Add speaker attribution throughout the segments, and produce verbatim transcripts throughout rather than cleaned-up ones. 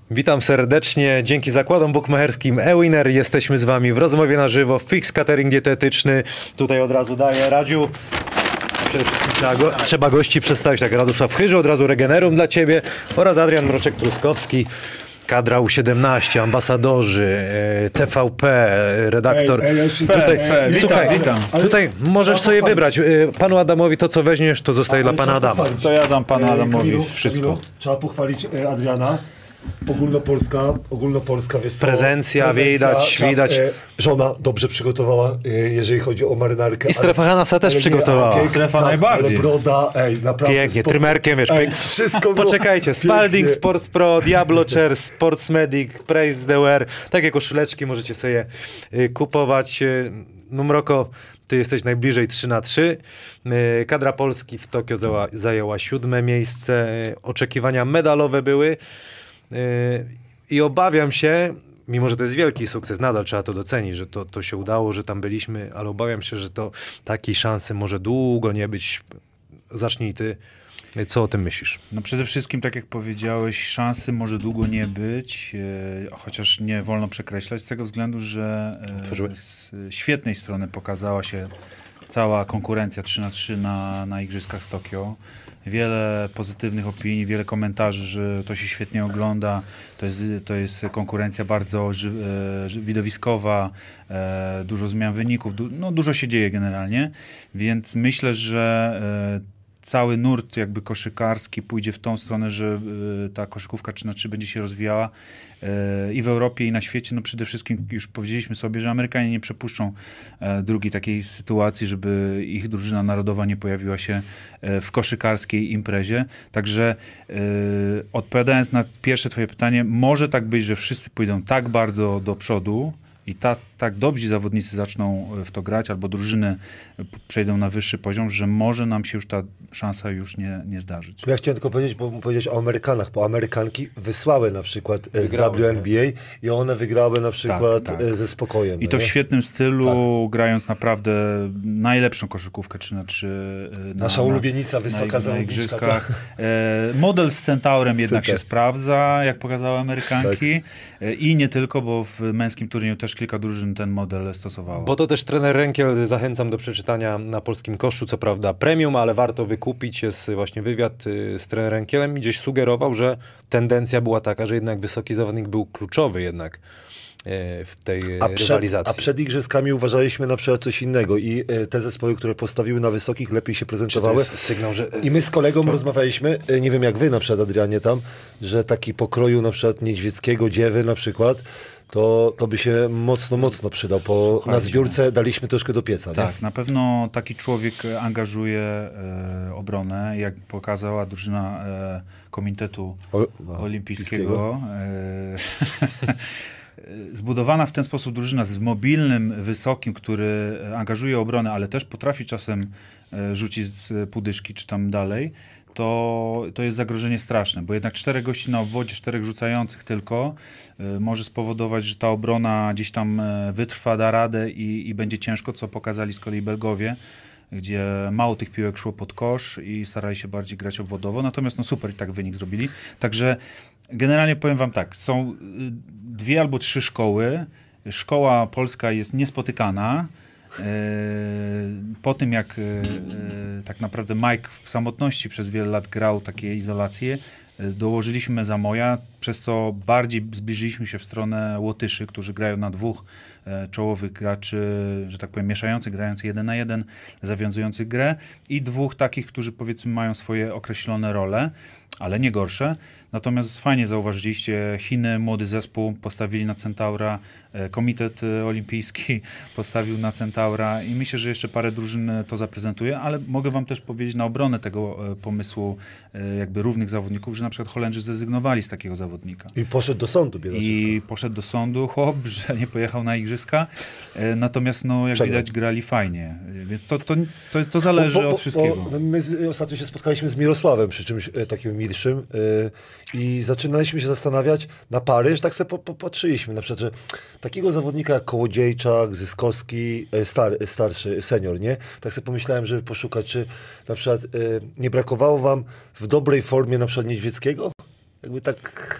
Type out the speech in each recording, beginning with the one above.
Speaker 1: Witam serdecznie. Dzięki zakładom bukmacherskim eWinner jesteśmy z wami w rozmowie na żywo. Fix Catering Dietetyczny. Tutaj od razu daję Radziu. Przede wszystkim trzeba, go, trzeba gości przedstawić. Tak, Radosław Chyży, od razu Regenerum dla ciebie oraz Adrian Mroczek-Truskowski. Kadra U siedemnaście, ambasadorzy, T V P, redaktor.
Speaker 2: Ej, ej,
Speaker 1: tutaj,
Speaker 2: ej, ej,
Speaker 1: słuchaj,
Speaker 2: witam, witam.
Speaker 1: tutaj możesz sobie wybrać. Panu Adamowi to, co weźmiesz, to zostaje
Speaker 2: Ale
Speaker 1: dla pana Adama.
Speaker 2: pochwalić.
Speaker 3: To ja dam panu Adamowi
Speaker 2: Kamilu,
Speaker 3: wszystko.
Speaker 2: Kamilu, trzeba pochwalić e, Adriana. Ogólnopolska, ogólnopolska, wiesz co,
Speaker 1: Prezencja, widać,
Speaker 2: trzeba,
Speaker 1: widać.
Speaker 2: E, żona dobrze przygotowała, e, jeżeli chodzi o marynarkę.
Speaker 1: I strefa Hanasa też
Speaker 2: ale nie,
Speaker 1: przygotowała.
Speaker 2: ale pięknie,
Speaker 3: Strefa
Speaker 2: tak,
Speaker 3: najbardziej.
Speaker 2: Ale broda, ej, naprawdę.
Speaker 1: Pięknie,
Speaker 2: spoko-
Speaker 1: trymerkiem, wiesz.
Speaker 2: Ej,
Speaker 1: pięk-
Speaker 2: wszystko było
Speaker 1: Poczekajcie, Spalding,
Speaker 2: pięknie.
Speaker 1: Sports Pro, Diablo Chair, Sports Medic, Praise the Wear. Takie koszuleczki możecie sobie y, kupować. Y, No Mroko, ty jesteś najbliżej trzy na trzy. Y, kadra Polski w Tokio zajęła, zajęła siódme miejsce. Y, oczekiwania medalowe były. Y, I obawiam się, mimo że to jest wielki sukces, nadal trzeba to docenić, że to, to się udało, że tam byliśmy, ale obawiam się, że to takiej szansy może długo nie być. Zacznij ty. Co o tym myślisz?
Speaker 3: No przede wszystkim, tak jak powiedziałeś, szansy może długo nie być, e, chociaż nie wolno przekreślać z tego względu, że e, z świetnej strony pokazała się cała konkurencja trzy na trzy na, na Igrzyskach w Tokio. Wiele pozytywnych opinii, wiele komentarzy, że to się świetnie ogląda. To jest, to jest konkurencja bardzo ży, e, widowiskowa, e, dużo zmian wyników, du, no dużo się dzieje generalnie, więc myślę, że e, cały nurt jakby koszykarski pójdzie w tą stronę, że y, ta koszykówka trzy na trzy będzie się rozwijała y, i w Europie, i na świecie. No przede wszystkim już powiedzieliśmy sobie, że Amerykanie nie przepuszczą y, drugiej takiej sytuacji, żeby ich drużyna narodowa nie pojawiła się y, w koszykarskiej imprezie. Także y, odpowiadając na pierwsze twoje pytanie, może tak być, że wszyscy pójdą tak bardzo do przodu, i ta, tak dobrzy zawodnicy zaczną w to grać, albo drużyny przejdą na wyższy poziom, że może nam się już ta szansa już nie, nie zdarzyć.
Speaker 2: Ja chciałem tylko powiedzieć, bo powiedzieć o Amerykanach, bo Amerykanki wysłały na przykład e, z
Speaker 1: Wygrały,
Speaker 2: W N B A i one wygrały na przykład
Speaker 3: tak.
Speaker 2: e, ze spokojem.
Speaker 3: I to
Speaker 2: nie?
Speaker 3: w świetnym stylu, grając naprawdę najlepszą koszykówkę trzy na trzy. Na,
Speaker 2: Nasza ulubienica, wysoka
Speaker 3: na, na
Speaker 2: zawodniczka.
Speaker 3: igrzyskach. E, model z Centaurem jednak
Speaker 2: Super.
Speaker 3: się sprawdza, jak pokazały Amerykanki. E, I nie tylko, bo w męskim turnieju też kilka drużyn ten model stosowało.
Speaker 1: Bo to też trener Renkiel, zachęcam do przeczytania na Polskim Koszu, co prawda premium, ale warto wykupić. Jest właśnie wywiad y, z trenerem Renkielem i gdzieś sugerował, że tendencja była taka, że jednak wysoki zawodnik był kluczowy jednak y, w tej
Speaker 2: A przed,
Speaker 1: rywalizacji.
Speaker 2: a przed igrzyskami uważaliśmy na przykład coś innego i e, te zespoły, które postawiły na wysokich, lepiej się
Speaker 1: Czy to
Speaker 2: prezentowały.
Speaker 1: jest sygnał, że...
Speaker 2: I my z kolegą rozmawialiśmy, e, nie wiem jak wy na przykład, Adrianie, tam, że taki pokroju na przykład Niedźwieckiego, Dziewy na przykład, to, to by się mocno, mocno przydał, bo
Speaker 3: Słuchajcie.
Speaker 2: na zbiórce daliśmy troszkę do pieca. Nie?
Speaker 3: Tak, na pewno taki człowiek angażuje e, obronę, jak pokazała drużyna e, Komitetu
Speaker 2: O, no,
Speaker 3: Olimpijskiego. E, zbudowana w ten sposób drużyna z mobilnym, wysokim, który angażuje obronę, ale też potrafi czasem e, rzucić z pudyszki czy tam dalej, to, to jest zagrożenie straszne, bo jednak czterech gości na obwodzie, czterech rzucających tylko y, może spowodować, że ta obrona gdzieś tam y, wytrwa, da radę i, i będzie ciężko, co pokazali z kolei Belgowie, gdzie mało tych piłek szło pod kosz i starali się bardziej grać obwodowo, natomiast no super i tak wynik zrobili. Także generalnie powiem wam tak, są y, dwie albo trzy szkoły. Szkoła polska jest niespotykana. Po tym, jak tak naprawdę Mike w samotności przez wiele lat grał takie izolacje, dołożyliśmy Zamoja, przez co bardziej zbliżyliśmy się w stronę Łotyszy, którzy grają na dwóch czołowych graczy, że tak powiem, mieszających, grających jeden na jeden, zawiązujących grę i dwóch takich, którzy powiedzmy mają swoje określone role, ale nie gorsze. Natomiast fajnie zauważyliście, Chiny, młody zespół, postawili na Centaura, Komitet Olimpijski postawił na Centaura i myślę, że jeszcze parę drużyn to zaprezentuje, ale mogę wam też powiedzieć na obronę tego pomysłu jakby równych zawodników, że na przykład Holendrzy zrezygnowali z takiego zawodnika.
Speaker 2: I poszedł do sądu, Bieloruszysko.
Speaker 3: I poszedł do sądu chłop, że nie pojechał na igrzyska, natomiast no jak
Speaker 2: Czego?
Speaker 3: widać grali fajnie, więc to, to, to, to zależy
Speaker 2: Bo- bo-
Speaker 3: od
Speaker 2: bo-
Speaker 3: wszystkiego.
Speaker 2: Bo my z, ostatnio się spotkaliśmy z Mirosławem przy czymś e, takim milszym e, i zaczynaliśmy się zastanawiać na Paryż, tak sobie po, po, patrzyliśmy na przykład, że takiego zawodnika jak Kołodziejczak, Zyskowski, e, star, starszy, senior, nie? Tak sobie pomyślałem, żeby poszukać, czy na przykład e, nie brakowało wam w dobrej formie na przykład Niedźwieckiego? Jakby tak...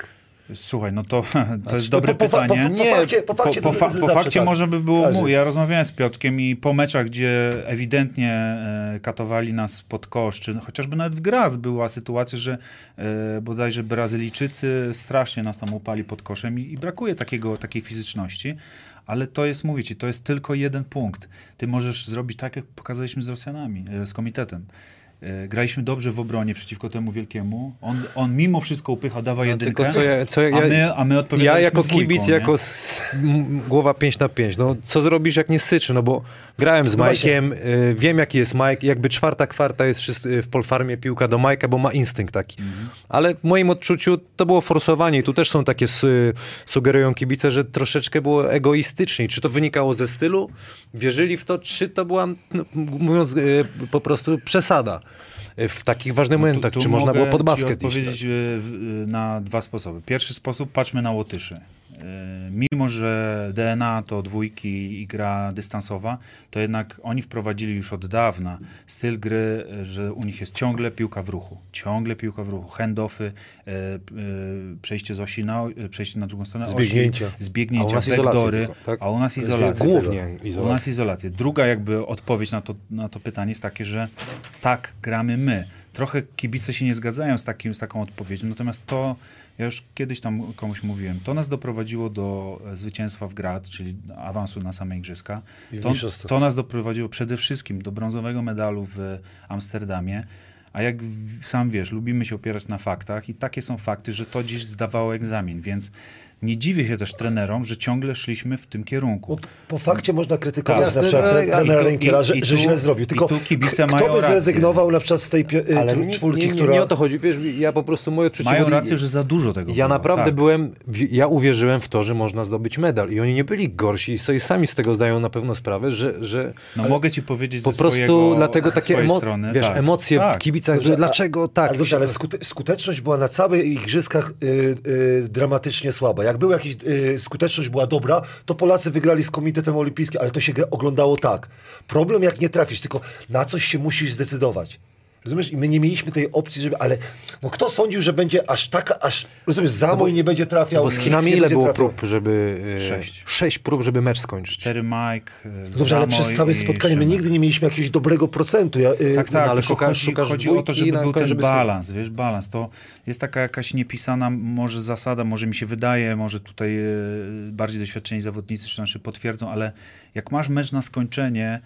Speaker 3: Słuchaj, no to, to jest
Speaker 2: po-
Speaker 3: dobre
Speaker 2: po- po-
Speaker 3: pytanie.
Speaker 2: po- po fakcie- po fakcie
Speaker 3: po,
Speaker 2: to
Speaker 3: fa-
Speaker 2: z-
Speaker 3: po
Speaker 2: zawsze
Speaker 3: fakcie
Speaker 2: tak.
Speaker 3: może by było
Speaker 2: Każdy.
Speaker 3: mu. Ja rozmawiałem z Piotrkiem i po meczach, gdzie ewidentnie e, katowali nas pod kosz, czy chociażby nawet w Graz była sytuacja, że e, bodajże Brazylijczycy strasznie nas tam upali pod koszem i, i brakuje takiego, takiej fizyczności. Ale to jest, mówię ci, to jest tylko jeden punkt. Ty możesz zrobić tak, jak pokazaliśmy z Rosjanami, e, z komitetem. E, Graliśmy dobrze w obronie przeciwko temu wielkiemu. On, on mimo wszystko upycha, dawa
Speaker 1: No,
Speaker 3: jedynkę,
Speaker 1: tylko co ja, co ja,
Speaker 3: a my, a my
Speaker 1: ja
Speaker 3: odpowiadaliśmy
Speaker 1: jako
Speaker 3: dwójką,
Speaker 1: kibic,
Speaker 3: nie?
Speaker 1: jako s, m, głowa pięć na pięć, no co zrobisz jak nie syczy, no bo grałem z
Speaker 2: No
Speaker 1: Majkiem, y, wiem jaki jest Mike, jakby czwarta kwarta jest wszyscy, w Polfarmie piłka do Majka, bo ma instynkt taki.
Speaker 3: Mhm.
Speaker 1: Ale w moim odczuciu to było forsowanie i tu też są takie su, sugerują kibice, że troszeczkę było egoistycznie. Czy to wynikało ze stylu? Wierzyli w to, czy to była, no, mówiąc y, po prostu przesada w takich ważnych momentach,
Speaker 3: Tu- tu
Speaker 1: czy można było
Speaker 3: mogę
Speaker 1: pod
Speaker 3: ci
Speaker 1: basket iść?
Speaker 3: odpowiedzieć e, w- e, na dwa sposoby. Pierwszy sposób, patrzmy na Łotyszy. E, Mimo, że D N A to dwójki i gra dystansowa, to jednak oni wprowadzili już od dawna styl gry, e, że u nich jest ciągle piłka w ruchu. Ciągle piłka w ruchu. Handoffy, e, e, przejście z osi na, e, przejście na drugą stronę
Speaker 2: Zbiegnięcia.
Speaker 3: osi, zbiegnięcia,
Speaker 1: A u nas izolacje
Speaker 3: backdoory,
Speaker 1: tylko, tak?
Speaker 3: a u nas
Speaker 2: jest
Speaker 3: izolacja.
Speaker 2: więcej
Speaker 1: Głównie
Speaker 3: U
Speaker 1: izolacja.
Speaker 3: nas izolację. Druga jakby odpowiedź na to, na to pytanie jest takie, że tak, gramy my. Trochę kibice się nie zgadzają z, takim, z taką odpowiedzią, natomiast to, ja już kiedyś tam komuś mówiłem, to nas doprowadziło do e, zwycięstwa w Graz, czyli awansu na same igrzyska.
Speaker 2: I w
Speaker 3: To,
Speaker 2: mistrzostwach.
Speaker 3: to nas doprowadziło przede wszystkim do brązowego medalu w Amsterdamie. A jak w- sam wiesz, lubimy się opierać na faktach i takie są fakty, że to dziś zdawało egzamin, więc nie dziwię się też trenerom, że ciągle szliśmy w tym kierunku.
Speaker 2: Bo po fakcie można krytykować
Speaker 1: Tak.
Speaker 2: na przykład
Speaker 1: Ale-
Speaker 2: tre,
Speaker 1: ale-
Speaker 2: trenera
Speaker 3: i tu-
Speaker 2: Rękiela, że,
Speaker 3: i- i
Speaker 2: że
Speaker 3: tu-
Speaker 2: źle zrobił. Tylko
Speaker 3: i tu kibice
Speaker 2: k-
Speaker 3: mają
Speaker 2: kto by
Speaker 3: rację.
Speaker 2: zrezygnował na przykład z tej pi- y,
Speaker 1: Ale
Speaker 2: tr-
Speaker 1: nie,
Speaker 2: czwórki,
Speaker 1: nie, nie,
Speaker 2: która...
Speaker 1: nie o to chodzi, wiesz, ja po prostu moje odczucie...
Speaker 3: Mają
Speaker 1: byli-
Speaker 3: rację, że za dużo tego
Speaker 1: Ja
Speaker 3: było.
Speaker 1: naprawdę
Speaker 3: tak.
Speaker 1: byłem, w- ja uwierzyłem w to, że można zdobyć medal i oni nie byli gorsi i sobie sami z tego zdają na pewno sprawę, że, że
Speaker 3: No mogę ci powiedzieć
Speaker 1: po
Speaker 3: ze
Speaker 1: prostu
Speaker 3: swojego,
Speaker 1: dlatego
Speaker 3: ze
Speaker 1: takie
Speaker 3: swojej
Speaker 1: emo-
Speaker 3: strony.
Speaker 1: wiesz,
Speaker 3: tak.
Speaker 1: emocje
Speaker 3: tak.
Speaker 1: w kibicach,
Speaker 2: Dobrze,
Speaker 1: że
Speaker 2: a-
Speaker 1: dlaczego tak.
Speaker 2: Ale, dobrze, ale skute, skuteczność była na całych igrzyskach y, y, dramatycznie słaba. Jak była jakaś y, skuteczność była dobra, to Polacy wygrali z Komitetem Olimpijskim, ale to się gra, oglądało tak. Problem jak nie trafisz, tylko na coś się musisz zdecydować. Rozumiesz? I my nie mieliśmy tej opcji, żeby... Ale no kto sądził, że będzie aż taka, aż... Rozumiesz, Zamoj nie będzie trafiał.
Speaker 1: Bo z
Speaker 2: nic
Speaker 1: Chinami
Speaker 2: nie
Speaker 1: ile
Speaker 2: będzie
Speaker 1: było
Speaker 2: trafiał.
Speaker 1: prób, żeby... e,
Speaker 3: Sześć.
Speaker 1: Sześć prób, żeby mecz skończyć.
Speaker 3: Cztery Mike, y,
Speaker 2: Dobrze, ale
Speaker 3: Zamoj
Speaker 2: przez całe
Speaker 3: i
Speaker 2: spotkanie my
Speaker 3: Szymek.
Speaker 2: nigdy nie mieliśmy jakiegoś dobrego procentu. Ja, y,
Speaker 3: Tak, tak,
Speaker 1: no, ale
Speaker 3: tylko
Speaker 1: szukasz-
Speaker 3: chodzi,
Speaker 1: szukasz
Speaker 3: chodzi o to,
Speaker 1: dwójki
Speaker 3: żeby
Speaker 1: na
Speaker 3: był
Speaker 1: końcu,
Speaker 3: ten
Speaker 1: żeby
Speaker 3: balans, wiesz, balans. To jest taka jakaś niepisana może zasada, może mi się wydaje, może tutaj e, bardziej doświadczeni zawodnicy czy nasi potwierdzą, ale jak masz mecz na skończenie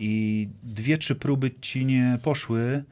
Speaker 3: i dwie, trzy próby ci nie poszły,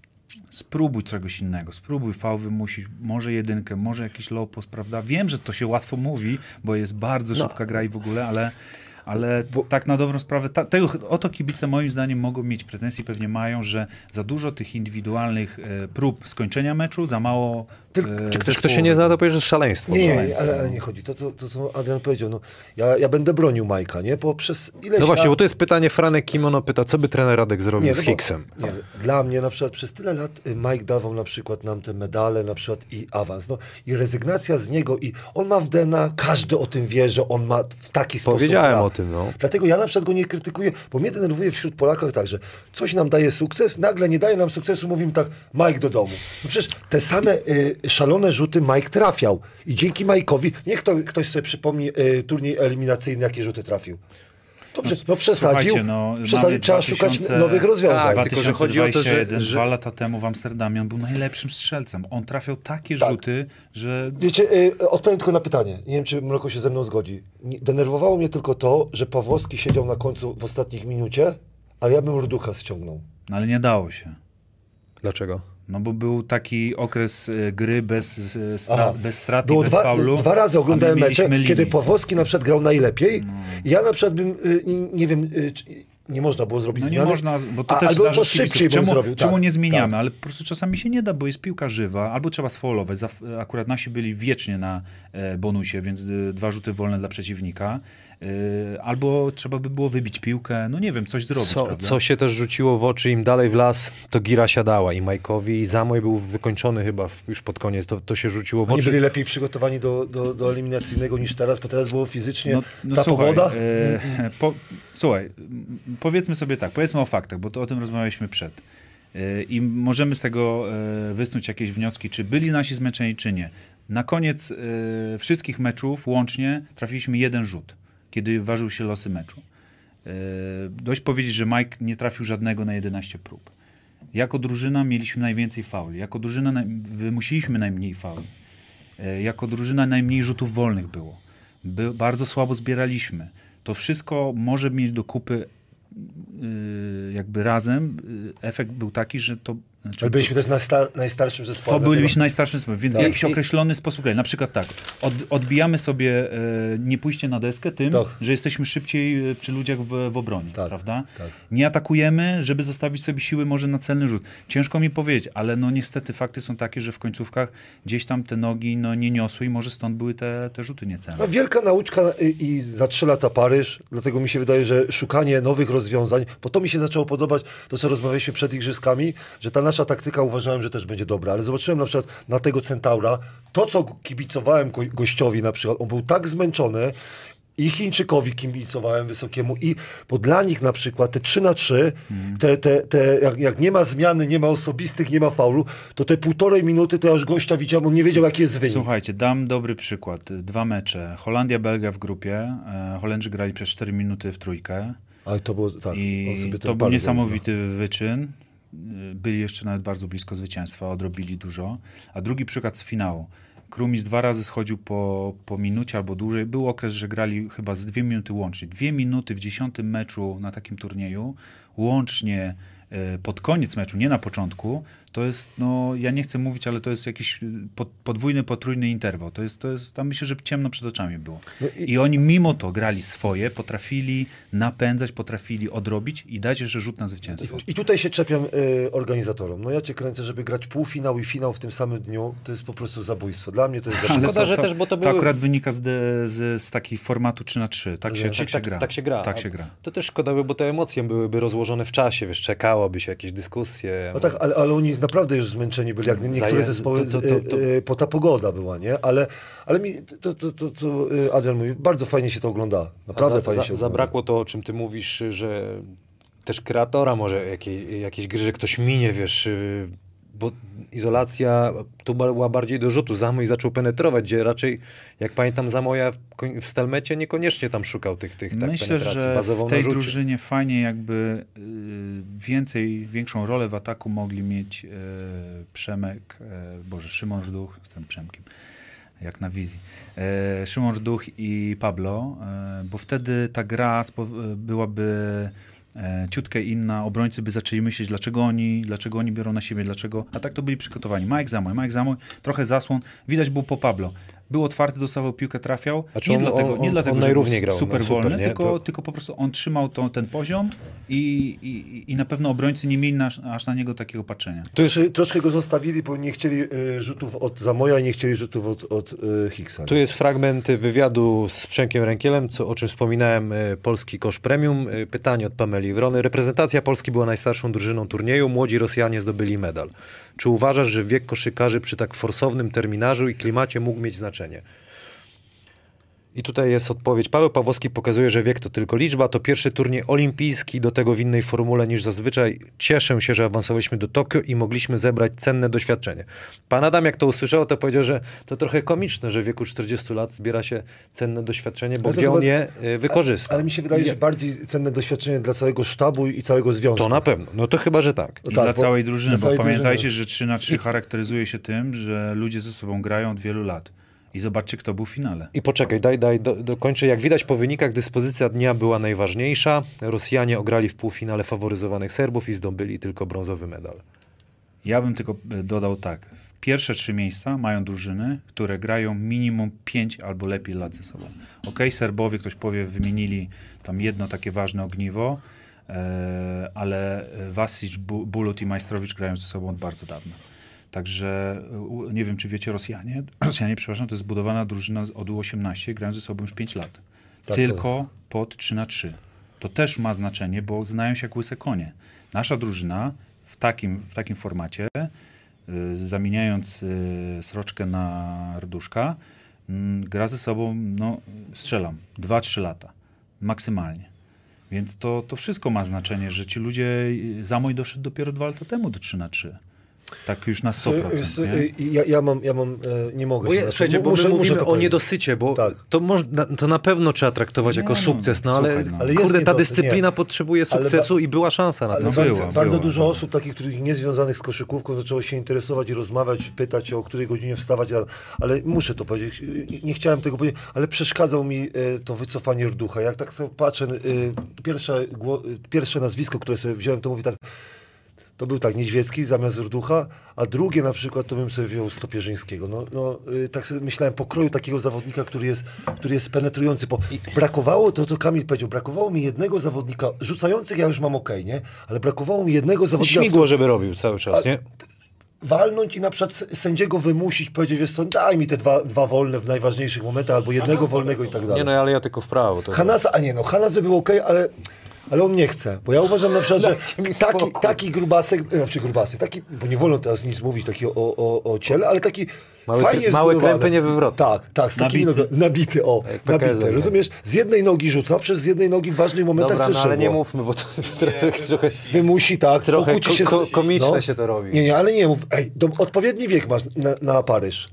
Speaker 3: spróbuj czegoś innego, spróbuj faul wymusić, może jedynkę, może jakiś low post, prawda? Wiem, że to się łatwo mówi, bo jest bardzo
Speaker 1: No.
Speaker 3: szybka gra i w ogóle, ale, ale tak na dobrą sprawę, ta, tego, o to kibice moim zdaniem mogą mieć pretensje, pewnie mają, że za dużo tych indywidualnych e, prób skończenia meczu, za mało
Speaker 2: Tylko-
Speaker 3: e,
Speaker 1: Czy ktoś, kto się nie zna, to powie, że jest szaleństwo.
Speaker 2: Nie, nie,
Speaker 1: Szaleństwo.
Speaker 2: ale, ale nie chodzi. To, to, to co Adrian powiedział, no, ja, ja będę bronił Majka, nie? Bo przez ileś
Speaker 1: No właśnie,
Speaker 2: lat...
Speaker 1: bo to jest pytanie, Franek Kimono pyta, co by trener Radek zrobił
Speaker 2: Nie,
Speaker 1: z
Speaker 2: no bo-
Speaker 1: Hicksem?
Speaker 2: Nie, dla mnie na przykład przez tyle lat y, Mike dawał na przykład nam te medale na przykład i awans. No, i rezygnacja z niego i on ma w D N A, każdy o tym wie, że on ma w taki sposób
Speaker 1: Powiedziałem
Speaker 2: gra.
Speaker 1: o tym, no.
Speaker 2: Dlatego ja na przykład go nie krytykuję, bo mnie denerwuje wśród Polaków tak, że coś nam daje sukces, nagle nie daje nam sukcesu, mówimy tak, Mike do domu. No przecież te same y, szalone rzuty Mike trafiał. I dzięki Mike'owi, niech to, ktoś sobie przypomni y, turniej eliminacyjny, jakie rzuty trafił. To prze, no przesadził,
Speaker 3: Słuchajcie, no,
Speaker 2: przesadził
Speaker 3: mamy
Speaker 2: trzeba
Speaker 3: dwa
Speaker 2: szukać
Speaker 3: tysiące
Speaker 2: nowych rozwiązań.
Speaker 1: Tak, tylko że chodzi o to, że-
Speaker 3: dwa tysiące dwudziesty pierwszy,
Speaker 1: że-
Speaker 3: dwa lata temu w Amsterdamie on był najlepszym strzelcem. On trafiał takie
Speaker 2: Tak.
Speaker 3: rzuty, że
Speaker 2: Wiecie, y, odpowiem tylko na pytanie. Nie wiem, czy Mroko się ze mną zgodzi. Nie, denerwowało mnie tylko to, że Pawłowski siedział na końcu w ostatnich minucie, ale ja bym Ruducha ściągnął.
Speaker 3: no, ale nie dało się.
Speaker 1: Dlaczego?
Speaker 3: No bo był taki okres e, gry bez, e, stra,
Speaker 2: Aha.
Speaker 3: bez straty,
Speaker 2: Było
Speaker 3: bez
Speaker 2: dwa,
Speaker 3: faulu.
Speaker 2: dwa razy oglądałem
Speaker 3: a my
Speaker 2: mecze,
Speaker 3: mieliśmy
Speaker 2: kiedy
Speaker 3: limit.
Speaker 2: Pawłowski na przykład grał najlepiej. I ja na przykład bym, y, nie, nie wiem, y, czy, nie można było zrobić
Speaker 3: No nie
Speaker 2: zmiany.
Speaker 3: można, bo to
Speaker 2: A-
Speaker 3: też
Speaker 2: albo
Speaker 3: zarzut
Speaker 2: to szybciej
Speaker 3: kibiców.
Speaker 2: bym
Speaker 3: czemu,
Speaker 2: zrobił.
Speaker 3: Czemu
Speaker 2: tak,
Speaker 3: nie zmieniamy?
Speaker 2: tak.
Speaker 3: Ale po prostu czasami się nie da, bo jest piłka żywa, albo trzeba sfaulować. Zaf- Akurat nasi byli wiecznie na e, bonusie, więc e, dwa rzuty wolne dla przeciwnika. E, albo trzeba by było wybić piłkę, no nie wiem, coś zrobić.
Speaker 1: Co,
Speaker 3: prawda?
Speaker 1: co się też rzuciło w oczy, im dalej w las, to gira siadała i Majkowi, i Zamoj był wykończony chyba w- już pod koniec, to, to się rzuciło w
Speaker 2: Oni
Speaker 1: oczy.
Speaker 2: byli lepiej przygotowani do, do, do eliminacyjnego niż teraz, bo teraz było fizycznie
Speaker 3: No, no
Speaker 2: ta
Speaker 3: słuchaj,
Speaker 2: pogoda.
Speaker 3: E, po, słuchaj, m, powiedzmy sobie tak, powiedzmy o faktach, bo to o tym rozmawialiśmy przed. E, I możemy z tego e, wysnuć jakieś wnioski, czy byli nasi zmęczeni, czy nie. Na koniec y, wszystkich meczów łącznie trafiliśmy jeden rzut, kiedy ważył się losy meczu. Y, dość powiedzieć, że Mike nie trafił żadnego na jedenaście prób. Jako drużyna mieliśmy najwięcej fauli. Jako drużyna naj, wymusiliśmy najmniej fauli. Y, jako drużyna najmniej rzutów wolnych było. By, bardzo słabo zbieraliśmy. To wszystko może mieć do kupy y, jakby razem. Y, efekt był taki, że to Znaczy,
Speaker 2: Ale byliśmy też najstar najstarszym zespołem.
Speaker 3: To byliśmy najstarszym zespołem, więc
Speaker 2: tak.
Speaker 3: w jakiś określony sposób grali. Na przykład tak, od, odbijamy sobie e, nie pójście na deskę tym,
Speaker 2: tak.
Speaker 3: że jesteśmy szybciej e, przy ludziach w, w obronie,
Speaker 2: tak.
Speaker 3: prawda?
Speaker 2: Tak.
Speaker 3: Nie atakujemy, żeby zostawić sobie siły może na celny rzut. Ciężko mi powiedzieć, ale no niestety fakty są takie, że w końcówkach gdzieś tam te nogi no, nie niosły i może stąd były te, te rzuty niecelne.
Speaker 2: No, wielka nauczka i, i za trzy lata Paryż, dlatego mi się wydaje, że szukanie nowych rozwiązań, bo to mi się zaczęło podobać, to co rozmawialiśmy przed igrzyskami, że ta nasza taktyka uważałem, że też będzie dobra, ale zobaczyłem na przykład na tego Centaura, to co kibicowałem go, gościowi na przykład, on był tak zmęczony i Chińczykowi kibicowałem wysokiemu i bo dla nich na przykład te trzy na trzy, mm. te, te, te, jak, jak nie ma zmiany, nie ma osobistych, nie ma faulu, to te półtorej minuty to ja już gościa widziałem, on nie wiedział jaki jest wynik.
Speaker 3: Słuchajcie, dam dobry przykład. Dwa mecze. Holandia-Belgia w grupie. E, Holendrzy grali przez cztery minuty w trójkę.
Speaker 2: Ale to było, tak.
Speaker 3: I
Speaker 2: sobie
Speaker 3: to był niesamowity wyczyn. Byli jeszcze nawet bardzo blisko zwycięstwa, odrobili dużo. A drugi przykład z finału. Krumis dwa razy schodził po, po minucie albo dłużej. Był okres, że grali chyba z dwie minuty łącznie. Dwie minuty w dziesiątym meczu na takim turnieju, łącznie e, pod koniec meczu, nie na początku, to jest, no ja nie chcę mówić, ale to jest jakiś pod, podwójny, potrójny interwał. To jest, to jest, tam myślę, że ciemno przed oczami było. No i... I oni mimo to grali swoje, potrafili napędzać, potrafili odrobić i dać jeszcze rzut na zwycięstwo.
Speaker 2: I, i tutaj się czepiam y, organizatorom. No ja cię kręcę, żeby grać półfinał i finał w tym samym dniu, to jest po prostu zabójstwo. Dla mnie to jest zabójstwo.
Speaker 1: Szkoda, że
Speaker 3: to,
Speaker 1: też, bo to
Speaker 3: To
Speaker 1: były...
Speaker 3: akurat wynika z, de, z, z takiej formatu trzy na trzy. Tak się, tak, tak, się
Speaker 1: tak,
Speaker 3: gra.
Speaker 1: tak się gra.
Speaker 3: Tak się gra.
Speaker 1: To też szkoda, bo te emocje byłyby rozłożone w czasie, wiesz, czekałoby się jakieś dyskusje.
Speaker 2: No tak, ale, ale oni naprawdę już zmęczeni byli, jak niektóre
Speaker 1: Zaję-
Speaker 2: zespoły,
Speaker 1: to- to- to- to-
Speaker 2: y, po ta pogoda była, nie? Ale, ale mi, to, to, to, to Adrian mówi, bardzo fajnie się to ogląda. Naprawdę
Speaker 1: za,
Speaker 2: fajnie
Speaker 1: za,
Speaker 2: się ogląda.
Speaker 1: Zabrakło to, o czym ty mówisz, że też kreatora może jakiej, jakiejś gry, że ktoś minie, wiesz, yy, bo izolacja tu była bardziej do rzutu. Zamoj zaczął penetrować, gdzie raczej, jak pamiętam, Zamoja w Stelmecie niekoniecznie tam szukał tych, tych tak,
Speaker 3: Myślę,
Speaker 1: penetracji.
Speaker 3: że
Speaker 1: Bazował
Speaker 3: w tej
Speaker 1: na rzucie.
Speaker 3: drużynie fajnie jakby y, więcej, większą rolę w ataku mogli mieć y, Przemek, y, Boże, Szymon Rduch, z tym Przemkiem, jak na wizji, y, Szymon Rduch i Pablo, y, bo wtedy ta gra spo- byłaby e, ciutkę inna, obrońcy by zaczęli myśleć, dlaczego oni, dlaczego oni biorą na siebie, dlaczego, a tak to byli przygotowani. Mike Zamoy, Mike Zamoy, trochę zasłon, widać był po Pablo. Był otwarty, dostawał piłkę, trafiał.
Speaker 1: Znaczy
Speaker 3: nie
Speaker 1: on-
Speaker 3: dlatego,
Speaker 1: on-
Speaker 3: nie
Speaker 1: on-
Speaker 3: dlatego
Speaker 1: on
Speaker 3: że
Speaker 1: najrówniej
Speaker 3: był
Speaker 1: grał,
Speaker 3: super
Speaker 1: no super,
Speaker 3: wolny,
Speaker 1: nie?
Speaker 3: tylko,
Speaker 1: To-
Speaker 3: tylko po prostu on trzymał tą, ten poziom i, i, i na pewno obrońcy nie mieli na, aż na niego takiego patrzenia.
Speaker 2: To jest... Troszkę go zostawili, bo nie chcieli y, rzutów od Zamoja i nie chcieli rzutów od, od y, Hicksa.
Speaker 1: Tu jest fragment wywiadu z Przemkiem Rękielem, co, o czym wspominałem, y, Polski Kosz Premium. Y, Pytanie od Pameli Wrony. Reprezentacja Polski była najstarszą drużyną turnieju, młodzi Rosjanie zdobyli medal. Czy uważasz, że wiek koszykarzy przy tak forsownym terminarzu i klimacie mógł mieć znaczenie? I tutaj jest odpowiedź. Paweł Pawłowski pokazuje, że wiek to tylko liczba. To pierwszy turniej olimpijski, do tego w innej formule niż zazwyczaj. Cieszę się, że awansowaliśmy do Tokio i mogliśmy zebrać cenne doświadczenie. Pan Adam, jak to usłyszał, to powiedział, że to trochę komiczne, że w wieku czterdziestu lat zbiera się cenne doświadczenie, bo
Speaker 2: Ale to
Speaker 1: gdzie
Speaker 2: chyba-
Speaker 1: on je y, wykorzysta.
Speaker 2: Ale mi się wydaje, że bardziej cenne doświadczenie dla całego sztabu i całego związku.
Speaker 1: To na pewno. No to chyba, że tak.
Speaker 2: No
Speaker 3: I
Speaker 2: tak,
Speaker 3: dla
Speaker 2: bo-
Speaker 3: całej drużyny,
Speaker 2: dla całej
Speaker 3: bo pamiętajcie,
Speaker 2: drużyny.
Speaker 3: że trzy na trzy charakteryzuje się tym, że ludzie ze sobą grają od wielu lat. I zobaczcie, kto był w finale.
Speaker 1: I poczekaj, daj, daj, do, dokończę. Jak widać po wynikach, dyspozycja dnia była najważniejsza. Rosjanie ograli w półfinale faworyzowanych Serbów i zdobyli tylko brązowy medal.
Speaker 3: Ja bym tylko e, dodał tak. W pierwsze trzy miejsca mają drużyny, które grają minimum pięć albo lepiej lat ze sobą. Okej, Serbowie, ktoś powie, wymienili tam jedno takie ważne ogniwo, e, ale Vasic, Bu- Bulut i Majstrowicz grają ze sobą od bardzo dawna. Także u- nie wiem, czy wiecie, Rosjanie, Rosjanie, przepraszam, to jest zbudowana drużyna z- od U osiemnaście, grają ze sobą już pięć lat.
Speaker 2: Tak,
Speaker 3: Tylko pod trzy na trzy. To też ma znaczenie, bo znają się jak łyse konie. Nasza drużyna w takim, w takim formacie, y, zamieniając y, Sroczkę na Rduszka, y, gra ze sobą, no strzelam, dwa trzy lata. Maksymalnie. Więc to, to wszystko ma znaczenie, że ci ludzie, y, Zamoj doszedł dopiero dwa lata temu do trzy na trzy. Tak już na sto procent. Nie?
Speaker 2: Ja, ja mam, ja mam e, nie mogę
Speaker 1: Bo
Speaker 2: się...
Speaker 1: je,
Speaker 2: znaczy,
Speaker 1: słuchajcie, bo
Speaker 2: muszę,
Speaker 1: my
Speaker 2: muszę
Speaker 1: mówimy
Speaker 2: to
Speaker 1: o
Speaker 2: powiedzieć.
Speaker 1: niedosycie, bo
Speaker 2: Tak.
Speaker 1: to, można, to na pewno trzeba traktować
Speaker 3: Nie,
Speaker 1: jako
Speaker 3: no,
Speaker 1: sukces, no ale,
Speaker 3: słuchaj, no.
Speaker 2: Ale jest
Speaker 1: kurde, ta
Speaker 2: niedosyt,
Speaker 1: dyscyplina
Speaker 2: nie.
Speaker 1: potrzebuje
Speaker 2: Ale
Speaker 1: sukcesu
Speaker 2: ba-
Speaker 1: i była szansa na to.
Speaker 2: Ale
Speaker 3: No
Speaker 2: bardzo,
Speaker 3: była,
Speaker 2: bardzo
Speaker 3: była,
Speaker 2: dużo
Speaker 3: była.
Speaker 2: osób, takich, których niezwiązanych z koszykówką, zaczęło się interesować i rozmawiać, pytać o której godzinie wstawać, ale, ale muszę to powiedzieć, nie chciałem tego powiedzieć, ale przeszkadzał mi e, to wycofanie Rducha. Jak tak sobie patrzę, e, pierwsze, gło, pierwsze nazwisko, które sobie wziąłem, to mówi tak, to był tak Niedźwiecki zamiast Rducha, a drugie na przykład to bym sobie wziął Stopierzyńskiego. No, no, y, tak sobie myślałem, pokroju takiego zawodnika, który jest, który jest penetrujący. Bo brakowało, to co Kamil powiedział, brakowało mi jednego zawodnika, rzucających ja już mam okej, nie? Ale brakowało mi jednego zawodnika...
Speaker 1: Śmigło, żeby robił cały czas, nie?
Speaker 2: Walnąć i na przykład s- sędziego wymusić, powiedzieć, wiesz co, daj mi te dwa, dwa wolne w najważniejszych momentach, albo jednego wolnego i tak dalej.
Speaker 1: Nie no, ale ja tylko w prawo. To
Speaker 2: Hanasa, a nie no, Hanas by był okej, ale, ale on nie chce. Bo ja uważam na przykład, że
Speaker 1: Dajcie mi
Speaker 2: taki,
Speaker 1: spokój.
Speaker 2: taki grubasek, znaczy grubasek, taki, bo nie wolno teraz nic mówić taki o, o, o ciele, ale taki
Speaker 1: Małe
Speaker 2: fajnie
Speaker 1: krę- małe
Speaker 2: zbudowany.
Speaker 1: krępy, nie wywrotne.
Speaker 2: Tak, tak, z takimi
Speaker 3: Nabity.
Speaker 2: nogami, nabity, o,
Speaker 1: Jak P K S
Speaker 2: nabity,
Speaker 1: tak.
Speaker 2: rozumiesz? Z jednej nogi rzuca, przez z jednej nogi w ważnych momentach
Speaker 1: Dobra, no, ale nie
Speaker 2: trzeba.
Speaker 1: mówmy, bo to trochę, trochę,
Speaker 2: Wymusi, tak,
Speaker 1: trochę
Speaker 2: pokłóci się...
Speaker 1: ko- ko-
Speaker 2: z-
Speaker 1: komiczne się to robi.
Speaker 2: Nie, nie, ale nie mów, ej, do, odpowiedni wiek masz na, na Paryż.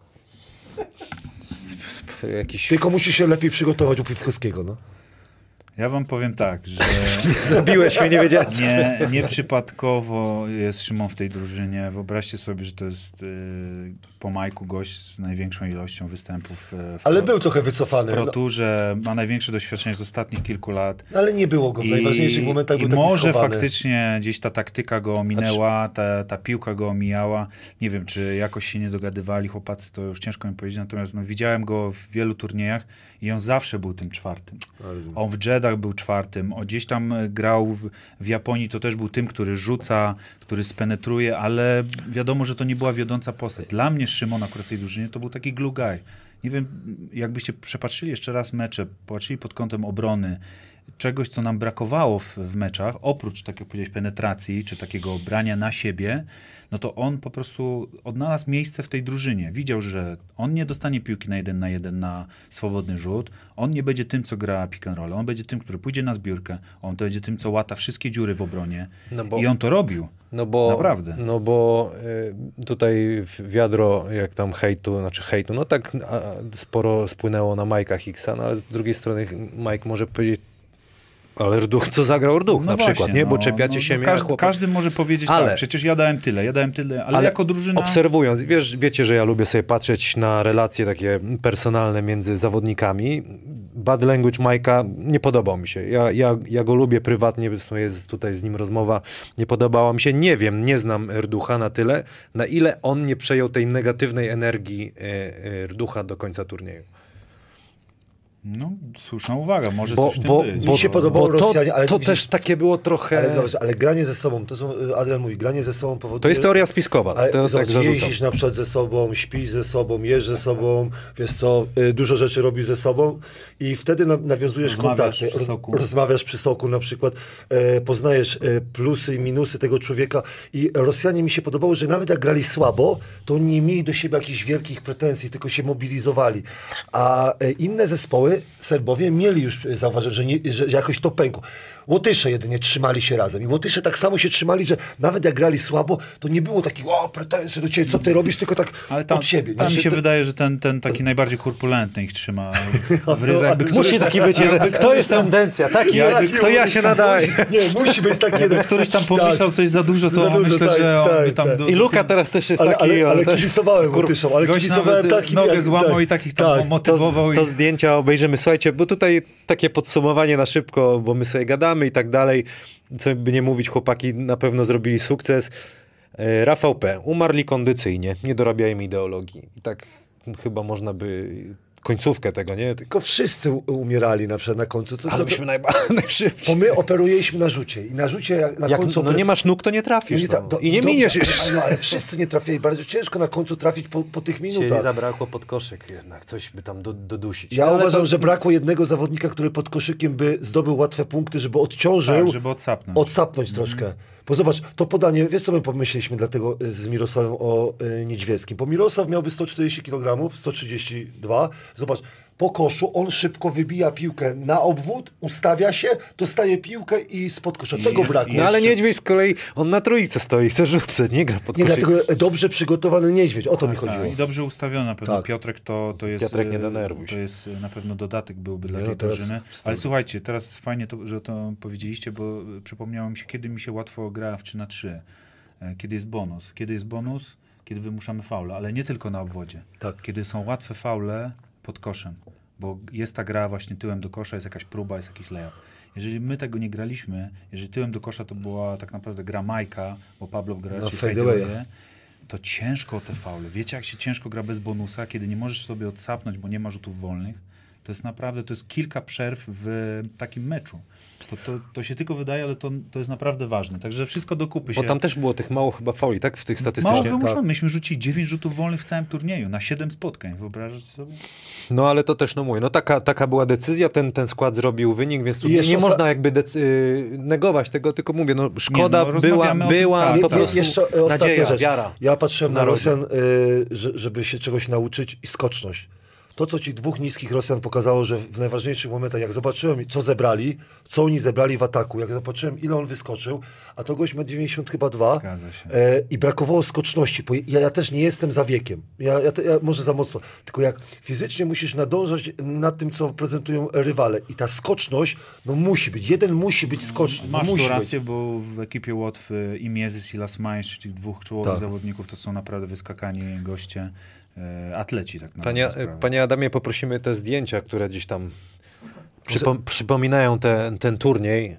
Speaker 1: jakiś...
Speaker 2: Tylko musisz się lepiej przygotować u Piwkowskiego, no.
Speaker 3: Ja wam powiem tak, że
Speaker 1: Zabiłeś mnie, nie wiedziałem.
Speaker 3: nie, nieprzypadkowo jest Szymon w tej drużynie. Wyobraźcie sobie, że to jest y, po Majku gość z największą ilością występów y, w,
Speaker 2: Ale
Speaker 3: pro,
Speaker 2: był trochę
Speaker 3: w
Speaker 2: wycofany. No,
Speaker 3: Proturze, ma największe doświadczenie z ostatnich kilku lat.
Speaker 2: ale nie było go w najważniejszych momentach,
Speaker 3: i
Speaker 2: był taki
Speaker 3: może
Speaker 2: schowany.
Speaker 3: faktycznie gdzieś ta taktyka go ominęła, ta, ta piłka go omijała. Nie wiem, czy jakoś się nie dogadywali chłopacy, to już ciężko mi powiedzieć, natomiast no, widziałem go w wielu turniejach i on zawsze był tym czwartym. On w Jeddach był czwartym, o gdzieś tam grał w, w Japonii, to też był tym, który rzuca, który spenetruje, ale wiadomo, że to nie była wiodąca postać. Dla mnie Szymon akurat w tej drużynie to był taki glue guy. Nie wiem, jakbyście przepatrzyli jeszcze raz mecze, popatrzyli pod kątem obrony, czegoś, co nam brakowało w, w meczach, oprócz, tak jak powiedziałeś, penetracji, czy takiego brania na siebie, no to on po prostu odnalazł miejsce w tej drużynie. Widział, że on nie dostanie piłki na jeden na jeden na swobodny rzut, on nie będzie tym, co gra pick and roll, on będzie tym, który pójdzie na zbiórkę, on to będzie tym, co łata wszystkie dziury w obronie.
Speaker 1: No bo-
Speaker 3: I on to robił.
Speaker 1: No bo,
Speaker 3: Naprawdę.
Speaker 1: No bo y, tutaj w wiadro, jak tam hejtu, znaczy hejtu, no tak a, sporo spłynęło na Majka Hicksa, no ale z drugiej strony Mike może powiedzieć, ale Rduch, co zagrał Rduch
Speaker 3: No
Speaker 1: na przykład,
Speaker 3: właśnie,
Speaker 1: nie? Bo
Speaker 3: no,
Speaker 1: czepiacie
Speaker 3: no,
Speaker 1: się
Speaker 3: no,
Speaker 1: mnie,
Speaker 3: każdy,
Speaker 1: chłopak-
Speaker 3: każdy może powiedzieć,
Speaker 1: Ale-
Speaker 3: tak, przecież ja dałem tyle, ja dałem tyle, ale,
Speaker 1: Ale
Speaker 3: jako drużyna...
Speaker 1: Obserwując, wiesz, wiecie, że ja lubię sobie patrzeć na relacje takie personalne między zawodnikami. Bad language Majka nie podobał mi się. Ja, ja, ja go lubię prywatnie, zresztą jest tutaj z nim rozmowa. Nie podobała mi się. Nie wiem, nie znam Rducha na tyle, na ile on nie przejął tej negatywnej energii e, e, Rducha do końca turnieju.
Speaker 3: No, słuszna uwaga, może
Speaker 1: Bo,
Speaker 3: coś w tym
Speaker 1: bo,
Speaker 3: być.
Speaker 1: bo,
Speaker 2: Mi się podobało
Speaker 1: bo to,
Speaker 2: Rosjanie, ale
Speaker 1: to
Speaker 2: widzisz-
Speaker 1: też takie było trochę...
Speaker 2: Ale zobacz, ale granie ze sobą, to są, Adrian mówi, granie ze sobą powoduje...
Speaker 1: To jest teoria spiskowa.
Speaker 2: Ale
Speaker 1: To
Speaker 2: zobacz,
Speaker 1: tak zarzucam.
Speaker 2: jeździsz na przykład ze sobą, śpisz ze sobą, jesz ze sobą, wiesz co, y, dużo rzeczy robisz ze sobą i wtedy na, nawiązujesz
Speaker 3: Rozmawiasz
Speaker 2: kontakty.
Speaker 3: przy
Speaker 2: Roz-
Speaker 3: soku.
Speaker 2: Rozmawiasz przy soku na przykład, e, poznajesz e, plusy i minusy tego człowieka i Rosjanie mi się podobało, że nawet jak grali słabo, to oni nie mieli do siebie jakichś wielkich pretensji, tylko się mobilizowali. A e, inne zespoły, Serbowie, mieli już e, zauważyć, że, nie, że, że jakoś to pękło. Łotysze jedynie trzymali się razem. I Łotysze tak samo się trzymali, że nawet jak grali słabo, to nie było takich, o, pretensje do ciebie, co ty robisz, tylko tak
Speaker 3: Ale tam,
Speaker 2: od siebie.
Speaker 3: tam mi
Speaker 2: Znaczy,
Speaker 3: się
Speaker 2: to-
Speaker 3: wydaje, że ten, ten taki najbardziej korpulentny ich trzyma w ryzach.
Speaker 2: No,
Speaker 3: Jakby
Speaker 2: ale
Speaker 3: któryś,
Speaker 1: Musi taki być jeden. Kto jest tendencja? Taki,
Speaker 3: Ja-
Speaker 1: jakby, kto ja się nadaję.
Speaker 2: Nie, musi być tak jeden.
Speaker 3: któryś tam pomyślał coś za dużo, to
Speaker 2: Za dużo,
Speaker 3: myślę,
Speaker 2: tak,
Speaker 3: że on
Speaker 2: tak,
Speaker 3: by tam...
Speaker 2: tak.
Speaker 3: Do,
Speaker 1: I Luka teraz też jest
Speaker 2: Ale,
Speaker 1: taki...
Speaker 2: ale,
Speaker 1: on
Speaker 2: ale
Speaker 1: też-
Speaker 2: kibicowałem Łotyszom, ale
Speaker 3: gość
Speaker 2: kibicowałem
Speaker 3: nawet
Speaker 2: takim...
Speaker 3: nogę
Speaker 2: jak-
Speaker 3: złamał
Speaker 2: tak,
Speaker 3: i takich tam
Speaker 2: tak.
Speaker 1: To,
Speaker 3: motywował.
Speaker 1: to
Speaker 3: i...
Speaker 1: zdjęcia obejrzymy. Słuchajcie, bo tutaj takie podsumowanie na szybko, bo my sobie gadamy i tak dalej. Co by nie mówić, chłopaki na pewno zrobili sukces. E, Rafał P. Umarli kondycyjnie, nie dorabiajmy ideologii. I tak chyba można by końcówkę tego, nie?
Speaker 2: Tylko wszyscy u- umierali na przykład na końcu. To, to,
Speaker 1: Ale
Speaker 2: to,
Speaker 1: myśmy najba- najszybciej.
Speaker 2: bo my operujemy na rzucie i na rzucie jak na
Speaker 1: Jak
Speaker 2: końcu...
Speaker 1: no nie masz nóg, to nie trafisz.
Speaker 2: Nie tra-
Speaker 1: no.
Speaker 2: to-
Speaker 1: I nie
Speaker 2: dobrze,
Speaker 1: miniesz.
Speaker 2: ale- No, ale wszyscy nie trafiali. Bardzo ciężko na końcu trafić po, po tych
Speaker 1: Chcieli
Speaker 2: minutach.
Speaker 1: zabrakło pod koszyk jednak, coś by tam do, dodusić.
Speaker 2: Ja
Speaker 1: No, ale
Speaker 2: uważam,
Speaker 1: to-
Speaker 2: że brakło jednego zawodnika, który pod koszykiem by zdobył łatwe punkty, żeby odciążył,
Speaker 3: Tak, żeby odsapnąć.
Speaker 2: odsapnąć troszkę. Bo zobacz, to podanie, wiesz co my pomyśleliśmy dlatego y, z Mirosławem o y, Niedźwieckim? Bo Mirosław miałby sto czterdzieści kilogramów, sto trzydzieści dwa. Zobacz, po koszu, on szybko wybija piłkę na obwód, ustawia się, dostaje piłkę i spod kosza. Tego
Speaker 3: I-
Speaker 2: brakuje.
Speaker 1: No ale Niedźwiedź z kolei, on na trójce stoi, chce rzucać, nie gra pod
Speaker 2: Nie,
Speaker 1: koszyk.
Speaker 2: dlatego dobrze przygotowany niedźwiedź, o to mi
Speaker 3: Tak,
Speaker 2: chodziło.
Speaker 3: I dobrze ustawiony na pewno.
Speaker 2: Tak.
Speaker 3: Piotrek to, to jest...
Speaker 1: Piotrek, nie
Speaker 3: e,
Speaker 1: denerwuj
Speaker 3: To
Speaker 1: się.
Speaker 3: jest e, na pewno dodatek byłby dla
Speaker 2: Nie,
Speaker 3: tej
Speaker 2: no teraz
Speaker 3: drużyny.
Speaker 2: wstęp.
Speaker 3: Ale słuchajcie, teraz fajnie, to, że to powiedzieliście, bo e, przypomniało mi się, kiedy mi się łatwo gra w trzy na trzy. E, Kiedy jest bonus. Kiedy jest bonus? Kiedy wymuszamy faule, ale nie tylko na obwodzie.
Speaker 2: Tak.
Speaker 3: Kiedy są łatwe faule pod koszem, bo jest ta gra właśnie tyłem do kosza, jest jakaś próba, jest jakiś layup. Jeżeli my tego nie graliśmy, jeżeli tyłem do kosza to była tak naprawdę gra Majka, bo Pablo gra
Speaker 2: No,
Speaker 3: raczej
Speaker 2: fade
Speaker 3: fadeaway'e,
Speaker 2: away.
Speaker 3: to ciężko o te faule. Wiecie, jak się ciężko gra bez bonusa, kiedy nie możesz sobie odsapnąć, bo nie ma rzutów wolnych. To jest naprawdę, to jest kilka przerw w takim meczu. To, to, to się tylko wydaje, ale to, to jest naprawdę ważne. Także wszystko do kupy się.
Speaker 1: Bo tam też było tych mało chyba fauli, tak? W tych
Speaker 3: Mało
Speaker 1: statystycznych.
Speaker 3: wymuszone. Myśmy rzucili dziewięć rzutów wolnych w całym turnieju na siedem spotkań. Wyobrażasz sobie?
Speaker 1: No ale to też, no mówię, no taka, taka była decyzja, ten, ten skład zrobił wynik, więc tu
Speaker 2: I
Speaker 1: nie,
Speaker 2: jeszcze
Speaker 1: nie
Speaker 2: osta-
Speaker 1: można jakby decy- y, negować tego, tylko mówię, no szkoda
Speaker 3: no,
Speaker 1: była,
Speaker 3: rozmawiamy o tym,
Speaker 1: była
Speaker 3: tak,
Speaker 1: po
Speaker 2: Je-
Speaker 3: tak.
Speaker 1: prostu
Speaker 2: Jeszcze ostatnia
Speaker 1: nadzieja,
Speaker 2: rzecz.
Speaker 1: wiara.
Speaker 2: Ja patrzyłem na
Speaker 1: narodzie.
Speaker 2: Rosjan, y, że, żeby się czegoś nauczyć i skoczność. To, co ci dwóch niskich Rosjan pokazało, że w najważniejszych momentach, jak zobaczyłem, co zebrali, co oni zebrali w ataku, jak zobaczyłem, ile on wyskoczył, a to gość ma dziewięćdziesiąt chyba dwa
Speaker 3: Zgadza się.
Speaker 2: e, i brakowało skoczności, bo ja, ja też nie jestem za wiekiem, ja, ja, te- ja może za mocno, tylko jak fizycznie musisz nadążać nad tym, co prezentują rywale i ta skoczność, no musi być, jeden musi być skoczny, no
Speaker 3: Masz
Speaker 2: musi
Speaker 3: tu
Speaker 2: być.
Speaker 3: rację, bo w ekipie Łotwy i Miezys i Lasmańsz, czyli dwóch czołowych
Speaker 2: Tak.
Speaker 3: zawodników, to są naprawdę wyskakani goście, e, atleci tak
Speaker 1: Panie,
Speaker 3: naprawdę. sprawę.
Speaker 1: panie Adamie, poprosimy te zdjęcia, które gdzieś tam przypom- przypominają te, ten turniej. Yy,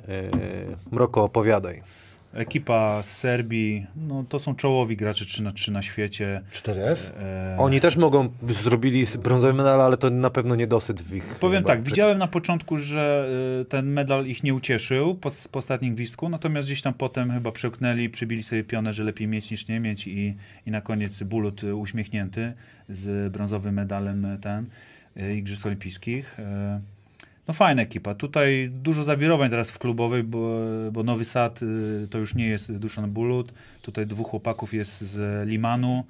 Speaker 1: Mroko, opowiadaj.
Speaker 3: Ekipa z Serbii, no to są czołowi gracze trzy na trzy na świecie.
Speaker 2: cztery F?
Speaker 3: E,
Speaker 1: Oni też mogą, zrobili brązowy medal, ale to na pewno niedosyt w ich...
Speaker 3: Powiem
Speaker 1: chyba
Speaker 3: tak, widziałem na początku, że y, ten medal ich nie ucieszył po, s- po ostatnim gwizdku, natomiast gdzieś tam potem chyba przełknęli, przybili sobie pionę, że lepiej mieć niż nie mieć i, i na koniec Bulut y, uśmiechnięty z brązowym medalem y, ten y, Igrzysk Olimpijskich. Y, No fajna ekipa. Tutaj dużo zawirowań teraz w klubowej, bo, bo Nowy Sad y, to już nie jest Duszan Bulut. Tutaj dwóch chłopaków jest z Limanu.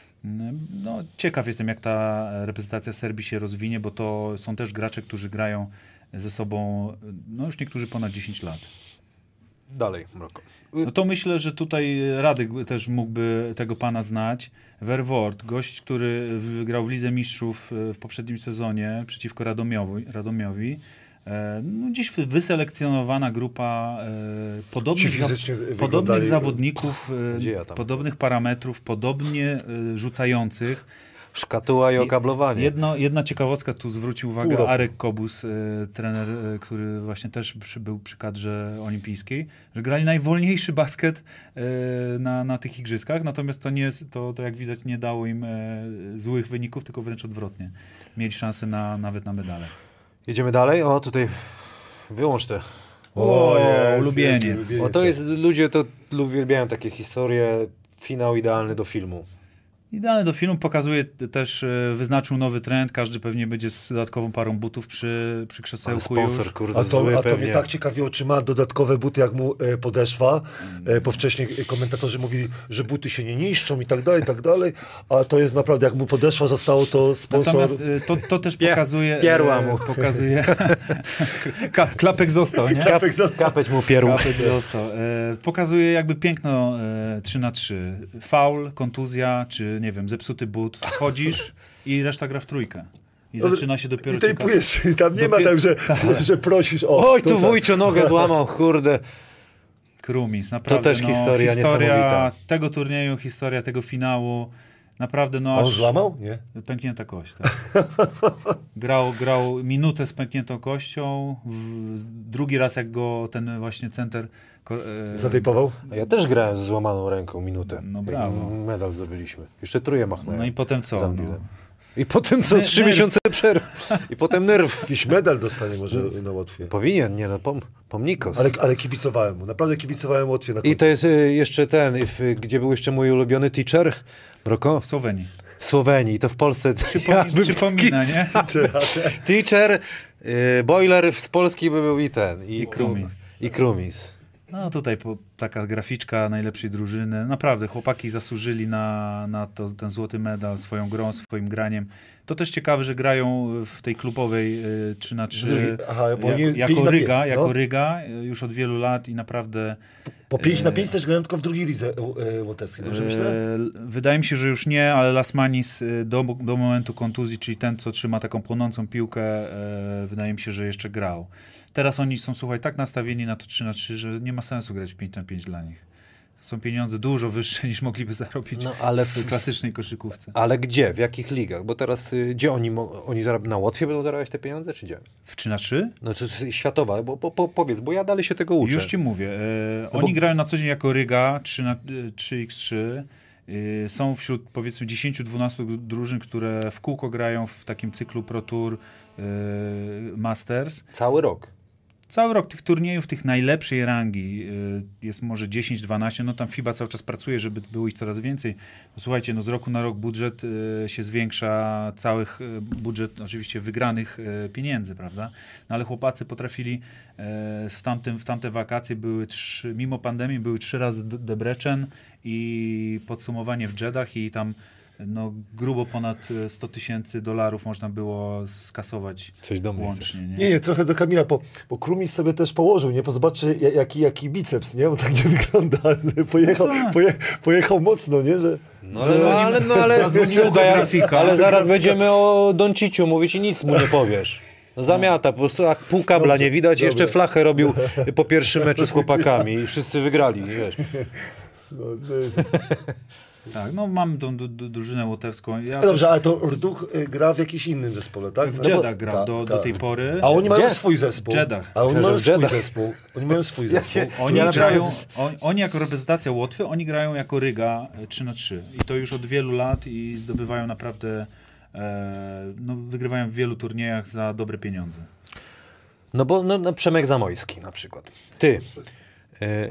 Speaker 3: No, ciekaw jestem, jak ta reprezentacja Serbii się rozwinie, bo to są też gracze, którzy grają ze sobą, no już niektórzy ponad dziesięć lat.
Speaker 1: Dalej, Mroko.
Speaker 3: No to myślę, że tutaj Radek też mógłby tego pana znać. Verwoord, gość, który wygrał w Lidze Mistrzów w poprzednim sezonie przeciwko Radomiowi. Radomiowi. E, No, gdzieś wyselekcjonowana grupa e, podobnych,
Speaker 2: Ci
Speaker 3: za,
Speaker 2: fizycznie
Speaker 3: podobnych
Speaker 2: wyglądali-
Speaker 3: zawodników, e,
Speaker 1: Gdzie ja tam?
Speaker 3: podobnych parametrów, podobnie e, rzucających.
Speaker 1: Szkatuła i okablowanie.
Speaker 3: Jedno, jedna ciekawostka, tu zwrócił
Speaker 2: Pół
Speaker 3: uwagę
Speaker 2: roku.
Speaker 3: Arek Kobus, e, trener, e, który właśnie też przy, był przy kadrze olimpijskiej, że grali najwolniejszy basket e, na, na tych igrzyskach, natomiast to, nie jest, to, to jak widać nie dało im e, złych wyników, tylko wręcz odwrotnie. Mieli szansę na, nawet na medale.
Speaker 1: Jedziemy dalej? O, tutaj wyłącz te.
Speaker 3: O,
Speaker 2: jest,
Speaker 3: ulubieniec.
Speaker 2: jest,
Speaker 1: O, to jest, ludzie to uwielbiają takie historie. Finał idealny do filmu.
Speaker 3: Idealny do filmu, pokazuje t- też, e, wyznaczył nowy trend, każdy pewnie będzie z dodatkową parą butów przy, przy
Speaker 1: Ale
Speaker 3: krzesełku
Speaker 1: sponsor,
Speaker 3: już.
Speaker 1: kurde,
Speaker 2: A to,
Speaker 1: zły
Speaker 2: a to
Speaker 1: pewnie.
Speaker 2: mnie tak ciekawiło, czy ma dodatkowe buty, jak mu e, podeszwa. E, bo wcześniej komentatorzy mówili, że buty się nie niszczą i tak dalej, i tak dalej. A to jest naprawdę, jak mu podeszwa zostało, to sponsor...
Speaker 3: Natomiast e, to, to też
Speaker 1: Pie-
Speaker 3: pokazuje...
Speaker 1: pierła
Speaker 3: e,
Speaker 1: mu.
Speaker 3: Pokazuje... Ka, klapek został, nie?
Speaker 2: Klapek został.
Speaker 1: Kapeć mu pierł.
Speaker 3: Klapek został. E, pokazuje jakby piękno e, trzy na trzy. Faul, kontuzja, czy nie wiem, zepsuty but. Schodzisz i reszta gra w trójkę. I
Speaker 2: No,
Speaker 3: zaczyna się dopiero
Speaker 2: I tejpujesz, i tam nie ma
Speaker 3: Dopiero-
Speaker 2: tak, że, że, że prosisz o...
Speaker 1: Oj, tu
Speaker 2: to-
Speaker 1: wujcio nogę złamał, kurde.
Speaker 3: Krumis, naprawdę.
Speaker 1: też
Speaker 3: no,
Speaker 1: historia niesamowita.
Speaker 3: tego turnieju, historia tego finału. Naprawdę, no
Speaker 2: A on
Speaker 3: aż
Speaker 2: złamał? Nie.
Speaker 3: pęknięta kość. Tak. grał, grał minutę z pękniętą kością. W, drugi raz, jak go ten właśnie center... ko- e,
Speaker 2: Zatejpował?
Speaker 1: A ja też grałem z złamaną ręką minutę.
Speaker 3: No
Speaker 1: Jak
Speaker 3: brawo.
Speaker 1: Medal zdobyliśmy. Jeszcze truje machnąłem.
Speaker 3: No i potem co?
Speaker 1: z
Speaker 3: No.
Speaker 1: Ambilem. I potem co?
Speaker 3: Ne-
Speaker 1: Trzy
Speaker 3: nerw.
Speaker 1: miesiące przerwy. I potem nerw.
Speaker 2: Jakiś medal dostanie może na Łotwie.
Speaker 1: Powinien, nie no, pom, pomnikos.
Speaker 2: Ale, ale kibicowałem mu. Naprawdę kibicowałem Łotwie na końcu.
Speaker 1: I to jest y, jeszcze ten, y, w, gdzie był jeszcze mój ulubiony teacher, Mroko?
Speaker 3: W Słowenii.
Speaker 1: W Słowenii, to w Polsce. Ja bym
Speaker 3: Przypomina,
Speaker 1: taki
Speaker 3: nie?
Speaker 1: Teacher, y, boiler z Polski by był i ten. I,
Speaker 3: I Krumis.
Speaker 1: I Krumis.
Speaker 3: No tutaj po, taka graficzka najlepszej drużyny. Naprawdę, chłopaki zasłużyli na, na to, ten złoty medal swoją grą, swoim graniem. To też ciekawe, że grają w tej klubowej y, trzy na trzy
Speaker 2: Aha, bo
Speaker 3: jako,
Speaker 2: oni
Speaker 3: jako
Speaker 2: pięć na
Speaker 3: Ryga,
Speaker 2: pięć,
Speaker 3: jako
Speaker 2: no.
Speaker 3: Ryga y, już od wielu lat i naprawdę...
Speaker 2: Po pięć na
Speaker 3: e,
Speaker 2: pięć też grają tylko w drugiej lidze e, łotewskiej, dobrze myślę?
Speaker 3: E, Wydaje mi się, że już nie, ale Lasmanis y, do, do momentu kontuzji, czyli ten, co trzyma taką płonącą piłkę, e, wydaje mi się, że jeszcze grał. Teraz oni są, słuchaj, tak nastawieni na to trzy na trzy, że nie ma sensu grać w pięć na pięć dla nich. To są pieniądze dużo wyższe niż mogliby zarobić
Speaker 1: No, ale
Speaker 3: w klasycznej koszykówce.
Speaker 1: Ale gdzie? W jakich ligach? Bo teraz, y, gdzie oni, mo- oni zarab- na Łotwie będą zarabiać te pieniądze, czy gdzie?
Speaker 3: W trzy na trzy?
Speaker 1: No to jest światowa, bo, bo, bo powiedz, bo ja dalej się tego uczę.
Speaker 3: Już ci mówię. E,
Speaker 1: No
Speaker 3: oni
Speaker 1: bo-
Speaker 3: grają na co dzień jako Ryga trzy na trzy iks trzy. E, są wśród powiedzmy dziesięć dwanaście drużyn, które w kółko grają w takim cyklu Pro Tour e, Masters.
Speaker 1: Cały rok.
Speaker 3: Cały rok tych turniejów, tych najlepszej rangi y, jest może dziesięć dwanaście, no tam FIBA cały czas pracuje, żeby było ich coraz więcej. No, słuchajcie, no z roku na rok budżet y, się zwiększa, całych y, budżet oczywiście wygranych y, pieniędzy, prawda? No ale chłopacy potrafili y, w, tamtym, w tamte wakacje były trzy, mimo pandemii były trzy razy D- Debrecen i podsumowanie w Jeddah i tam no grubo ponad sto tysięcy dolarów można było skasować
Speaker 1: Coś do mnie
Speaker 3: łącznie. Nie?
Speaker 2: Nie, nie, trochę do Kamila, bo, bo Krumis sobie też położył, nie? Bo zobaczcie, ja- jaki, jaki biceps, nie? On tak nie wygląda. Pojechał,
Speaker 3: tak.
Speaker 2: poje, pojechał mocno, nie? Że,
Speaker 1: No ale, no, ale, no, ale,
Speaker 3: Zadzwoniłem do
Speaker 1: słuchaj, ale,
Speaker 3: grafika.
Speaker 1: ale zaraz będziemy o Donciciu mówić i nic mu nie powiesz. Zamiata, po prostu jak pół kabla
Speaker 2: Dobrze,
Speaker 1: nie widać.
Speaker 2: dobrze.
Speaker 1: Jeszcze flachę robił po pierwszym meczu z chłopakami i wszyscy wygrali, wiesz.
Speaker 2: no, to jest...
Speaker 3: Tak, no mamy tą du- du- drużynę łotewską. Ja
Speaker 2: No dobrze, ale to Rduch y, gra w jakimś innym zespole, tak?
Speaker 3: w
Speaker 2: No bo-
Speaker 3: Jeddah grał
Speaker 2: tak,
Speaker 3: do,
Speaker 2: tak.
Speaker 3: do tej pory.
Speaker 2: A oni mają
Speaker 1: Gdzie?
Speaker 2: swój zespół.
Speaker 3: Jeddah.
Speaker 2: A oni
Speaker 1: Myślałem,
Speaker 2: mają
Speaker 1: że w
Speaker 2: swój
Speaker 1: Jeddah.
Speaker 2: zespół. Oni mają swój
Speaker 1: Ja
Speaker 2: zespół.
Speaker 1: się-
Speaker 3: Oni,
Speaker 1: Ja
Speaker 3: grają,
Speaker 1: naprawdę-
Speaker 3: on, oni jako reprezentacja Łotwy, oni grają jako Ryga e, trzy na trzy. I to już od wielu lat i zdobywają naprawdę, e, no, wygrywają w wielu turniejach za dobre pieniądze.
Speaker 1: No bo no, no Przemek Zamojski na przykład. Ty. E,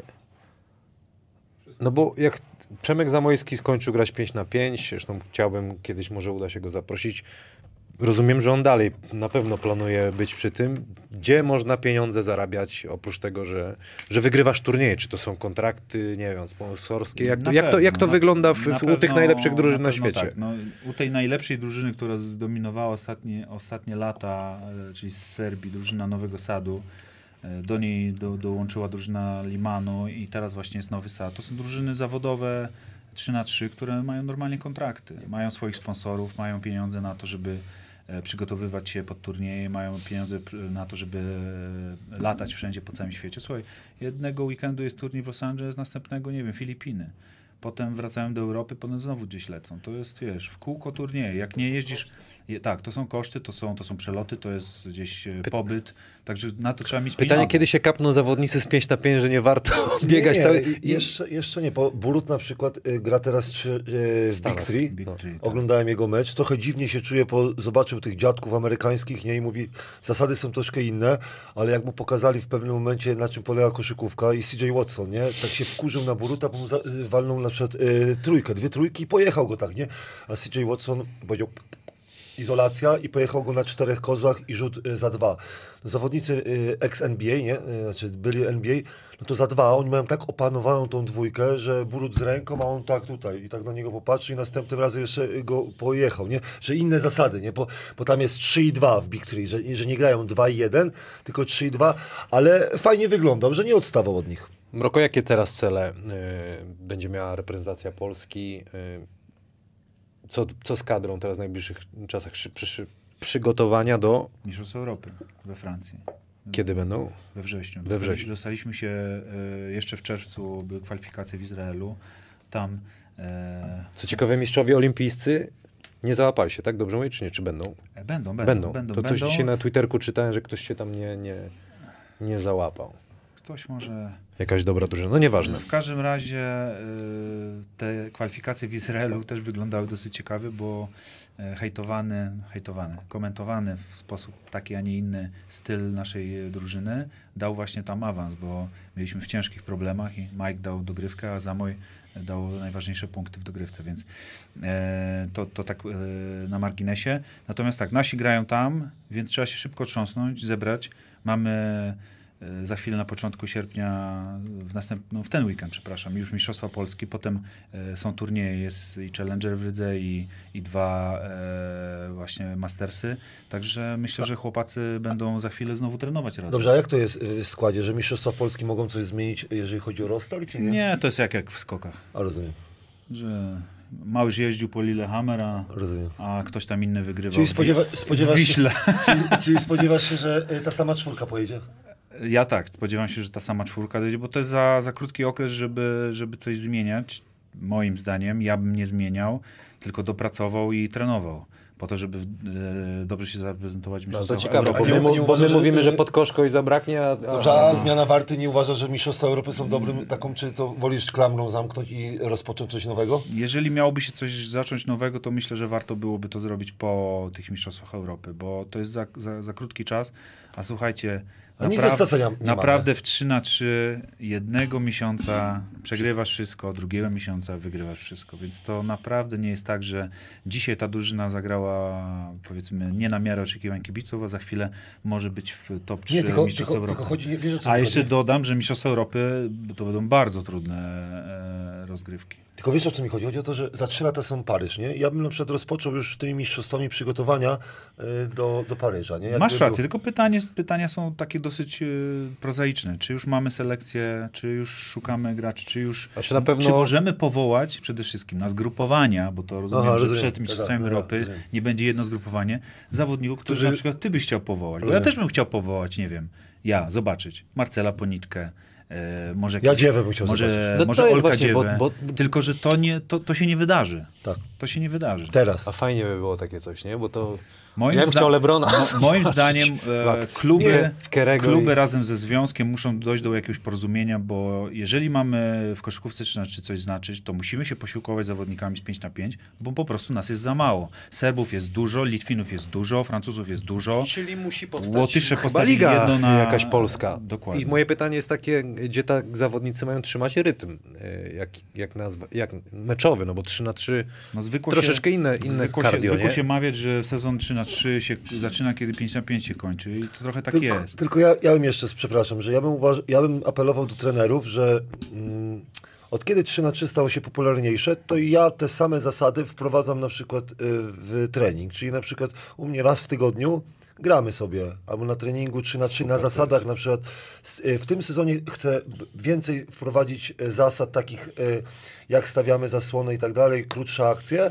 Speaker 1: no bo jak Przemek Zamojski skończył grać pięć na pięć, zresztą chciałbym, kiedyś może uda się go zaprosić. Rozumiem, że on dalej na pewno planuje być przy tym. Gdzie można pieniądze zarabiać, oprócz tego, że, że wygrywasz turnieje? Czy to są kontrakty, nie wiem, sponsorskie? Jak to,
Speaker 3: Na
Speaker 1: jak to,
Speaker 3: pewno,
Speaker 1: jak to
Speaker 3: na-
Speaker 1: wygląda w,
Speaker 3: na
Speaker 1: w, u tych
Speaker 3: pewno-
Speaker 1: najlepszych drużyn na,
Speaker 3: pewno
Speaker 1: świecie?
Speaker 3: Tak, no, u tej najlepszej drużyny, która zdominowała ostatnie, ostatnie lata, e, czyli z Serbii, drużyna Nowego Sadu, e, do niej do, dołączyła drużyna Limanu i teraz właśnie jest Nowy Sad. To są drużyny zawodowe trzy na trzy, które mają normalnie kontrakty. Mają swoich sponsorów, mają pieniądze na to, żeby e, przygotowywać się pod turnieje, mają pieniądze pr- na to, żeby e, latać wszędzie po całym świecie. Słuchaj, jednego weekendu jest turniej w Los Angeles, następnego, nie wiem, Filipiny. Potem wracają do Europy, potem znowu gdzieś lecą. To jest, wiesz, w kółko turnieje. Jak nie jeździsz... Je, tak, to są koszty, to są, to są przeloty, to jest gdzieś e, pobyt. Także na to trzeba mieć
Speaker 1: Pytanie,
Speaker 3: pieniądze.
Speaker 1: kiedy się kapną zawodnicy z pięć na pięć, że nie warto biegać
Speaker 2: nie,
Speaker 1: cały...
Speaker 2: nie, jeszcze, jeszcze nie, bo Burut na przykład y, gra teraz trzy, y, w Big
Speaker 1: Stanach.
Speaker 2: Three.
Speaker 3: Big
Speaker 1: No.
Speaker 3: Three, tak.
Speaker 2: Oglądałem jego mecz. Trochę dziwnie się czuję, bo zobaczył tych dziadków amerykańskich, nie? I mówi, zasady są troszkę inne, ale jak mu pokazali w pewnym momencie, na czym polega koszykówka i C J Watson, nie? Tak się wkurzył na Buruta, bo mu za, y, walnął na przykład y, trójkę, dwie trójki i pojechał go tak, nie? A C J Watson powiedział izolacja i pojechał go na czterech kozłach i rzut y, za dwa. Zawodnicy y, ex-N B A, nie? Y, znaczy byli N B A, no to za dwa, oni mają tak opanowaną tą dwójkę, że Burut z ręką, a on tak tutaj i tak na niego popatrzy i następnym razem jeszcze go pojechał, nie? Że inne zasady, nie? Bo, bo tam jest trzy i dwa w Big Three, że, że nie grają dwa i jeden, tylko trzy i dwa, ale fajnie wyglądał, że nie odstawał od nich.
Speaker 1: Mroko, jakie teraz cele y, będzie miała reprezentacja Polski? Y, co, co z kadrą teraz w najbliższych czasach? Przy, przy, przygotowania do...
Speaker 3: Mistrzostwa Europy we Francji.
Speaker 1: Kiedy będą?
Speaker 3: We wrześniu.
Speaker 1: We
Speaker 3: Dostali, Dostaliśmy się e, jeszcze w czerwcu, były kwalifikacje w Izraelu. Tam e,
Speaker 1: Co ciekawe, mistrzowie olimpijscy nie załapali się, tak? Dobrze mówię, czy nie? Czy będą?
Speaker 3: będą, będą,
Speaker 1: Będą.
Speaker 3: będą.
Speaker 1: To coś
Speaker 3: będą.
Speaker 1: dzisiaj na Twitterku czytałem, że ktoś się tam nie, nie, nie załapał.
Speaker 3: Ktoś może...
Speaker 1: Jakaś dobra drużyna. No nieważne.
Speaker 3: W każdym razie y, te kwalifikacje w Izraelu też wyglądały dosyć ciekawie, bo y, hejtowany, hejtowany, komentowany w sposób taki, a nie inny styl naszej drużyny dał właśnie tam awans, bo mieliśmy w ciężkich problemach i Mike dał dogrywkę, a Zamoj dał najważniejsze punkty w dogrywce, więc y, to, to tak y, na marginesie. Natomiast tak, nasi grają tam, więc trzeba się szybko trząsnąć, zebrać. Mamy za chwilę na początku sierpnia, w, następ, no w ten weekend, przepraszam, już Mistrzostwa Polski, potem e, są turnieje, jest i Challenger w Rydze i, i dwa e, właśnie Mastersy, także myślę, że chłopacy będą za chwilę znowu trenować razem.
Speaker 2: Dobrze, a jak to jest w składzie, że Mistrzostwa Polski mogą coś zmienić, jeżeli chodzi o rozstar, czy nie?
Speaker 3: Nie, to jest jak, jak w skokach,
Speaker 2: A, rozumiem.
Speaker 3: że Małysz jeździł po Lillehammer, a,
Speaker 2: Rozumiem.
Speaker 3: a ktoś tam inny wygrywał
Speaker 2: Czyli
Speaker 3: w-
Speaker 2: spodziewa,
Speaker 3: w
Speaker 2: spodziewasz, się,
Speaker 3: Wiśle.
Speaker 2: czyli, czyli spodziewasz się, że y, ta sama czwórka pojedzie?
Speaker 3: Ja tak, spodziewam się, że ta sama czwórka dojdzie, bo to jest za, za krótki okres, żeby, żeby coś zmieniać. Moim zdaniem ja bym nie zmieniał, tylko dopracował i trenował. Po to, żeby e, dobrze się zaprezentować w
Speaker 1: No to
Speaker 3: Mistrzostwach
Speaker 1: ciekawe,
Speaker 3: Europy.
Speaker 1: bo
Speaker 2: A nie-
Speaker 1: my,
Speaker 2: nie
Speaker 1: bo
Speaker 2: uważasz,
Speaker 1: my
Speaker 2: że-
Speaker 1: mówimy, że pod koszko i zabraknie, a, a,
Speaker 2: Dobrze, a zmiana warty nie uważasz, że Mistrzostwa Europy są dobrym taką, czy to wolisz klamrą zamknąć i rozpocząć coś nowego?
Speaker 3: Jeżeli miałoby się coś zacząć nowego, to myślę, że warto byłoby to zrobić po tych Mistrzostwach Europy, bo to jest za, za, za krótki czas. A słuchajcie,
Speaker 2: A nic
Speaker 3: napraw-
Speaker 2: do stracenia nie
Speaker 3: naprawdę w trzy na trzy jednego miesiąca przegrywasz wszystko, drugiego miesiąca wygrywasz wszystko, więc to naprawdę nie jest tak, że dzisiaj ta drużyna zagrała, powiedzmy, nie na miarę oczekiwań kibiców, a za chwilę może być w top trzy
Speaker 2: Nie, tylko,
Speaker 3: Mistrzostw
Speaker 2: tylko,
Speaker 3: Europy.
Speaker 2: tylko chodzi, nie wiesz o co
Speaker 3: A
Speaker 2: mi
Speaker 3: jeszcze
Speaker 2: chodzi?
Speaker 3: dodam, że Mistrzostwa Europy to będą bardzo trudne e, rozgrywki.
Speaker 2: Tylko wiesz o co mi chodzi? Chodzi o to, że za trzy lata są Paryż, nie? Ja bym na przykład rozpoczął już tymi mistrzostwami przygotowania y, do, do Paryża, nie? Jakby
Speaker 3: Masz rację,
Speaker 2: był-
Speaker 3: tylko pytanie, pytania są takie dosyć y, prozaiczne. Czy już mamy selekcję, czy już szukamy graczy, czy już...
Speaker 1: Znaczy na pewno-
Speaker 3: Czy możemy powołać przede wszystkim na zgrupowania, bo to rozumiem,
Speaker 2: Aha,
Speaker 3: że
Speaker 2: rozumiem.
Speaker 3: przed Mistrzostwami
Speaker 2: Tak, tak,
Speaker 3: Europy
Speaker 2: rozumiem.
Speaker 3: nie będzie jedno zgrupowanie zawodników, którzy
Speaker 2: Którzy-
Speaker 3: na przykład ty byś chciał powołać. Bo ja
Speaker 2: Rozumiem.
Speaker 3: też bym chciał powołać, nie wiem, ja, zobaczyć, Marcela Ponitkę, e, może
Speaker 2: Ja
Speaker 3: jakiś-
Speaker 2: Dziewę bym chciał
Speaker 3: może,
Speaker 2: zobaczyć.
Speaker 1: No to
Speaker 3: może
Speaker 1: jest
Speaker 3: Olka
Speaker 1: właśnie, bo-
Speaker 3: Dziewę,
Speaker 1: bo-
Speaker 3: tylko że to, nie, to, to się nie wydarzy.
Speaker 2: Tak,
Speaker 3: To się nie wydarzy.
Speaker 2: teraz.
Speaker 1: a fajnie by było takie coś, nie? Bo to...
Speaker 3: Moim
Speaker 1: ja bym
Speaker 3: zda-
Speaker 1: chciał Lebrona.
Speaker 3: Mo, moim zdaniem
Speaker 1: w
Speaker 3: e,
Speaker 1: akcji.
Speaker 3: kluby,
Speaker 1: Nie, Kerego
Speaker 3: kluby
Speaker 1: i-
Speaker 3: razem ze związkiem muszą dojść do jakiegoś porozumienia, bo jeżeli mamy w koszykówce trzy na trzy coś znaczyć, to musimy się posiłkować zawodnikami z pięć na pięć, bo po prostu nas jest za mało. Serbów jest dużo, Litwinów jest dużo, Francuzów jest dużo.
Speaker 1: Czyli musi powstać
Speaker 3: Łotysze
Speaker 1: chyba
Speaker 3: postawili
Speaker 1: liga
Speaker 3: jedno na-
Speaker 1: jakaś polska.
Speaker 3: Dokładnie.
Speaker 1: I moje pytanie jest takie, gdzie tak zawodnicy mają trzymać rytm, e, jak, jak, nazwa, jak meczowy, no bo trzy na trzy
Speaker 3: No, zwykło
Speaker 1: troszeczkę
Speaker 3: się,
Speaker 1: inne, inne
Speaker 3: zwykło się,
Speaker 1: cardio,
Speaker 3: zwykło
Speaker 1: nie?
Speaker 3: się mawiać, że sezon trzy na trzy się zaczyna, kiedy pięć na pięć się kończy i to trochę tak
Speaker 2: tylko,
Speaker 3: jest.
Speaker 2: Tylko ja, ja bym jeszcze, przepraszam, że ja bym, uważ, ja bym apelował do trenerów, że mm, od kiedy trzy na trzy stało się popularniejsze, to ja te same zasady wprowadzam na przykład y, w trening. Czyli na przykład u mnie raz w tygodniu gramy sobie, albo na treningu trzy na trzy na zasadach na przykład. s- y, W tym sezonie chcę b- więcej wprowadzić y, zasad takich, y, jak stawiamy zasłony i tak dalej, krótsze akcje.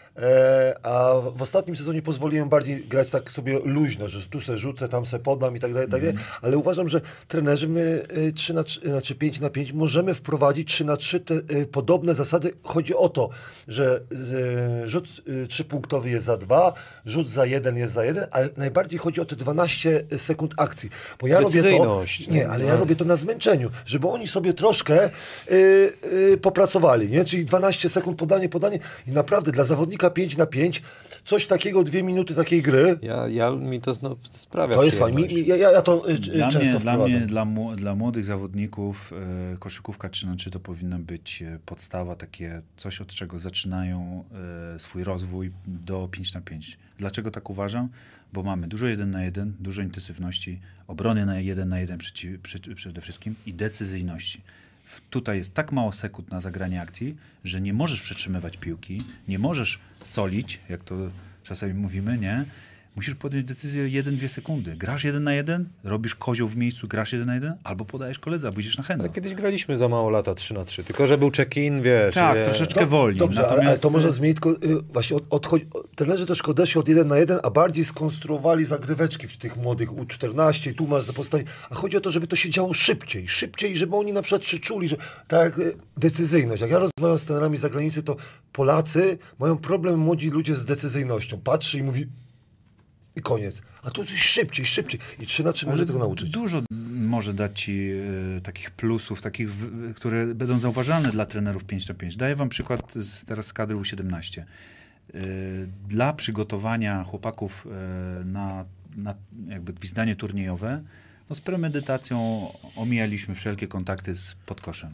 Speaker 2: E, a w ostatnim sezonie pozwoliłem bardziej grać tak sobie luźno, że tu se rzucę, tam se podam i tak dalej, i tak dalej. Ale uważam, że trenerzy my y, trzy na trzy, znaczy pięć na pięć możemy wprowadzić trzy na trzy te y, podobne zasady. Chodzi o to, że y, rzut y, trzypunktowy jest za dwa, rzut za jeden jest za jeden, ale najbardziej chodzi o te dwanaście sekund akcji. Bo ja robię to...
Speaker 1: Precyzyjność.
Speaker 2: Nie, ale ja
Speaker 1: No.
Speaker 2: robię to na zmęczeniu, żeby oni sobie troszkę y, y, popracowali, nie? Czyli dwanaście sekund podanie, podanie i naprawdę dla zawodnika pięć na pięć coś takiego, dwie minuty takiej gry,
Speaker 1: Ja, ja mi to znowu sprawia
Speaker 2: to jest fajnie. Mi,
Speaker 1: przyjemność.
Speaker 2: mi, ja, ja to y,
Speaker 3: Dla
Speaker 2: często
Speaker 3: mnie, dla,
Speaker 2: wprowadzam.
Speaker 3: mnie dla, mu- dla młodych zawodników e, koszykówka trzy na trzy to powinna być e, podstawa, takie coś, od czego zaczynają e, swój rozwój do pięć na pięć. Dlaczego tak uważam? Bo mamy dużo jeden na jeden, dużo intensywności, obrony na jeden na jeden przeci, przy, przede wszystkim i decyzyjności. W, tutaj jest tak mało sekund na zagranie akcji, że nie możesz przetrzymywać piłki, nie możesz solić, jak to czasami mówimy, nie? Musisz podjąć decyzję jeden dwie sekundy. Grasz jeden na jeden, robisz kozioł w miejscu, grasz jeden na jeden, albo podajesz koledze, a pójdziesz na chętno.
Speaker 1: Ale kiedyś graliśmy za mało lata trzy na trzy, tylko że był check-in, wiesz.
Speaker 3: Tak,
Speaker 1: wie-
Speaker 3: troszeczkę
Speaker 2: Do-
Speaker 3: wolniej.
Speaker 2: Dobrze, ale,
Speaker 3: Natomiast
Speaker 2: ale to może zmienić, tylko y, właśnie od, odchodzi, trenerzy troszkę odeszli od jeden na jeden, a bardziej skonstruowali zagryweczki w tych młodych U czternaście i tu masz za postawi, a chodzi o to, żeby to się działo szybciej, szybciej, żeby oni na przykład się czuli, że tak jak y, decyzyjność. Jak ja rozmawiam z trenerami z zagranicy, to Polacy mają problem, młodzi ludzie, z decyzyjność. Patrzy i mówi i koniec. A tu coś szybciej, szybciej. I trzy na trzy może
Speaker 3: Ale
Speaker 2: tego nauczyć.
Speaker 3: Dużo może dać ci e, takich plusów, takich, w, które będą zauważalne dla trenerów pięć na pięć. Daję wam przykład z, teraz z kadry U siedemnaście. E, dla przygotowania chłopaków e, na, na jakby gwizdanie turniejowe, no z premedytacją omijaliśmy wszelkie kontakty z podkoszem.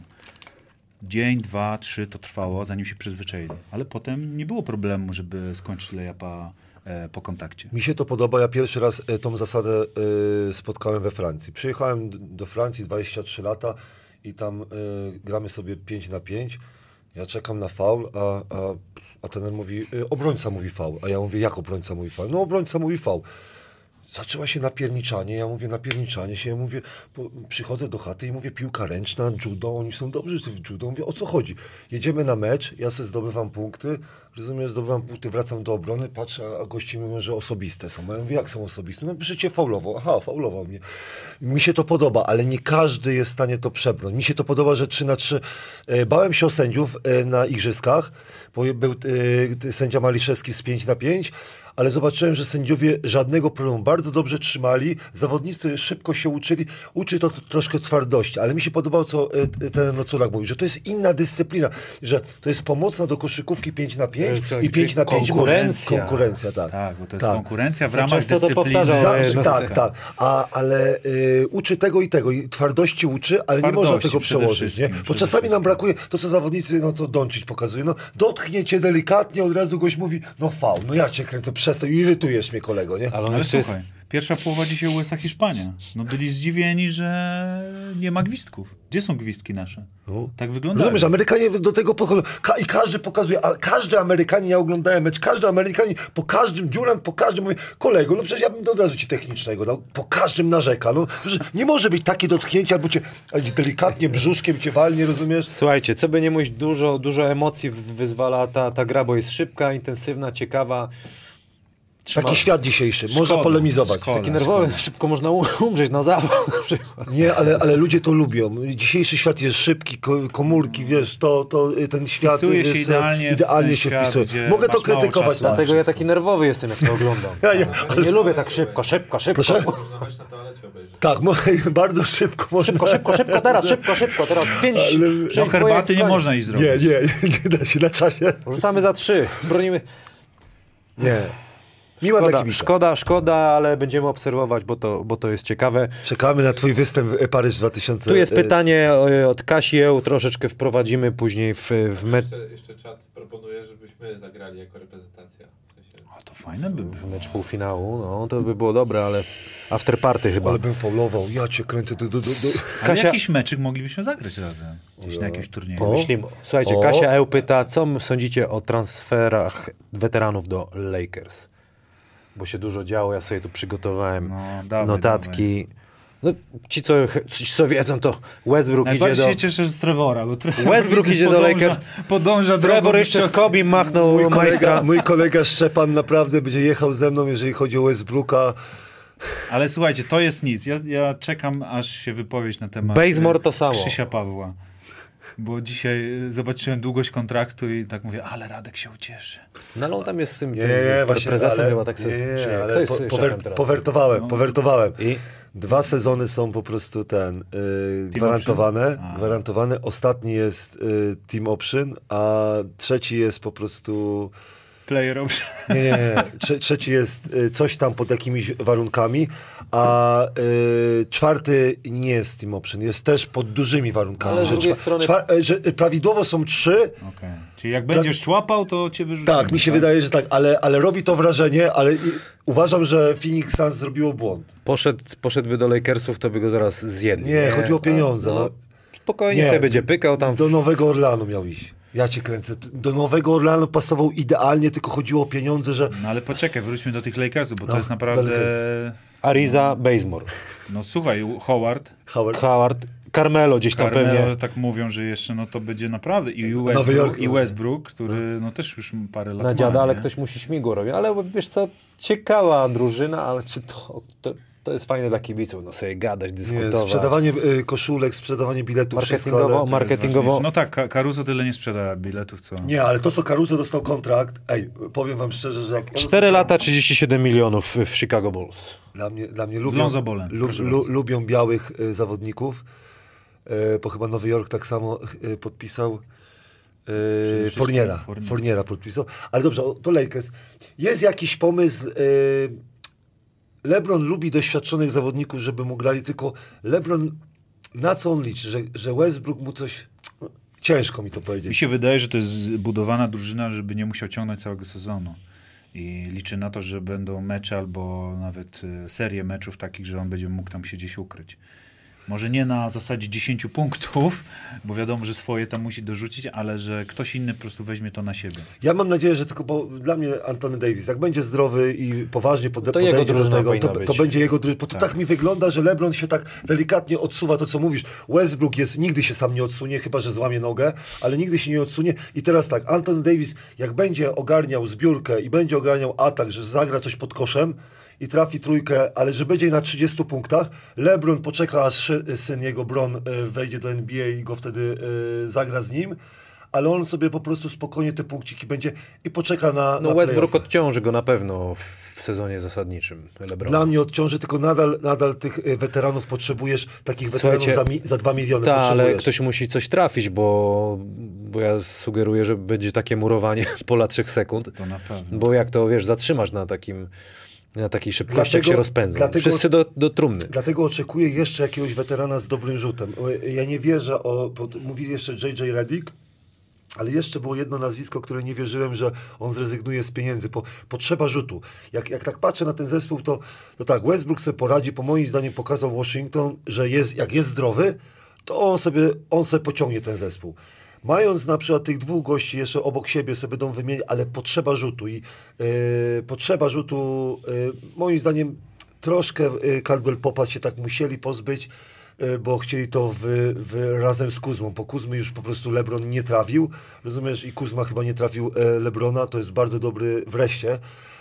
Speaker 3: Dzień, dwa, trzy to trwało, zanim się przyzwyczaili. Ale potem nie było problemu, żeby skończyć layupa e, po kontakcie.
Speaker 2: Mi się to podoba. Ja pierwszy raz e, tą zasadę e, spotkałem we Francji. Przyjechałem d- do Francji dwadzieścia trzy lata i tam e, gramy sobie pięć na pięć. Ja czekam na faul, a, a, a trener mówi, e, obrońca mówi faul. A ja mówię, jak obrońca mówi faul? No obrońca mówi faul. Zaczęła się napierniczanie, ja mówię napierniczanie się, ja mówię, po, przychodzę do chaty i mówię piłka ręczna, judo, oni są dobrzy w judo, mówię o co chodzi? Jedziemy na mecz, ja sobie zdobywam punkty, rozumiem, zdobywam punkty, wracam do obrony, patrzę, a goście mi mówią, że osobiste są. Ja mówię, jak są osobiste? No życie faulował, aha, faulował mnie. Mi się to podoba, ale nie każdy jest w stanie to przebrnąć. Mi się to podoba, że trzy na trzy. E, bałem się o sędziów e, na igrzyskach, bo był e, sędzia Maliszewski z pięć na pięć, ale zobaczyłem, że sędziowie żadnego problemu bardzo dobrze trzymali, zawodnicy szybko się uczyli, uczy to t- troszkę twardości, ale mi się podobało, co e, ten Noculak mówił, że to jest inna dyscyplina, że to jest pomocna do koszykówki pięć na pięć
Speaker 1: To jest
Speaker 2: i pięć na pięć
Speaker 1: konkurencja.
Speaker 2: konkurencja, tak.
Speaker 3: Tak, bo to jest
Speaker 2: Tak.
Speaker 3: konkurencja w
Speaker 1: Za
Speaker 3: ramach
Speaker 1: często to
Speaker 3: dyscypliny.
Speaker 1: powtarzał,
Speaker 2: Za,
Speaker 1: ale- no
Speaker 2: tak,
Speaker 1: tak.
Speaker 2: tak. A, ale y, uczy tego i tego. I twardości uczy, ale nie
Speaker 3: Twardości
Speaker 2: można tego
Speaker 3: przede
Speaker 2: przełożyć. Nie?
Speaker 3: wszystkim,
Speaker 2: Bo
Speaker 3: przede
Speaker 2: czasami nam
Speaker 3: wszystkim.
Speaker 2: brakuje, to co zawodnicy, no to Doncic pokazuje, no dotkniecie delikatnie, od razu gość mówi, no faul, no ja cię kręcę, przestań, irytujesz mnie kolego, nie?
Speaker 1: Ale on
Speaker 3: Ale
Speaker 1: jeszcze jest...
Speaker 3: słuchaj, pierwsza połowa dzisiaj U S A Hiszpania. No byli zdziwieni, że nie ma gwizdków. Gdzie są gwizdki nasze?
Speaker 2: No.
Speaker 3: Tak wygląda.
Speaker 2: Rozumiesz, Amerykanie do tego podchodzą Ka- i każdy pokazuje, a każdy Amerykanin, ja oglądałem mecz, każdy Amerykanin po każdym, Durant po każdym mówi, kolego, no przecież ja bym od razu ci technicznego dał, po każdym narzeka, no że nie może być takie dotknięcie, albo cię albo delikatnie brzuszkiem cię walnie, rozumiesz?
Speaker 1: Słuchajcie, co by nie mówić, dużo, dużo emocji wyzwala ta, ta gra, bo jest szybka, intensywna, ciekawa. Trzyma...
Speaker 2: Taki świat dzisiejszy, można
Speaker 3: Szkoda,
Speaker 2: polemizować.
Speaker 3: szkoda.
Speaker 1: Taki nerwowy, szybko można u- umrzeć na zawał na przykład.
Speaker 2: Nie, ale, ale ludzie to lubią. Dzisiejszy świat jest szybki, ko- komórki, wiesz, to, to y, ten świat
Speaker 3: Wpisuje się
Speaker 2: wiesz,
Speaker 3: idealnie w
Speaker 2: idealnie
Speaker 3: ten
Speaker 2: się
Speaker 3: świat,
Speaker 2: wpisuje.
Speaker 3: gdzie
Speaker 2: Mogę to
Speaker 3: masz mało
Speaker 2: krytykować,
Speaker 3: czasu.
Speaker 2: tak.
Speaker 1: Dlatego ja taki nerwowy jestem, jak to oglądam.
Speaker 2: Ja, ja,
Speaker 1: Ja nie lubię tak szybko, szybko, szybko.
Speaker 2: Proszę? Tak, mo- bardzo szybko można.
Speaker 1: Szybko, szybko, szybko, teraz, szybko, szybko, teraz pięć,
Speaker 2: Ale-
Speaker 1: sześć
Speaker 3: No herbaty
Speaker 1: dwójek,
Speaker 3: nie
Speaker 1: koniec.
Speaker 3: można iść zrobić.
Speaker 2: Nie, nie, nie da się na czasie.
Speaker 1: Rzucamy za trzy, bronimy.
Speaker 2: Nie. Miła dla
Speaker 1: Szkoda,
Speaker 2: kibica.
Speaker 1: szkoda, szkoda, ale będziemy obserwować, bo to, bo to jest ciekawe.
Speaker 2: Czekamy na twój występ w Paryż dwa tysiące.
Speaker 1: Tu jest pytanie e, od Kasi, Eł, troszeczkę wprowadzimy później w, w mecz.
Speaker 4: Jeszcze, jeszcze czat proponuje, żebyśmy zagrali jako reprezentacja. W sensie,
Speaker 3: A to fajne by było.
Speaker 1: Mecz półfinału, no to by było dobre, ale after party chyba.
Speaker 2: Ale bym faulował. Ja cię kręcę. Do, do, do, do.
Speaker 3: Ale
Speaker 1: Kasia-
Speaker 3: jakiś meczyk moglibyśmy zagrać razem. Gdzieś na jakimś turnieju.
Speaker 2: O.
Speaker 1: Myślimy. Słuchajcie,
Speaker 2: O.
Speaker 1: Kasia Eł pyta, co sądzicie o transferach weteranów do Lakers? Bo się dużo działo, ja sobie tu przygotowałem
Speaker 3: No, dawaj,
Speaker 1: notatki. No, ci, co, ci, co wiedzą, to Westbrook idzie
Speaker 3: Najbardziej
Speaker 1: do...
Speaker 3: się cieszę z Trevora, bo Trevor
Speaker 1: Westbrook
Speaker 3: widzę,
Speaker 1: idzie do
Speaker 3: podąża-
Speaker 1: Lakers.
Speaker 3: Podąża drogą
Speaker 1: Trevor jeszcze z
Speaker 3: mistrzowską.
Speaker 1: Kobe machnął
Speaker 2: Mój
Speaker 1: majstra.
Speaker 2: kolega, mój kolega Szczepan naprawdę będzie jechał ze mną, jeżeli chodzi o Westbrooka.
Speaker 3: Ale słuchajcie, to jest nic. Ja, ja czekam, aż się wypowiedź na temat
Speaker 1: Bazemore
Speaker 3: e,
Speaker 1: to samo.
Speaker 3: Krzysia Pawła. Bo dzisiaj e, zobaczyłem długość kontraktu i tak mówię, ale Radek się ucieszy.
Speaker 1: No ale on tam jest z tym,
Speaker 2: Nie,
Speaker 1: tym
Speaker 2: nie, właśnie,
Speaker 1: prezesem
Speaker 2: ale,
Speaker 1: chyba tak sobie...
Speaker 2: nie,
Speaker 1: czy
Speaker 2: nie,
Speaker 1: nie? Kto
Speaker 2: ale
Speaker 1: jest
Speaker 2: po,
Speaker 1: szefem
Speaker 2: power,
Speaker 1: teraz?
Speaker 2: powertowałem,
Speaker 3: No.
Speaker 2: powertowałem.
Speaker 1: I?
Speaker 2: Dwa sezony są po prostu ten, y,
Speaker 3: Team
Speaker 2: gwarantowane,
Speaker 3: option? A.
Speaker 2: gwarantowane. Ostatni jest y, team option, a trzeci jest po prostu...
Speaker 3: Player option.
Speaker 2: Nie, nie, nie. Trze, trzeci jest y, coś tam pod jakimiś warunkami, a y, czwarty nie jest team option, jest też pod dużymi warunkami.
Speaker 1: Ale z
Speaker 2: że,
Speaker 1: drugiej
Speaker 2: czwa-
Speaker 1: strony-
Speaker 2: czwa- y, że prawidłowo są trzy.
Speaker 3: Okej. Czyli jak będziesz człapał, to cię wyrzucimy.
Speaker 2: Tak, mi się wydaje, że tak, ale, ale robi to wrażenie, ale i, uważam, że Phoenix Suns zrobiło błąd.
Speaker 1: Poszedł, poszedłby do Lakersów, to by go zaraz zjedli.
Speaker 2: Nie, chodzi o pieniądze.
Speaker 1: A,
Speaker 2: No.
Speaker 1: Spokojnie
Speaker 2: Nie.
Speaker 1: sobie będzie pykał tam.
Speaker 2: Do Nowego Orleanu miał iść. Ja cię kręcę. Do Nowego Orleanu pasował idealnie, tylko chodziło o pieniądze, że...
Speaker 3: No ale poczekaj, wróćmy do tych Lakersów, bo
Speaker 2: No,
Speaker 3: to jest
Speaker 2: do
Speaker 3: naprawdę...
Speaker 2: Lakers.
Speaker 1: Ariza, Bazemore.
Speaker 3: No słuchaj, Howard,
Speaker 2: Howard.
Speaker 1: Howard, Carmelo gdzieś tam
Speaker 3: Carmelo,
Speaker 1: pewnie.
Speaker 3: tak mówią, że jeszcze no to będzie naprawdę i
Speaker 2: Nowy
Speaker 3: Westbrook,
Speaker 2: Jork.
Speaker 3: i Westbrook, który no też już parę lat
Speaker 1: Na
Speaker 3: ma,
Speaker 1: dziada, ale
Speaker 3: nie?
Speaker 1: ktoś musi śmigło robić. Ale wiesz co, ciekawa drużyna, ale czy to, to, to jest fajne dla kibiców, no sobie gadać,
Speaker 2: Nie,
Speaker 1: dyskutować.
Speaker 2: sprzedawanie y, koszulek, sprzedawanie biletów, wszystko,
Speaker 1: Marketingowo,
Speaker 2: ale...
Speaker 1: marketingowo.
Speaker 3: No tak, Ka- Caruso tyle nie sprzeda biletów, co...
Speaker 2: Nie, ale to, co Caruso dostał kontrakt, ej, powiem wam szczerze, że... Jak
Speaker 1: cztery lata, trzydzieści siedem milionów w Chicago Bulls.
Speaker 2: Dla mnie, dla mnie
Speaker 3: Z
Speaker 2: lubią,
Speaker 3: Lonzo Ballem,
Speaker 2: lu,
Speaker 3: proszę
Speaker 2: lu,
Speaker 3: bardzo.
Speaker 2: lubią białych y, zawodników, y, bo chyba Nowy Jork tak samo y, podpisał y,
Speaker 3: wszystkim
Speaker 2: Fourniera,
Speaker 3: Fournier.
Speaker 2: Fourniera podpisał. Ale dobrze, o, to Lakers. Jest jakiś pomysł... Y, LeBron lubi doświadczonych zawodników, żeby mu grali, tylko LeBron, na co on liczy? Że, że Westbrook mu coś... Ciężko mi to
Speaker 3: Mi
Speaker 2: powiedzieć.
Speaker 3: się wydaje, że to jest zbudowana drużyna, żeby nie musiał ciągnąć całego sezonu. I liczy na to, że będą mecze albo nawet e, serie meczów takich, że on będzie mógł tam się gdzieś ukryć. Może nie na zasadzie dziesięciu punktów, bo wiadomo, że swoje tam musi dorzucić, ale że ktoś inny po prostu weźmie to na siebie.
Speaker 2: Ja mam nadzieję, że tylko, bo dla mnie Anthony Davis, jak będzie zdrowy i poważnie pode,
Speaker 1: To jego
Speaker 2: podejdzie do
Speaker 1: drużyna
Speaker 2: tego,
Speaker 1: powinna
Speaker 2: to,
Speaker 1: być.
Speaker 2: to będzie jego drużyna. Bo to tak.
Speaker 3: Tak.
Speaker 2: mi wygląda, że LeBron się tak delikatnie odsuwa, to co mówisz. Westbrook jest, nigdy się sam nie odsunie, chyba że złamie nogę, ale nigdy się nie odsunie. I teraz tak, Anthony Davis, jak będzie ogarniał zbiórkę i będzie ogarniał atak, że zagra coś pod koszem, i trafi trójkę, ale że będzie na trzydziestu punktach, LeBron poczeka, aż syn jego Bron y, wejdzie do N B A i go wtedy y, zagra z nim, ale on sobie po prostu spokojnie te punkciki będzie i poczeka na
Speaker 1: No
Speaker 2: na
Speaker 1: Westbrook
Speaker 2: playoffy.
Speaker 1: odciąży go na pewno w sezonie zasadniczym LeBron.
Speaker 2: Dla mnie odciąży, tylko nadal, nadal tych y, weteranów potrzebujesz, takich weteranów za,
Speaker 1: Słuchajcie,
Speaker 2: mi, za dwa miliony
Speaker 1: Tak, ale
Speaker 2: potrzebujesz.
Speaker 1: ktoś musi coś trafić, bo, bo ja sugeruję, że będzie takie murowanie pola trzech sekund,
Speaker 3: To na pewno.
Speaker 1: bo jak to, wiesz, zatrzymasz na takim na takiej szybkości, jak
Speaker 2: Dlatego-
Speaker 1: się rozpędzą.
Speaker 2: dlatego-
Speaker 1: Wszyscy do, do trumny.
Speaker 2: Dlatego oczekuję jeszcze jakiegoś weterana z dobrym rzutem. O, Ja nie wierzę, o, bo mówili jeszcze J J Redick, ale jeszcze było jedno nazwisko, które nie wierzyłem, że on zrezygnuje z pieniędzy. Po, potrzeba rzutu. Jak, jak tak patrzę na ten zespół, to, to tak, Westbrook sobie poradzi, po moim zdaniem pokazał Washington, że jest, jak jest zdrowy, to on sobie, on sobie pociągnie ten zespół. Mając na przykład tych dwóch gości jeszcze obok siebie sobie będą wymieniać, ale potrzeba rzutu i yy, potrzeba rzutu, yy, moim zdaniem troszkę yy, Caldwell Popa się tak musieli pozbyć, yy, bo chcieli to w, w, razem z Kuzmą. Po Kuzmy już po prostu LeBron nie trafił, rozumiesz, i Kuzma chyba nie trafił yy, LeBrona, to jest bardzo dobry wreszcie,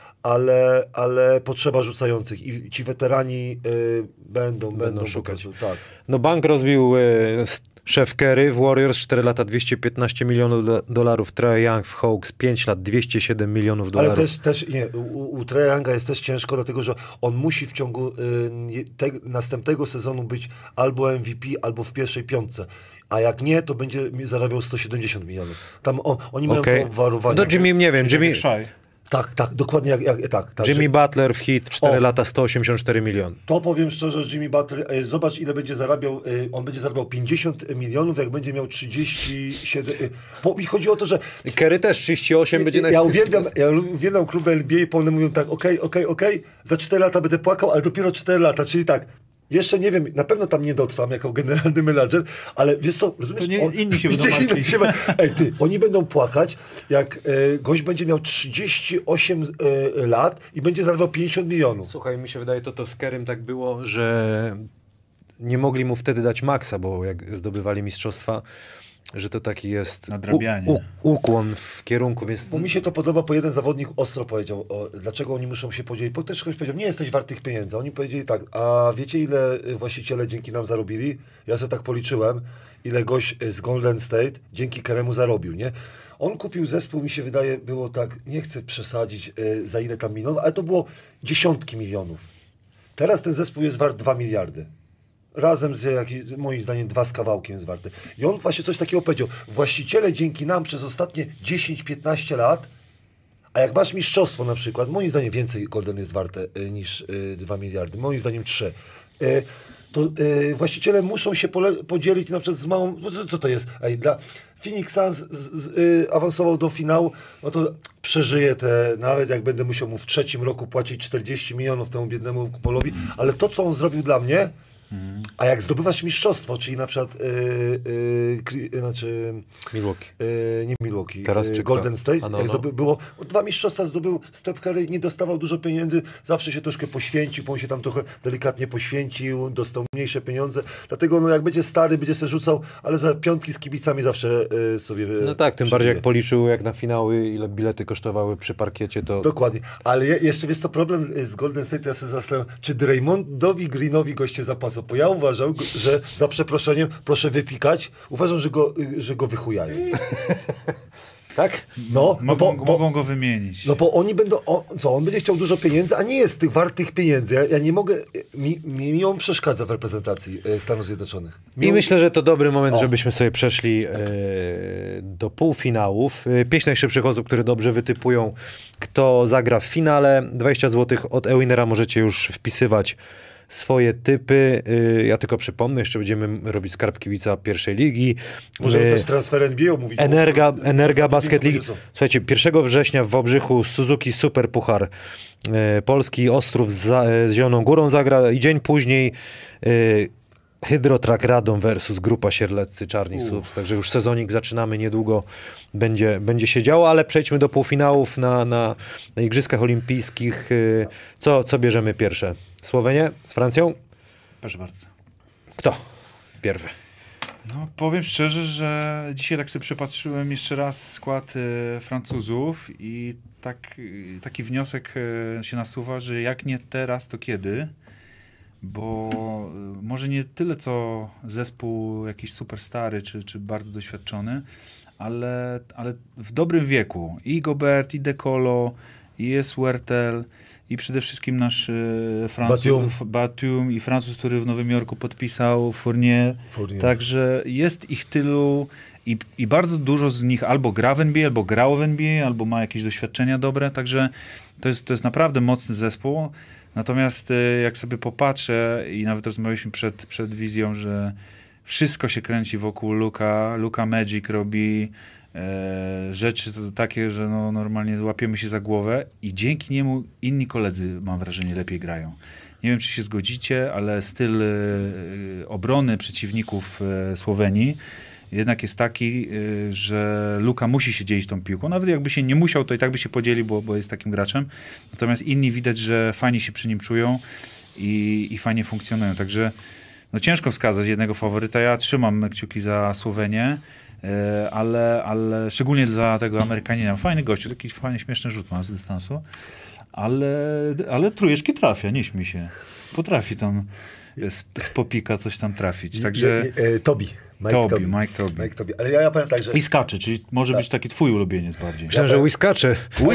Speaker 2: ale, ale potrzeba rzucających i ci weterani yy, będą, będą,
Speaker 1: Będą
Speaker 2: po
Speaker 1: szukać.
Speaker 2: prostu, tak.
Speaker 1: No bank rozbił e, s- szef Kerry w Warriors, cztery lata dwieście piętnaście milionów do, dolarów, Trae Young w Hawks, pięć lat dwieście siedem milionów dolarów.
Speaker 2: Ale też, też nie, u, u Trae Younga jest też ciężko, dlatego że on musi w ciągu y, nie- te, następnego sezonu być albo M V P, albo w pierwszej piątce. A jak nie, to będzie mi- zarabiał sto siedemdziesiąt milionów. Tam o, oni mają
Speaker 1: Okej.
Speaker 2: to obwarowanie.
Speaker 1: No Jimmy, nie wiem, Jimmy,
Speaker 3: Szaj.
Speaker 2: Tak, tak, dokładnie jak, jak tak. tak
Speaker 1: Jimmy
Speaker 2: że,
Speaker 1: Butler w hit, cztery
Speaker 2: O.
Speaker 1: lata sto osiemdziesiąt cztery miliony.
Speaker 2: to powiem szczerze, Jimmy Butler, y, zobacz ile będzie zarabiał, y, on będzie zarabiał pięćdziesiąt milionów, jak będzie miał trzydzieści siedem. Y, bo mi chodzi o to, że
Speaker 1: Kerry też trzydzieści osiem będzie
Speaker 2: ja,
Speaker 1: naj...
Speaker 2: ja uwielbiam, ja uwielbiam kluby N B A, bo one mówią tak, okej, okej, okej, za cztery lata będę płakał, ale dopiero cztery lata, czyli tak, jeszcze nie wiem, na pewno tam nie dotrwam jako generalny menadżer, ale wiesz co, rozumiesz?
Speaker 3: To nie- inni się będą
Speaker 2: inni
Speaker 3: martwić.
Speaker 2: się ba- Ej, ty, oni będą płakać, jak e, gość będzie miał trzydzieści osiem e, lat i będzie zarabiał pięćdziesiąt milionów.
Speaker 1: Słuchaj, mi się wydaje, to to z Kerrym tak było, że nie mogli mu wtedy dać maksa, bo jak zdobywali mistrzostwa, że to taki jest
Speaker 3: Nadrabianie.
Speaker 1: u, u, ukłon w kierunku, więc
Speaker 2: Bo mi się to podoba, bo jeden zawodnik ostro powiedział, o, dlaczego oni muszą się podzielić. Bo też ktoś powiedział, nie jesteś wart tych pieniędzy. Oni powiedzieli tak, a wiecie ile y, właściciele dzięki nam zarobili? Ja sobie tak policzyłem, ile gość y, z Golden State dzięki Keremu zarobił, nie? On kupił zespół, mi się wydaje, było tak, nie chcę przesadzić y, za ile tam milionów, ale to było dziesiątki milionów. Teraz ten zespół jest wart dwa miliardy. Razem z, jak, moim zdaniem, dwa z kawałkiem jest warty. I on właśnie coś takiego powiedział. Właściciele dzięki nam przez ostatnie dziesięć piętnaście lat, a jak masz mistrzostwo na przykład, moim zdaniem więcej Golden jest warte y, niż y, dwa miliardy, moim zdaniem trzy. Y, to y, właściciele muszą się pole, podzielić na przykład z małą, no co, co to jest? Ej, dla Phoenix Suns z, z, y, awansował do finału, no to przeżyję te, nawet jak będę musiał mu w trzecim roku płacić czterdzieści milionów temu biednemu Polowi, ale to, co on zrobił dla mnie, a jak zdobywasz mistrzostwo, czyli na przykład yy, yy, kri- znaczy,
Speaker 1: Milwaukee.
Speaker 2: yy, nie Milwaukee,
Speaker 1: Teraz
Speaker 2: yy,
Speaker 1: czy kto?
Speaker 2: Golden State,
Speaker 1: A no,
Speaker 2: jak
Speaker 1: no.
Speaker 2: zdoby, było, dwa mistrzostwa zdobył, Steph Curry nie dostawał dużo pieniędzy, zawsze się troszkę poświęcił, bo on się tam trochę delikatnie poświęcił, dostał mniejsze pieniądze, dlatego no jak będzie stary, będzie se rzucał, ale za piątki z kibicami zawsze yy, sobie yy,
Speaker 1: No tak, tym
Speaker 2: przybije.
Speaker 1: bardziej jak policzył, jak na finały, ile bilety kosztowały przy parkiecie, to
Speaker 2: Dokładnie, ale je, jeszcze wiesz co, problem z Golden State, to ja sobie zastanawiam, czy Draymondowi Greenowi goście zapasą, bo ja uważam, że za przeproszeniem, proszę wypikać, uważam, że go, że go wychujają.
Speaker 1: tak?
Speaker 2: No, no
Speaker 3: Mogą,
Speaker 2: bo, bo,
Speaker 3: mogą go wymienić.
Speaker 2: no bo oni będą, o, co, on będzie chciał dużo pieniędzy, a nie jest tych wart tych pieniędzy. Ja, ja nie mogę, mi, mi, mi on przeszkadza w reprezentacji e, Stanów Zjednoczonych.
Speaker 1: I
Speaker 2: Mi-
Speaker 1: myślę, że to dobry moment,
Speaker 2: O.
Speaker 1: żebyśmy sobie przeszli e, do półfinałów. E, pięć najszybszych osób, które dobrze wytypują, kto zagra w finale. dwadzieścia złotych od Ewinera możecie już wpisywać swoje typy. Y, ja tylko przypomnę, jeszcze będziemy robić skarb kibica pierwszej ligi.
Speaker 2: Możemy
Speaker 1: Y,
Speaker 2: też transfer N B A mówić.
Speaker 1: Energa,
Speaker 2: bo-
Speaker 1: Energa
Speaker 2: z- z-
Speaker 1: Basket League.
Speaker 2: co?
Speaker 1: Słuchajcie, pierwszego września w Wałbrzychu Suzuki Super Puchar e, Polski, Ostrów z, za, e, z Zieloną Górą zagra i dzień później e, Hydrotrak Radom versus Grupa Sierleccy Czarni Subs. Także już sezonik zaczynamy niedługo, będzie, będzie się działo, ale przejdźmy do półfinałów na, na, na Igrzyskach Olimpijskich. E, co, co bierzemy pierwsze? Słowenię z Francją?
Speaker 3: Proszę bardzo.
Speaker 1: Kto? Pierwy.
Speaker 3: No, powiem szczerze, że dzisiaj tak sobie przepatrzyłem jeszcze raz skład e, Francuzów i tak, e, taki wniosek e, się nasuwa, że jak nie teraz, to kiedy? Bo e, może nie tyle co zespół jakiś super stary czy, czy bardzo doświadczony, ale, ale w dobrym wieku. I Gobert, i De Colo, i jest Huertel, i przede wszystkim nasz e, Francuz,
Speaker 2: Batum.
Speaker 3: Batum i Francuz, który w Nowym Jorku podpisał, Fournier.
Speaker 2: Fournier.
Speaker 3: Także jest ich tylu i, i bardzo dużo z nich albo gra w N B A, albo grało w N B A, albo ma jakieś doświadczenia dobre, także to jest, to jest naprawdę mocny zespół. Natomiast e, jak sobie popatrzę i nawet rozmawialiśmy przed, przed wizją, że wszystko się kręci wokół Luka, Luka Magic robi e, rzeczy to takie, że no, normalnie łapiemy się za głowę i dzięki niemu inni koledzy, mam wrażenie, lepiej grają. Nie wiem, czy się zgodzicie, ale styl e, obrony przeciwników e, Słowenii jednak jest taki, e, że Luka musi się dzielić tą piłką. Nawet jakby się nie musiał, to i tak by się podzielił, bo, bo jest takim graczem. Natomiast inni widać, że fajnie się przy nim czują i, i fajnie funkcjonują. Także no ciężko wskazać jednego faworyta. Ja trzymam kciuki za Słowenię, e, ale, ale szczególnie dla tego Amerykanina. Fajny gościu, taki fajny, śmieszny rzut ma z dystansu. Ale, ale trójeczki trafia, nie śmiej się. Potrafi tam z, z popika coś tam trafić. Także
Speaker 2: Je- je- e, Tobi. Mike
Speaker 3: Tobi,
Speaker 2: Tobi.
Speaker 3: Mike Tobi.
Speaker 2: Mike Tobi. Ale ja, ja powiem tak, że...
Speaker 3: I skacze, czyli może być taki twój ulubieniec bardziej.
Speaker 1: Myślałem, że łyskacze.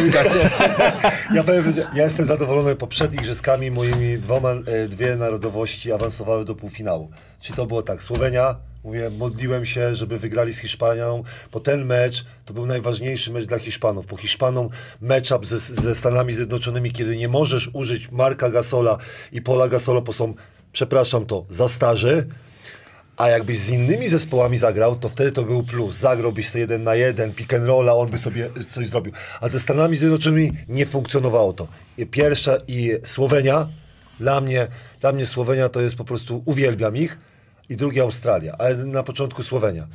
Speaker 2: Ja powiem, że ja jestem zadowolony, bo przed igrzyskami moimi dwoma, e, dwie narodowości awansowały do półfinału. Czyli to było tak, Słowenia, mówię, modliłem się, żeby wygrali z Hiszpanią, bo ten mecz to był najważniejszy mecz dla Hiszpanów. Po Hiszpanom matchup ze, ze Stanami Zjednoczonymi, kiedy nie możesz użyć Marka Gasola i Paula Gasola, bo są, przepraszam to, za starzy, a jakbyś z innymi zespołami zagrał, to wtedy to był plus. Zagrałbyś sobie jeden na jeden, pick and rolla, on by sobie coś zrobił. A ze Stanami Zjednoczonymi nie funkcjonowało to. I pierwsza i Słowenia, dla mnie, dla mnie Słowenia to jest po prostu, uwielbiam ich. I drugie Australia, ale na początku Słowenia.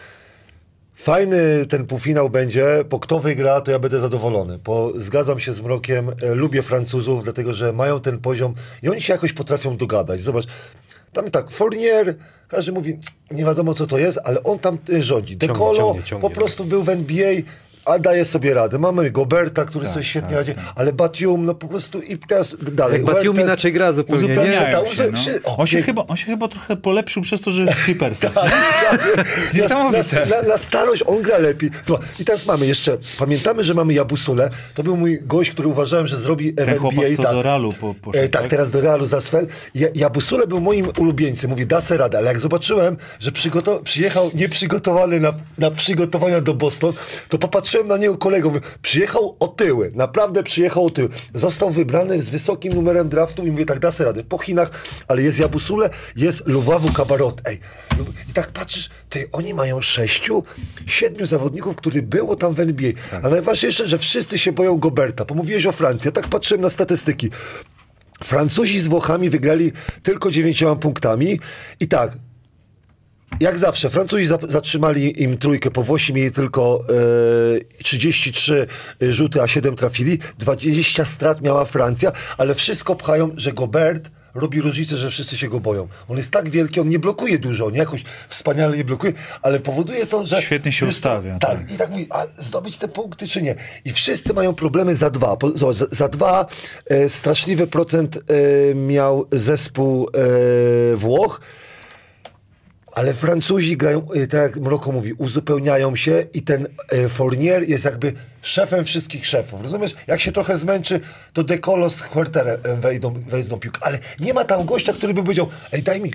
Speaker 2: Fajny ten półfinał będzie, bo kto wygra, to ja będę zadowolony, bo zgadzam się z Mrokiem, e, lubię Francuzów, dlatego że mają ten poziom i oni się jakoś potrafią dogadać. Zobacz, tam tak, Fournier, każdy mówi, nie wiadomo co to jest, ale on tam e, rządzi. De
Speaker 1: Ciągnie,
Speaker 2: Colo
Speaker 1: ciągnie, ciągnie.
Speaker 2: po prostu był w N B A, a daje sobie radę. Mamy Goberta, który
Speaker 3: Tak,
Speaker 2: sobie świetnie
Speaker 3: tak,
Speaker 2: radzi, ale Batum, no po prostu i teraz dalej.
Speaker 1: Jak Batum
Speaker 2: Huertel-
Speaker 1: inaczej gra zupełnie, nie?
Speaker 3: Uzupełniają
Speaker 2: Ta-
Speaker 3: się, no.
Speaker 2: przy- o,
Speaker 3: on, się
Speaker 2: pięknie.
Speaker 3: chyba, on się chyba trochę polepszył przez to, że jest w Clippersach.
Speaker 2: Na,
Speaker 3: Niesamowite.
Speaker 2: na, na starość on gra lepiej. Słuchaj, i teraz mamy jeszcze, pamiętamy, że mamy Jabusule. To był mój gość, który uważałem, że zrobi w
Speaker 3: Ten
Speaker 2: N B A.
Speaker 3: chłopak, co
Speaker 2: tak.
Speaker 3: do Realu po, poszedł,
Speaker 2: E, tak,
Speaker 3: tak?
Speaker 2: teraz do Realu Zasfel. Ja, Jabusule był moim ulubieńcem. Mówi, da se radę. Ale jak zobaczyłem, że przygoto- przyjechał nieprzygotowany na, na przygotowania do Boston, to popatrzyłem na niego kolegą. Mówię, przyjechał otyły. Naprawdę przyjechał otyły. Został wybrany z wysokim numerem draftu i mówię, tak, da se radę. Po Chinach, ale jest Jabusule, jest Luwawu Kabarot. Ej, i tak patrzysz, ty, oni mają sześciu, siedmiu zawodników, którzy było tam w N B A.
Speaker 3: Tak.
Speaker 2: A najważniejsze, że wszyscy się boją Goberta. Pomówiłeś o Francji. Ja tak patrzyłem na statystyki. Francuzi z Włochami wygrali tylko dziewięcioma punktami i tak, jak zawsze, Francuzi za, zatrzymali im trójkę, po Włosi mieli tylko e, trzydzieści trzy rzuty, a siedem trafili, dwadzieścia strat miała Francja, ale wszystko pchają, że Gobert robi różnicę, że wszyscy się go boją. On jest tak wielki, on nie blokuje dużo, nie jakoś wspaniale nie blokuje, ale powoduje to, że...
Speaker 3: Świetnie się
Speaker 2: jest to-
Speaker 3: ustawia,
Speaker 2: Tak,
Speaker 3: tak.
Speaker 2: i tak mówi, a zdobyć te punkty czy nie? I wszyscy mają problemy za dwa. Po- Zobacz, za, za dwa e, straszliwy procent e, miał zespół e, Włoch, ale Francuzi grają, e, tak jak Mroko mówi, uzupełniają się i ten e, Fournier jest jakby szefem wszystkich szefów. Rozumiesz? Jak się trochę zmęczy, to De Colo z Huerterem wejdą, wejdą piłkę. Ale nie ma tam gościa, który by powiedział, ej, daj mi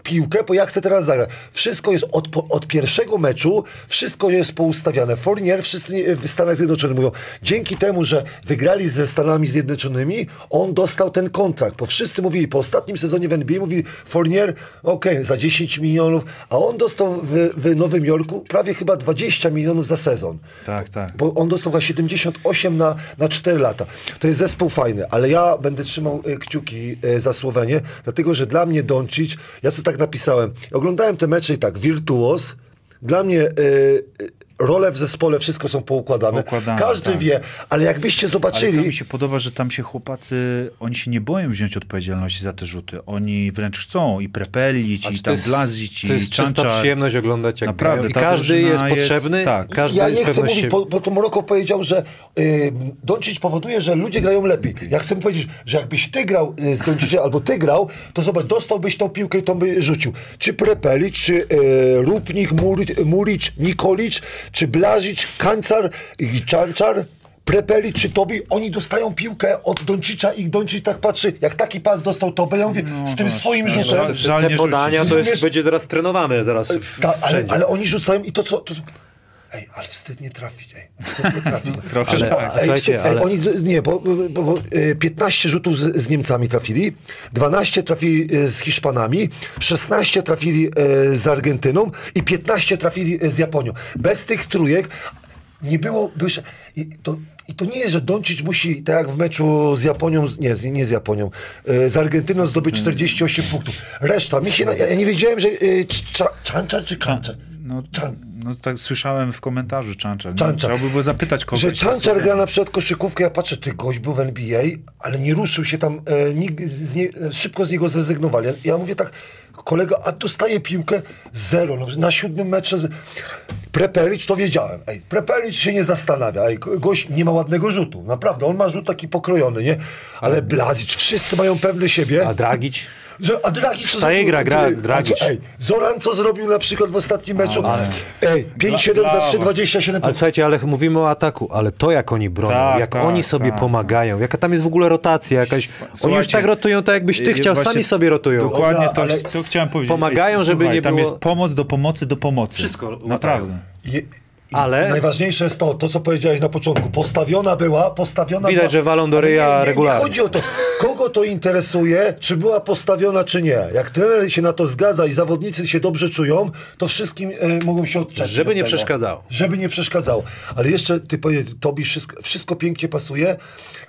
Speaker 2: piłkę, bo ja chcę teraz zagrać. Wszystko jest od, od pierwszego meczu, wszystko jest poustawiane. Fournier, wszyscy w Stanach Zjednoczonych mówią, dzięki temu, że wygrali ze Stanami Zjednoczonymi, on dostał ten kontrakt, bo wszyscy mówili, po ostatnim sezonie w N B A mówili, Fournier, okej, okay, za dziesięć milionów, a on dostał w, w Nowym Jorku prawie chyba dwadzieścia milionów za sezon.
Speaker 3: Tak, tak.
Speaker 2: Bo on dostał chyba siedemdziesiąt osiem na, na cztery lata. To jest zespół fajny, ale ja będę trzymał e, kciuki e, za Słowenię, dlatego, że dla mnie Doncic, ja co tak napisałem, oglądałem te mecze i tak, wirtuoz, dla mnie y, role w zespole, wszystko są poukładane.
Speaker 3: Poukładane,
Speaker 2: Każdy
Speaker 3: tak.
Speaker 2: wie, ale jakbyście zobaczyli...
Speaker 3: Ale co mi się podoba, że tam się chłopacy, oni się nie boją wziąć odpowiedzialności za te rzuty. Oni wręcz chcą i prepelić, i tam blazić, i
Speaker 1: to jest czysta
Speaker 3: Chanchar.
Speaker 1: przyjemność oglądać, jak
Speaker 3: Naprawdę,
Speaker 1: grają. I
Speaker 3: ta
Speaker 1: każdy jest
Speaker 3: drużyna jest-
Speaker 1: potrzebny,
Speaker 3: tak.
Speaker 1: każdy
Speaker 2: Ja
Speaker 1: jest
Speaker 2: nie chcę
Speaker 1: pewność
Speaker 2: mówić,
Speaker 1: siebie.
Speaker 2: bo, bo to Moroko powiedział, że y, Doncic powoduje, że ludzie grają lepiej. Ja chcę powiedzieć, że jakbyś ty grał y, z Doncicem albo ty grał, to zobacz, dostałbyś tą piłkę i tą by rzucił. Czy Prepelic, czy y, Rupnik, Muric, Muric, Nikolic, czy Blažić, Kancar, Chanchar, Prepelic czy Tobi, oni dostają piłkę od Doncicza i Doncic tak patrzy, jak taki pas dostał Tobę, ja mówię,
Speaker 3: No
Speaker 2: z tym
Speaker 3: właśnie,
Speaker 2: swoim
Speaker 3: no,
Speaker 2: rzutem.
Speaker 3: żal- żal
Speaker 1: Te
Speaker 3: nie
Speaker 1: podania
Speaker 3: rzucić.
Speaker 1: to jest,
Speaker 2: Rozumiesz?
Speaker 1: będzie zaraz trenowane zaraz w,
Speaker 2: Ta, ale,
Speaker 1: wszędzie.
Speaker 2: ale oni rzucają i to co... To, ej, ale wstyd nie trafić, ej. Wstyd nie trafić.
Speaker 3: Trochę
Speaker 2: ale,
Speaker 3: tak.
Speaker 2: ej,
Speaker 1: Słuchajcie,
Speaker 2: wstyd,
Speaker 1: ale-
Speaker 2: ej, oni, z- nie, bo, bo, bo y, piętnaście rzutów z, z Niemcami trafili, dwanaście trafili y, z Hiszpanami, szesnaście trafili y, z Argentyną i piętnaście trafili y, z Japonią. Bez tych trójek nie było... Byś, i, to, I to nie jest, że Doncic musi, tak jak w meczu z Japonią, nie, z- nie z Japonią, y, z Argentyną zdobyć czterdzieści osiem punktów. Reszta, mi się, na- ja, ja nie wiedziałem, że y, Chanchar czy Kanczar?
Speaker 3: No,
Speaker 2: Chan-
Speaker 3: no tak słyszałem w komentarzu Chanchar.
Speaker 2: Chanchar.
Speaker 3: Trzeba by było zapytać kogoś.
Speaker 2: Że
Speaker 3: co
Speaker 2: Chanchar
Speaker 3: sobie-
Speaker 2: gra na przykład koszykówkę, ja patrzę, ty gość był w N B A, ale nie ruszył się tam, e, nikt z nie, szybko z niego zrezygnowali. Ja, ja mówię tak, kolega, a dostaje piłkę zero, no, na siódmym metrze z... Prepelic to wiedziałem, ej, Prepelic się nie zastanawia, ej, gość nie ma ładnego rzutu, naprawdę, on ma rzut taki pokrojony, nie? Ale Blažić, wszyscy mają pewny siebie.
Speaker 1: A Dragić?
Speaker 2: Że, a Dragic co
Speaker 1: Wstaje,
Speaker 2: zrobił?
Speaker 1: gra, gra,
Speaker 2: Ty,
Speaker 1: Dragic.
Speaker 2: a co, Ej, Zoran co zrobił na przykład w ostatnim meczu? Ej, pięć siedem za trzy, dwadzieścia siedem.
Speaker 1: Ale słuchajcie, ale mówimy o ataku, ale to jak oni bronią,
Speaker 3: Tak,
Speaker 1: jak
Speaker 3: tak,
Speaker 1: oni sobie
Speaker 3: tak,
Speaker 1: pomagają, jaka tam jest w ogóle rotacja jakaś.
Speaker 3: Spa-
Speaker 1: Oni już
Speaker 3: Słuchajcie,
Speaker 1: tak rotują, tak jakbyś ty
Speaker 3: y,
Speaker 1: chciał,
Speaker 3: właśnie
Speaker 1: sami sobie rotują.
Speaker 3: Dokładnie
Speaker 2: Dobra,
Speaker 3: to,
Speaker 2: ale
Speaker 3: to chciałem powiedzieć.
Speaker 1: pomagają,
Speaker 3: Ej,
Speaker 1: żeby
Speaker 3: słuchaj,
Speaker 1: nie
Speaker 3: tam
Speaker 1: było-
Speaker 3: jest pomoc do pomocy do pomocy.
Speaker 1: Wszystko
Speaker 3: Naprawdę.
Speaker 2: Je, i
Speaker 1: Ale-
Speaker 2: najważniejsze jest to, to co powiedziałeś na początku. Postawiona była, postawiona
Speaker 1: Widać,
Speaker 2: była,
Speaker 1: że walą do
Speaker 2: ale
Speaker 1: ryja
Speaker 2: nie, nie,
Speaker 1: regularnie.
Speaker 2: Nie chodzi o to, kogo to interesuje, czy była postawiona, czy nie. Jak trener się na to zgadza i zawodnicy się dobrze czują, to wszystkim e, mogą się odczepić.
Speaker 1: Żeby
Speaker 2: od
Speaker 1: nie
Speaker 2: tego.
Speaker 1: przeszkadzało.
Speaker 2: Żeby nie przeszkadzało. Ale jeszcze, ty powie, tobie wszystko, wszystko pięknie pasuje, e,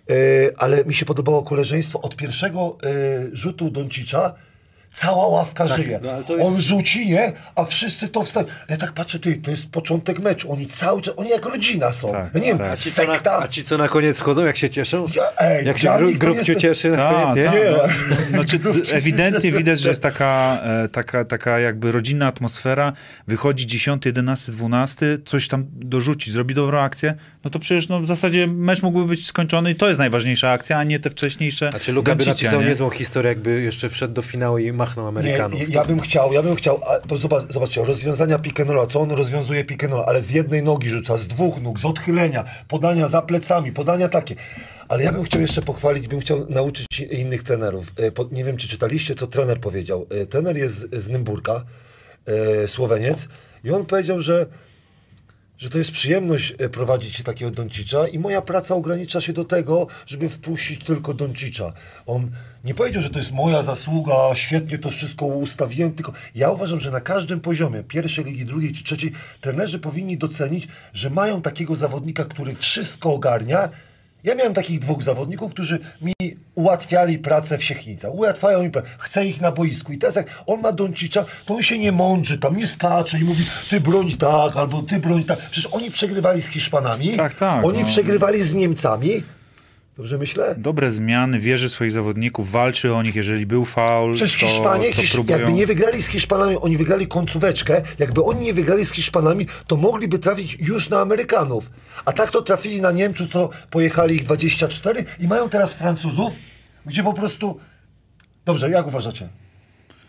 Speaker 2: ale mi się podobało koleżeństwo od pierwszego e, rzutu Doncicza. Cała ławka żyje.
Speaker 1: no ale to jest-
Speaker 2: On rzuci, nie? A wszyscy to wstają. Ja tak patrzę, ty, to jest początek meczu. Oni cały czas, oni jak rodzina są.
Speaker 3: Tak,
Speaker 2: ja nie wiem,
Speaker 3: tak.
Speaker 1: A ci, co na,
Speaker 2: sekta.
Speaker 1: a ci co na koniec wchodzą, jak się cieszą?
Speaker 2: Ja- ej,
Speaker 1: jak się
Speaker 2: dla
Speaker 1: gru,
Speaker 2: nich to
Speaker 1: grubciu
Speaker 2: jestem-
Speaker 1: cieszy na
Speaker 3: Tak,
Speaker 1: koniec, nie?
Speaker 3: tak.
Speaker 2: Nie.
Speaker 3: No, znaczy, d- ewidentnie widać, że jest taka, e, taka, taka jakby rodzinna atmosfera. Wychodzi dziesiąty, jedenasty, dwunasty, coś tam dorzuci, zrobi dobrą akcję, no to przecież no, w zasadzie mecz mógłby być skończony i to jest najważniejsza akcja, a nie te wcześniejsze
Speaker 1: Znaczy Luka by
Speaker 3: Doncicia,
Speaker 1: napisał
Speaker 3: nie?
Speaker 1: niezłą historię, jakby jeszcze wszedł do finału i machnął
Speaker 2: Nie,
Speaker 1: Amerykanów.
Speaker 2: ja- ja bym chciał, ja bym chciał, a, bo zobacz, zobaczcie, rozwiązania pick and rolla, co on rozwiązuje pick and roll, ale z jednej nogi rzuca, z dwóch nóg, z odchylenia, podania za plecami, podania takie. Ale ja bym chciał jeszcze pochwalić, bym chciał nauczyć innych trenerów. E, po, nie wiem, czy czytaliście, co trener powiedział. E, trener jest z, z Nymburka, e, Słoweniec, i on powiedział, że że to jest przyjemność e, prowadzić takiego Doncicza i moja praca ogranicza się do tego, żeby wpuścić tylko Doncicza. On nie powiedział, że to jest moja zasługa, świetnie to wszystko ustawiłem, tylko ja uważam, że na każdym poziomie, pierwszej ligi, drugiej czy trzeciej, trenerzy powinni docenić, że mają takiego zawodnika, który wszystko ogarnia. Ja miałem takich dwóch zawodników, którzy mi ułatwiali pracę w Siechnicach. Ułatwiają mi pracę. Chcę ich na boisku. I teraz jak on ma Doncicza, to on się nie mądrzy, tam nie skacze i mówi, ty broń tak, albo ty broń tak. Przecież oni przegrywali z Hiszpanami.
Speaker 3: Tak, tak,
Speaker 2: Oni
Speaker 3: no.
Speaker 2: przegrywali z Niemcami. Dobrze myślę?
Speaker 3: Dobre zmiany, wierzy w swoich zawodników, walczy o nich, jeżeli był faul,
Speaker 2: Przecież
Speaker 3: to,
Speaker 2: Hiszpanie,
Speaker 3: to
Speaker 2: Hisz...
Speaker 3: próbują...
Speaker 2: jakby nie wygrali z Hiszpanami, oni wygrali końcóweczkę. Jakby oni nie wygrali z Hiszpanami, to mogliby trafić już na Amerykanów. A tak to trafili na Niemców, co pojechali ich dwadzieścia cztery i mają teraz Francuzów, gdzie po prostu... Dobrze, jak uważacie?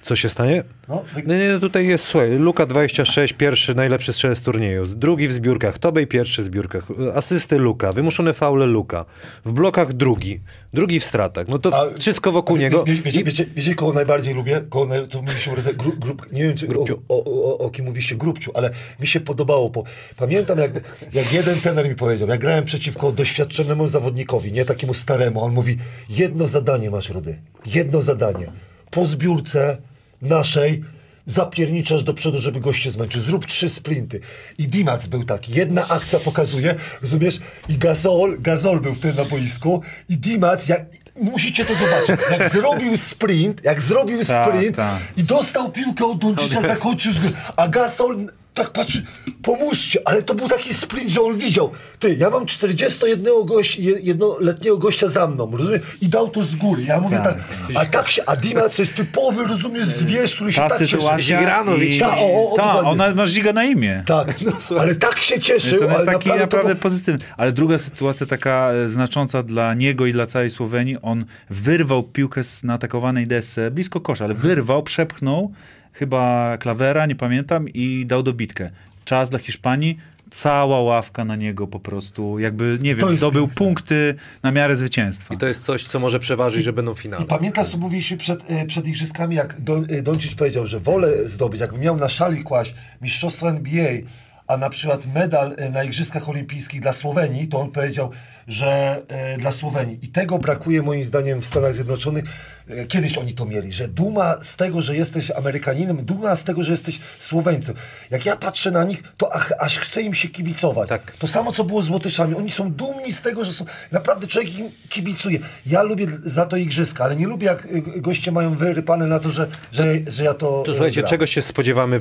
Speaker 1: Co się stanie?
Speaker 2: No, wy...
Speaker 1: No nie, tutaj jest, słuchaj, Luka dwadzieścia sześć, pierwszy najlepszy strzelec turnieju, drugi w zbiórkach, Tobej pierwszy w zbiórkach, asysty Luka, wymuszone faule Luka, w blokach drugi, drugi w stratach, no to
Speaker 2: A,
Speaker 1: wszystko wokół niego.
Speaker 2: Wie, wiecie, wiecie, wiecie, kogo najbardziej lubię? Kogo naj... to mówiliśmy o grup, grup, nie wiem, czy o, o, o, o kim mówiliście, Grubciu, ale mi się podobało, bo pamiętam, jak, jak jeden trener mi powiedział, ja grałem przeciwko doświadczonemu zawodnikowi, nie takiemu staremu, on mówi, jedno zadanie masz, Rudy, jedno zadanie, po zbiórce naszej zapierniczasz do przodu, żeby goście zmęczył. Zrób trzy sprinty. I Dimac był taki. Jedna akcja pokazuje, rozumiesz? I Gasol, Gasol był wtedy na boisku. I Dimac, jak, musicie to zobaczyć, jak zrobił sprint, jak zrobił
Speaker 3: Ta,
Speaker 2: sprint
Speaker 3: ta.
Speaker 2: i dostał piłkę od Doncicza, zakończył z... A Gasol tak patrzy, pomóżcie, ale to był taki sprint, że on widział. Ty, ja mam czterdziestojednoletniego goś, jednoletniego gościa za mną, rozumiesz? I dał to z góry. Ja mówię tak, a tak się, a Dimac to jest typowy, rozumiesz, zwierz, który się
Speaker 3: Ta
Speaker 2: tak cieszy.
Speaker 3: sytuacja
Speaker 1: Zigranovic.
Speaker 3: i...
Speaker 2: Ta, o, o,
Speaker 3: Ta,
Speaker 2: dokładnie.
Speaker 3: ona ma Ziga na imię.
Speaker 2: Tak, no, ale tak się cieszył.
Speaker 3: Więc on jest
Speaker 2: ale
Speaker 3: taki
Speaker 2: naprawdę,
Speaker 3: naprawdę
Speaker 2: to było-
Speaker 3: pozytywny. Ale druga sytuacja taka e, znacząca dla niego i dla całej Słowenii, on wyrwał piłkę z naatakowanej desce, blisko kosza, ale wyrwał, przepchnął chyba Klawera, nie pamiętam, i dał dobitkę. Czas dla Hiszpanii, cała ławka na niego po prostu, jakby, nie wiem,
Speaker 2: jest
Speaker 3: zdobył
Speaker 2: piękne.
Speaker 3: punkty na miarę zwycięstwa.
Speaker 1: I to jest coś, co może przeważyć, że będą finały.
Speaker 2: I pamiętasz, co mówiliśmy przed, e, przed igrzyskami, jak Don, e, Doncic powiedział, że wolę zdobyć, jakby miał na szali kłaść mistrzostwo N B A, a na przykład medal e, na Igrzyskach Olimpijskich dla Słowenii, to on powiedział, że e, dla Słowenii. I tego brakuje moim zdaniem w Stanach Zjednoczonych. E, kiedyś oni to mieli, że duma z tego, że jesteś Amerykaninem, duma z tego, że jesteś Słoweńcem. Jak ja patrzę na nich, to ach, aż chce im się kibicować.
Speaker 1: Tak.
Speaker 2: To samo, co było z Łotyszami. Oni są dumni z tego, że są... Naprawdę człowiek im kibicuje. Ja lubię za to Igrzyska, ale nie lubię, jak y, goście mają wyrypane na to, że, że, że ja to...
Speaker 1: To słuchajcie,
Speaker 2: gram.
Speaker 1: czego się spodziewamy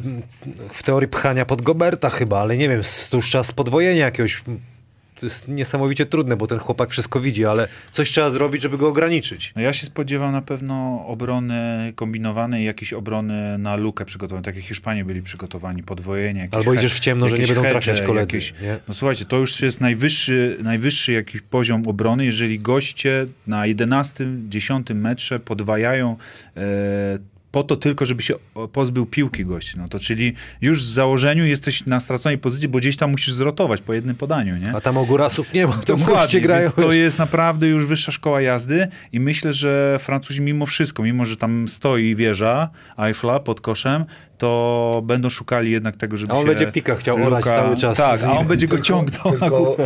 Speaker 1: w teorii pchania pod Goberta chyba, ale nie wiem, to już czas podwojenia jakiegoś. To jest niesamowicie trudne, bo ten chłopak wszystko widzi, ale coś trzeba zrobić, żeby go ograniczyć.
Speaker 3: No ja się spodziewam na pewno obrony kombinowanej, jakiejś obrony na lukę przygotowanej, tak jak Hiszpanie byli przygotowani, podwojenie. Jakieś
Speaker 1: Albo idziesz w ciemno, że nie
Speaker 3: jakieś
Speaker 1: będą
Speaker 3: hedge,
Speaker 1: trafiać koledzy,
Speaker 3: jakieś-
Speaker 1: nie?
Speaker 3: No słuchajcie, to już jest najwyższy, najwyższy jakiś poziom obrony, jeżeli goście na jedenastym, dziesiątym metrze podwajają e, po to tylko, żeby się pozbył piłki gości. No to czyli już w założeniu jesteś na straconej pozycji, bo gdzieś tam musisz zrotować po jednym podaniu, nie?
Speaker 1: A tam ogórasów nie ma, to goście
Speaker 3: Dokładnie,
Speaker 1: grają.
Speaker 3: więc to jest naprawdę już wyższa szkoła jazdy i myślę, że Francuzi mimo wszystko, mimo że tam stoi wieża Eiffla pod koszem, to będą szukali jednak tego, żeby
Speaker 1: A on
Speaker 3: się...
Speaker 1: będzie pika chciał orać cały czas
Speaker 3: Tak,
Speaker 1: z
Speaker 3: a
Speaker 1: nim.
Speaker 3: on będzie go
Speaker 2: Tylko-
Speaker 3: ciągnął na
Speaker 2: Tylko,
Speaker 3: górę.
Speaker 2: e,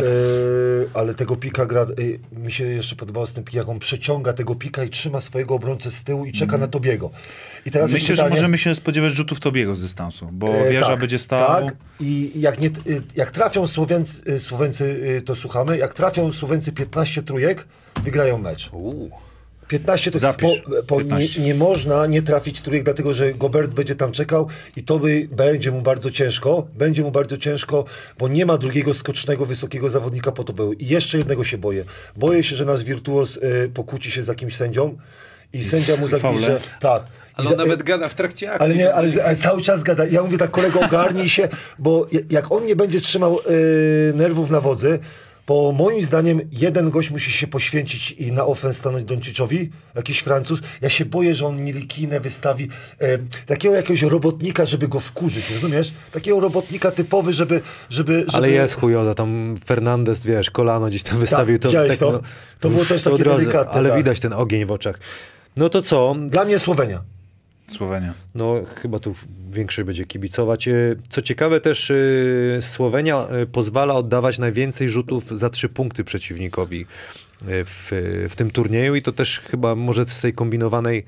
Speaker 2: ale tego pika gra, e, mi się jeszcze podobało z tym, jak on przeciąga tego pika i trzyma swojego obrońcę z tyłu i czeka na Tobiego. I teraz jest
Speaker 3: Myślę, że
Speaker 2: pytanie,
Speaker 3: możemy się spodziewać rzutów Tobiego z dystansu, bo
Speaker 2: e,
Speaker 3: wieża
Speaker 2: tak,
Speaker 3: będzie stała...
Speaker 2: Tak, i jak, nie, e, jak trafią Słowięcy, e, Słoweńcy, e, to słuchamy, jak trafią Słoweńcy piętnaście trójek, wygrają mecz.
Speaker 1: Uuu.
Speaker 2: piętnaście to
Speaker 3: Zapisz,
Speaker 2: bo, bo nie,
Speaker 3: piętnaście.
Speaker 2: nie można nie trafić trójek, dlatego że Gobert będzie tam czekał i to by, będzie mu bardzo ciężko. Będzie mu bardzo ciężko, bo nie ma drugiego skocznego, wysokiego zawodnika po to był. I jeszcze jednego się boję. Boję się, że nasz wirtuoz y, pokłóci się z jakimś sędzią i sędzia mu
Speaker 3: faule.
Speaker 2: zapisze. Tak. I
Speaker 1: Ale
Speaker 2: za-
Speaker 1: on nawet gada w trakcie akcji.
Speaker 2: ale nie, ale, ale cały czas gada. Ja mówię tak, kolego, ogarnij się, bo jak on nie będzie trzymał y, nerwów na wodzy, bo moim zdaniem jeden gość musi się poświęcić i na ofens stanąć Donciczowi, jakiś Francuz. Ja się boję, że on Nilikinę wystawi e, takiego jakiegoś robotnika, żeby go wkurzyć, rozumiesz? Takiego robotnika typowy, żeby... żeby, żeby...
Speaker 1: Ale jest chujoza, tam Fernandez, wiesz, kolano gdzieś tam wystawił. To,
Speaker 2: widziałeś to? To było też
Speaker 1: po
Speaker 2: takie
Speaker 1: drodze,
Speaker 2: delikatne,
Speaker 1: ale
Speaker 2: tak.
Speaker 1: widać ten ogień w oczach. No to co?
Speaker 2: Dla mnie Słowenia.
Speaker 3: Słowenia.
Speaker 1: No chyba tu większość będzie kibicować. E, Co ciekawe też e, Słowenia e, pozwala oddawać najwięcej rzutów za trzy punkty przeciwnikowi e, w, w tym turnieju i to też chyba może z tej kombinowanej